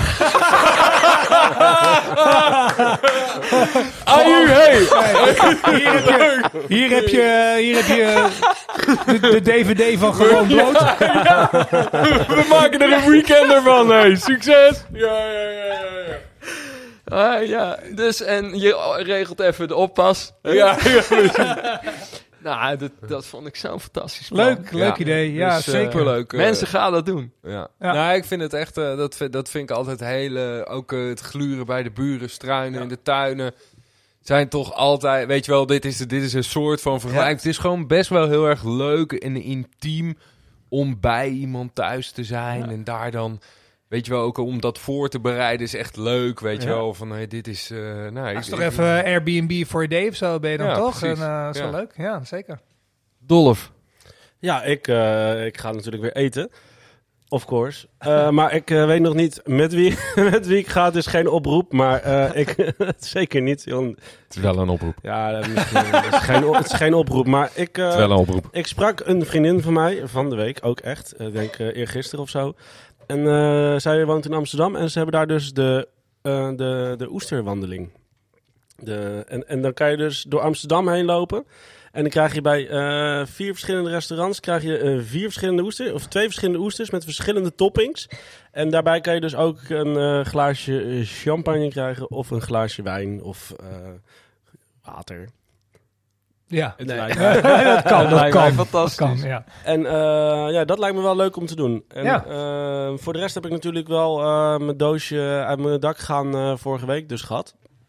Aju, hey! Hier heb je, hier heb je, hier heb je de, de D V D van Gewoon Bloot. Ja, we maken er een weekender van, hey. Succes! Ja, ja, ja, ja. ja. Ah, ja, dus en je regelt even de oppas. Ja, ja. Nou, dat, dat vond ik zo'n fantastisch plan. Leuk, leuk Ja. idee. Ja, Dus, uh, zeker. Superleuk. uh, Mensen gaan dat doen. Ja. Ja. Nou, ik vind het echt, uh, dat, vind, dat vind ik altijd hele, ook uh, het gluren bij de buren, struinen in de tuinen, zijn toch altijd, weet je wel, dit is, dit is een soort van vergelijking. Ja. Het is gewoon best wel heel erg leuk en intiem om bij iemand thuis te zijn Ja. en daar dan, weet je wel, ook om dat voor te bereiden is echt leuk, weet je Ja. wel, van hey, dit is, uh, nou, Dat ik, is toch ik- even Airbnb voor a day of zo ben je dan Ja, toch? precies. En, uh, dat is wel Ja. leuk. Ja, zeker. Dolf. Ja, ik, uh, ik ga natuurlijk weer eten. Of course. Uh, maar ik uh, weet nog niet met wie, met wie ik ga. Het is geen oproep, maar uh, ik, zeker niet. Joh. Het is wel een oproep. Ja, uh, misschien, uh, het, is geen, op- het is geen oproep. Maar ik, uh, Het is wel een oproep. ik sprak een vriendin van mij van de week, ook echt. Ik uh, denk uh, eergisteren of zo. En uh, zij woont in Amsterdam en ze hebben daar dus de, uh, de, de oesterwandeling. De, en, en dan kan je dus door Amsterdam heen lopen. En dan krijg je bij uh, vier verschillende restaurants krijg je uh, vier verschillende oesters, of twee verschillende oesters met verschillende toppings. En daarbij kan je dus ook een uh, glaasje champagne krijgen of een glaasje wijn of uh, water. Ja. Het Nee. lijkt dat mij- kan, Dat dat lijkt mij kan. fantastisch. Dat kan, ja. En uh, ja, dat lijkt me wel leuk om te doen. En Ja. uh, voor de rest heb ik natuurlijk wel uh, mijn doosje uit mijn dak gaan uh, vorige week dus gehad.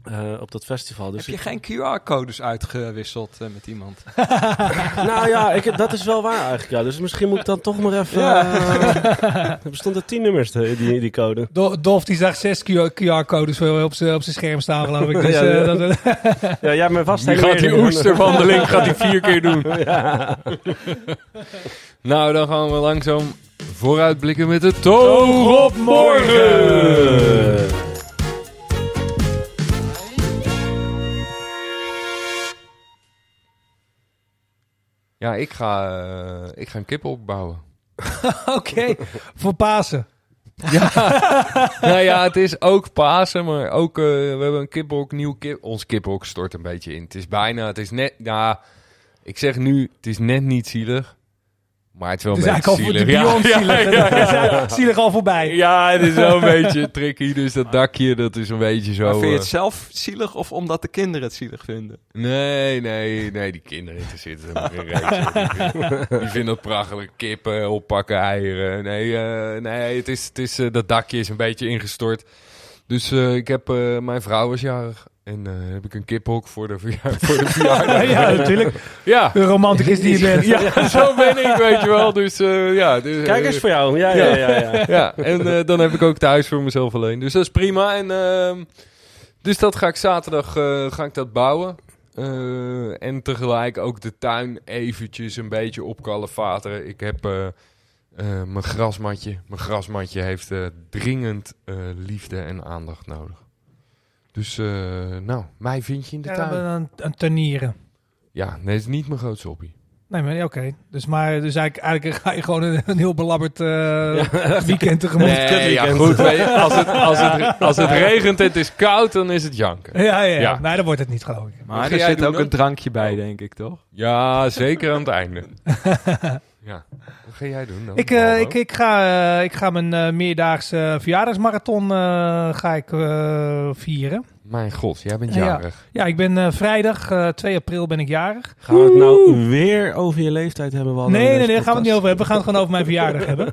Uh, op dat festival. Dus Heb je ik... geen Q R-codes uitgewisseld uh, met iemand? nou ja, ik, dat is wel waar eigenlijk. Ja. Dus misschien moet ik dan toch maar even... Ja. Uh, er bestonden tien nummers, de, die, die code. Do- Dolf die zag zes Q R-codes op zijn scherm staan, geloof ik. Dus, ja, uh, dat, ja, jij bent vast... Die gaat die oesterwandeling gaat hij vier keer doen. Ja. Nou, dan gaan we langzaam vooruitblikken met de Toog op morgen. Ja, ik ga, uh, ik ga een kip opbouwen. Oké, okay, voor Pasen. Ja, nou ja, het is ook Pasen, maar ook, uh, we hebben een kippenhok, nieuw kip. Ons kippenhok stort een beetje in. Het is bijna, het is net, nou, ik zeg nu, het is net niet zielig. Maar het is wel een het is beetje zielig. Ja, ja, zielig. Ja, ja, ja, ja. Zielig al voorbij. Ja, het is wel een beetje tricky. Dus dat dakje, dat is een beetje zo... Maar vind je het uh... zelf zielig of omdat de kinderen het zielig vinden? Nee, nee, nee. Die kinderen interesseert het helemaal geen reet. Die, die vinden het prachtig. Kippen, oppakken, eieren. Nee, uh, nee het is, het is, uh, dat dakje is een beetje ingestort. Dus uh, ik heb... Uh, mijn vrouw was jarig. En uh, heb ik een kiphok voor de, verja- voor de verjaardag. Ja, natuurlijk. Ja. De romanticus die je bent. Ja, zo ben ik, weet je wel. Dus uh, ja. Dus, uh, Kijk eens voor jou. Ja, ja, ja. ja, ja. ja en uh, dan heb ik ook thuis voor mezelf alleen. Dus dat is prima. En, uh, dus dat ga ik zaterdag uh, ga ik dat bouwen. Uh, en tegelijk ook de tuin eventjes een beetje opkalefateren. Ik heb... Uh, Uh, mijn grasmatje. Mijn grasmatje heeft uh, dringend uh, liefde en aandacht nodig. Dus, uh, nou, mij vind je in de ja, tuin. Een, een tuinieren. Ja, nee, dat is niet mijn grootste hobby. Nee, maar oké. Okay. Dus, maar, dus eigenlijk, eigenlijk ga je gewoon een, een heel belabberd uh, ja. weekend tegemoet. Nee, ja, goed. Weet je, als, het, als, het, als het regent en het is koud, dan is het janken. Ja, ja, ja. ja. Nee, dan wordt het niet, geloof ik. Maar er zit ook dan? een drankje bij, denk ik, toch? Ja, zeker aan het einde. Ja. Wat ga jij doen dan? Ik, uh, ik, ik, ga, uh, ik ga mijn uh, meerdaagse verjaardagsmarathon uh, ga ik, uh, vieren. Mijn god, jij bent jarig. Ja, ja ik ben uh, vrijdag, uh, twee april ben ik jarig. Gaan we het nou weer over je leeftijd hebben? We nee, nee, nee, daar gaan we het niet over hebben. We gaan het gewoon over mijn verjaardag hebben.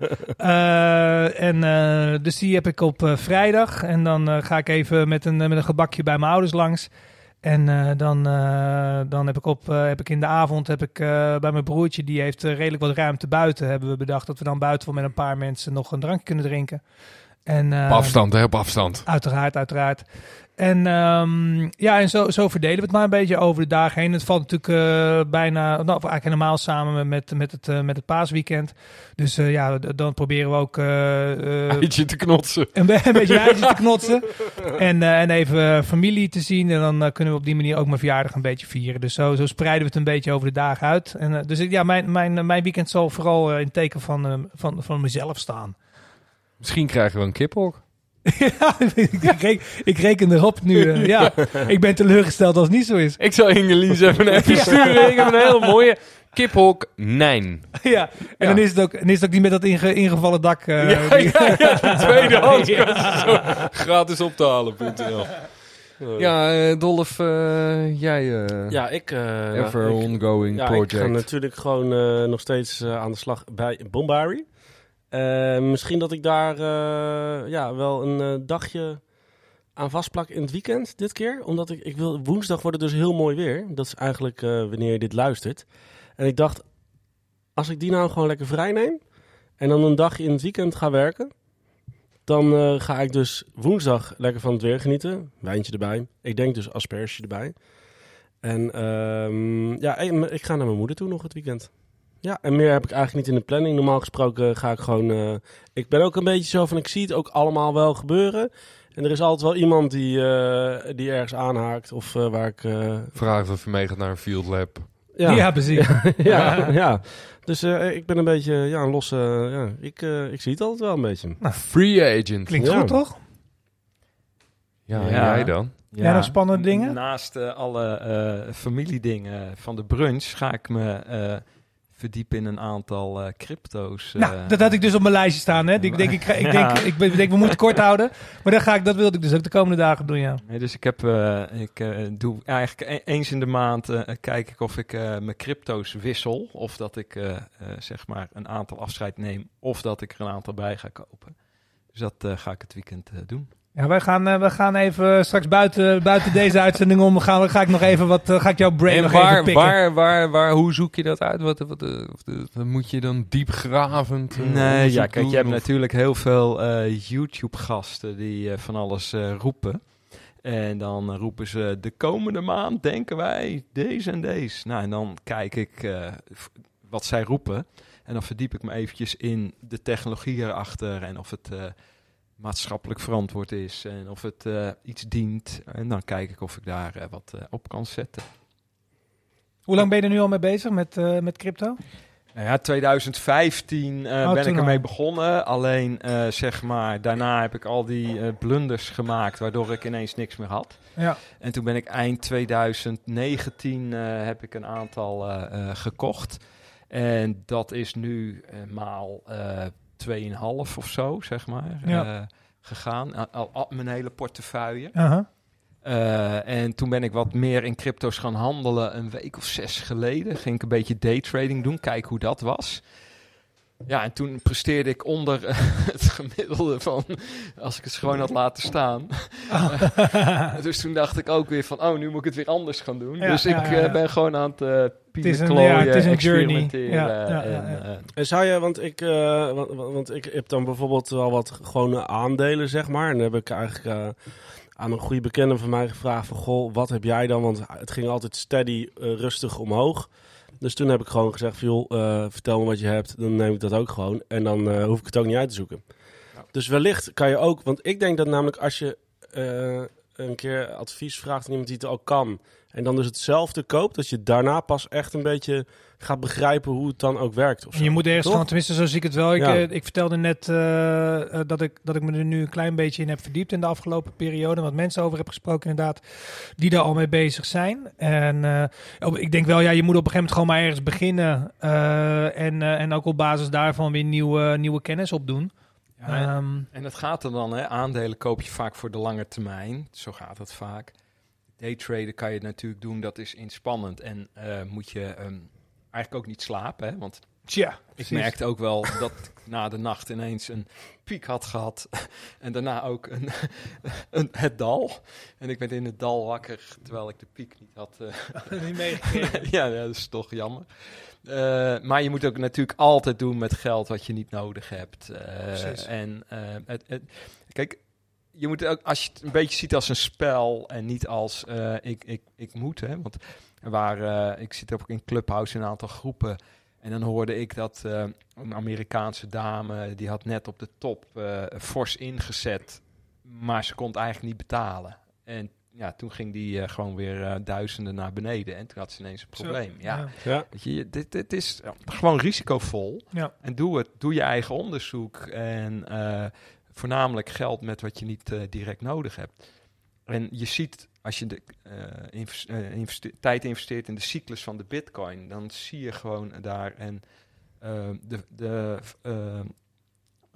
Uh, en, uh, dus die heb ik op uh, vrijdag. En dan uh, ga ik even met een, met een gebakje bij mijn ouders langs. En uh, dan, uh, dan heb ik op uh, heb ik in de avond heb ik uh, bij mijn broertje, die heeft uh, redelijk wat ruimte buiten, hebben we bedacht dat we dan buiten wel met een paar mensen nog een drankje kunnen drinken. En, uh, op afstand, hè, op afstand. Uiteraard, uiteraard. En um, ja, en zo, zo verdelen we het maar een beetje over de dagen heen. Het valt natuurlijk uh, bijna, nou, eigenlijk helemaal samen met, met, het, uh, met het paasweekend. Dus uh, ja, d- dan proberen we ook... Uh, uh, eitje te knotsen. Een, be- een beetje eitje te knotsen. En, uh, en even uh, familie te zien. En dan uh, kunnen we op die manier ook mijn verjaardag een beetje vieren. Dus zo, zo spreiden we het een beetje over de dagen uit. En, uh, dus ja, mijn, mijn, mijn weekend zal vooral uh, in het teken van, uh, van, van mezelf staan. Misschien krijgen we een kiphok. Ja, ik, reken, ik reken erop nu. Uh, ja, ik ben teleurgesteld als het niet zo is. Ik zal Ingelies even even sturen. Ik heb een hele mooie kiphok Nijn. Ja, en ja. dan is het ook, en is het ook niet met dat inge, ingevallen dak. Uh, ja, die... ja, ja, de tweedehands ja. Zo gratis op te halen. Ja, uh, Dolf, uh, jij... Uh, ja, ik... Uh, ever ik, ongoing ja, project. Ik ga natuurlijk gewoon uh, nog steeds uh, aan de slag bij Bombari. Uh, misschien dat ik daar uh, ja, wel een uh, dagje aan vastplak in het weekend dit keer. Omdat ik, ik wil, woensdag wordt het dus heel mooi weer. Dat is eigenlijk uh, wanneer je dit luistert. En ik dacht, als ik die nou gewoon lekker vrij neem en dan een dagje in het weekend ga werken, dan uh, ga ik dus woensdag lekker van het weer genieten. Wijntje erbij. Ik denk dus asperge erbij. En um, ja, ik ga naar mijn moeder toe nog het weekend. Ja, en meer heb ik eigenlijk niet in de planning. Normaal gesproken ga ik gewoon... Uh, ik ben ook een beetje zo van, ik zie het ook allemaal wel gebeuren. En er is altijd wel iemand die, uh, die ergens aanhaakt of uh, waar ik... Uh... Vraag of je meegaat naar een field lab. Ja, ja precies. ja, ja, ja. Dus uh, ik ben een beetje ja, een losse... Uh, ja, ik, uh, ik zie het altijd wel een beetje. Nou, free agent. Klinkt ja. goed, toch? Ja, en ja. jij dan? Ja, ja nog spannende dingen? Naast uh, alle uh, familiedingen van de brunch ga ik me... Uh, verdiepen in een aantal uh, crypto's. Uh, nou, dat had ik dus op mijn lijstje staan. Hè? Ik denk, ik, ik, denk, ik, ik denk, we moeten kort houden. Maar dat, ga ik, dat wilde ik dus ook de komende dagen doen, ja. Nee, dus ik heb, uh, ik uh, doe eigenlijk e- eens in de maand uh, kijk ik of ik uh, mijn crypto's wissel. Of dat ik uh, uh, zeg maar een aantal afscheid neem. Of dat ik er een aantal bij ga kopen. Dus dat uh, ga ik het weekend uh, doen. Ja, wij gaan, uh, we gaan even straks buiten, buiten deze uitzending om. Gaan, ga ik nog even wat. Uh, ga ik jouw brain en nog waar, even pikken. waar, waar, waar, hoe zoek je dat uit? Wat, wat, wat, wat moet je dan diepgravend? Uh, nee, ja, kijk, doen, je hebt of? natuurlijk heel veel uh, YouTube-gasten die uh, van alles uh, roepen. En dan uh, roepen ze de komende maand denken wij deze en deze. Nou, en dan kijk ik uh, wat zij roepen. En dan verdiep ik me eventjes in de technologie erachter en of het uh, maatschappelijk verantwoord is en of het uh, iets dient. En dan kijk ik of ik daar uh, wat uh, op kan zetten. Hoe lang ben je er nu al mee bezig met, uh, met crypto? Nou ja, twintig vijftien uh, oh, ben ik ermee al. begonnen. Alleen, uh, zeg maar, daarna heb ik al die uh, blunders gemaakt, waardoor ik ineens niks meer had. Ja. En toen ben ik eind twintig negentien uh, heb ik een aantal uh, uh, gekocht. En dat is nu uh, maal uh, twee komma vijf of zo, zeg maar, ja. uh, gegaan. Al, al, al mijn hele portefeuille. Uh-huh. Uh, en toen ben ik wat meer in crypto's gaan handelen een week of zes geleden. Ging ik een beetje daytrading doen, kijken hoe dat was. Ja, en toen presteerde ik onder uh, het gemiddelde van als ik het gewoon had laten staan. Oh. dus toen dacht ik ook weer van, oh, nu moet ik het weer anders gaan doen. Ja, dus ja, ik uh, ja. ben gewoon aan het uh, pielenklooien, ja, experimenteren. Ja, ja, ja, en, ja. Uh, en zou je, want ik, uh, want, want ik heb dan bijvoorbeeld wel wat gewone aandelen, zeg maar. En dan heb ik eigenlijk uh, aan een goede bekende van mij gevraagd van, goh, wat heb jij dan? Want het ging altijd steady, uh, rustig omhoog. Dus toen heb ik gewoon gezegd van, joh, uh, vertel me wat je hebt, dan neem ik dat ook gewoon. En dan uh, hoef ik het ook niet uit te zoeken. Ja. Dus wellicht kan je ook, want ik denk dat namelijk als je uh, een keer advies vraagt aan iemand die het al kan, en dan dus hetzelfde koopt, dat je daarna pas echt een beetje gaat begrijpen hoe het dan ook werkt. Of zo. Je moet eerst Toch? gewoon, tenminste zo zie ik het wel. Ik, Ja. uh, ik vertelde net uh, uh, dat, ik, dat ik me er nu een klein beetje in heb verdiept in de afgelopen periode. Wat mensen over heb gesproken inderdaad, die daar al mee bezig zijn. En uh, ik denk wel, ja, je moet op een gegeven moment gewoon maar ergens beginnen. Uh, en, uh, en ook op basis daarvan weer nieuwe, nieuwe kennis opdoen. Ja, um, en dat gaat er dan, hè. Aandelen koop je vaak voor de lange termijn. Zo gaat het vaak. Daytraden kan je natuurlijk doen, dat is inspannend. En uh, moet je um, eigenlijk ook niet slapen, hè. Want tja, ik precies. merkte ook wel dat ik na de nacht ineens een piek had gehad. En daarna ook een, een, het dal. En ik werd in het dal wakker, terwijl ik de piek niet had. Uh, niet meegekregen. ja, ja, dat is toch jammer. Uh, maar je moet ook natuurlijk altijd doen met geld wat je niet nodig hebt. Uh, en uh, het, het, kijk, je moet ook, als je het een beetje ziet als een spel en niet als uh, ik, ik, ik moet. Hè, want waar, uh, ik zit ook in Clubhouse in een aantal groepen. En dan hoorde ik dat uh, een Amerikaanse dame, die had net op de top uh, fors ingezet. Maar ze kon het eigenlijk niet betalen. En ja, toen ging die uh, gewoon weer uh, duizenden naar beneden. En toen had ze ineens een probleem. Zo, ja. Ja. Ja. Weet je, dit, dit is ja, gewoon risicovol. Ja. En doe het. Doe je eigen onderzoek. En uh, voornamelijk geld met wat je niet uh, direct nodig hebt. En je ziet, als je de uh, investe- uh, investe- tijd investeert in de cyclus van de bitcoin, dan zie je gewoon daar en uh, de... de uh, uh,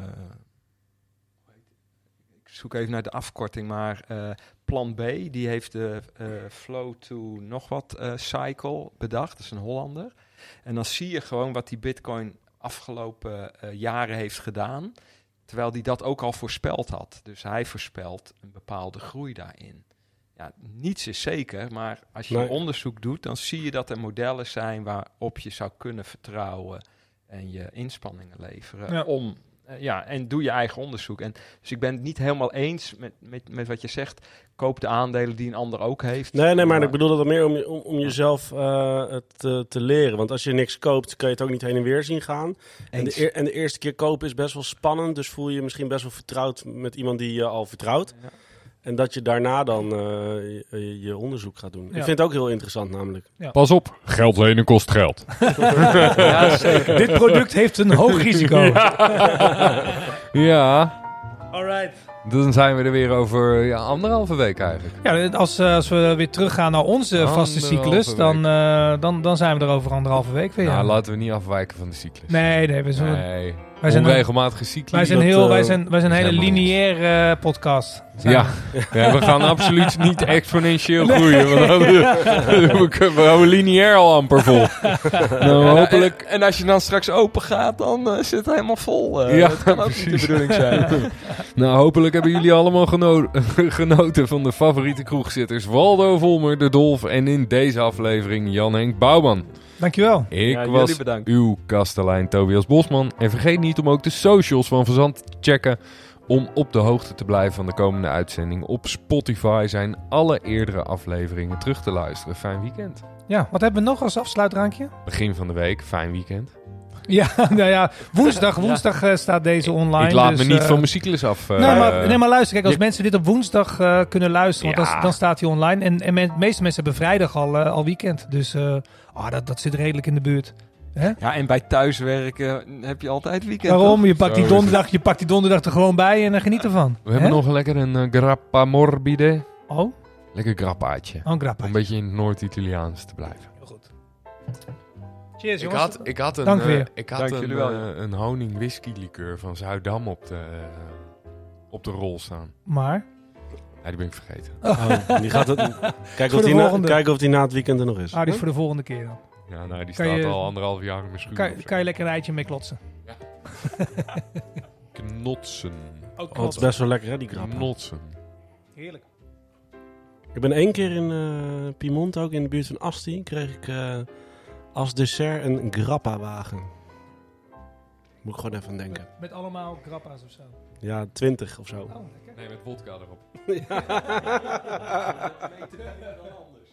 ik zoek even naar de afkorting, maar uh, Plan B, die heeft de uh, Flow to nog wat uh, cycle bedacht. Dat is een Hollander. En dan zie je gewoon wat die bitcoin afgelopen uh, jaren heeft gedaan, terwijl die dat ook al voorspeld had. Dus hij voorspelt een bepaalde groei daarin. Ja, niets is zeker, maar als je nee. onderzoek doet, dan zie je dat er modellen zijn waarop je zou kunnen vertrouwen en je inspanningen leveren Ja. om... Uh, ja, en doe je eigen onderzoek. En dus ik ben het niet helemaal eens met, met, met wat je zegt. Koop de aandelen die een ander ook heeft. Nee, nee, maar ik bedoel dat meer om, om, om jezelf uh, te, te leren. Want als je niks koopt, kan je het ook niet heen en weer zien gaan. En de, eer, en de eerste keer kopen is best wel spannend. Dus voel je je misschien best wel vertrouwd met iemand die je al vertrouwt. Ja. En dat je daarna dan uh, je, je onderzoek gaat doen. Ja. Ik vind het ook heel interessant namelijk. Ja. Pas op, geld lenen kost geld. Ja, zeker. Dit product heeft een hoog risico. Ja. ja. Alright. Dan zijn we er weer over ja, anderhalve week eigenlijk. Ja, als, uh, als we weer teruggaan naar onze anderhalve vaste cyclus, dan, uh, dan, dan zijn we er over anderhalve week weer. Nou, ja. laten we niet afwijken van de cyclus. Nee, nee. We, zullen, nee. we Wij zijn, onregelmatige cycli. wij zijn, dat, heel, uh, wij zijn, wij zijn een hele helemaal niks. lineaire podcast. Ja. ja, we gaan absoluut niet exponentieel groeien. Want dan, we, we, we houden lineair al amper vol. Nou, hopelijk... En, en als je dan straks open gaat, dan uh, zit het helemaal vol. Uh, Ja, dat kan ook precies. niet de bedoeling zijn. Nou, hopelijk hebben jullie allemaal geno- genoten van de favoriete kroegzitters Waldo Volmer, de Dolf en in deze aflevering Jan-Henk Bouwman. Dankjewel. Ik Ja, was jullie bedankt. uw kastelein Tobias Bosman. En vergeet niet om ook de socials van Fazant te checken om op de hoogte te blijven van de komende uitzending. Op Spotify zijn alle eerdere afleveringen terug te luisteren. Fijn weekend. Ja, wat hebben we nog als afsluitdrankje? Begin van de week, fijn weekend. Ja, nou ja, woensdag, woensdag uh, staat deze online. Ik laat dus, me niet uh, van mijn cyclus af. Uh, Nee maar, nee, maar luister, kijk, als je- mensen dit op woensdag uh, kunnen luisteren, want Ja. dan, dan staat hij online. En, en men- de meeste mensen hebben vrijdag al, uh, al weekend. Dus uh, oh, dat, dat zit redelijk in de buurt. Hè? Ja, en bij thuiswerken heb je altijd weekend. Waarom? Je pakt, Zo die is donderdag, je pakt die donderdag er gewoon bij en dan geniet ervan. We hebben Hè? nog lekker een uh, grappa morbide. Oh, Lekker grappaatje. oh, een grappa. Om een beetje in het Noord-Italiaans te blijven. Heel goed. Cheers, Ik jongens. had, ik had een, Dank eh, weer. ik had Dank een, jullie wel, eh, ja. een honing whisky likeur van Zuidam op de, eh, op de rol staan. Maar, Ja, die ben ik vergeten. Oh, die gaat het, kijk, Voor of de die na, volgende. kijken of die na het weekend er nog is. ah, die is voor de volgende keer dan. Ja, nou, die Kan staat je- al anderhalf jaar in mijn schoen. Kan, of zo. kan je lekker een eitje mee klotsen. Knotsen. Ook Oh, het is best wel lekker, hè, die grappa. Knotsen. Heerlijk. Ik ben één keer in uh, Piemont, ook in de buurt van Asti, kreeg ik uh, als dessert een grappa-wagen. Moet ik gewoon even aan denken. Met, met allemaal grappa's of zo. Ja, twintig of zo. Oh, lekker. Nee, met vodka erop. Ja.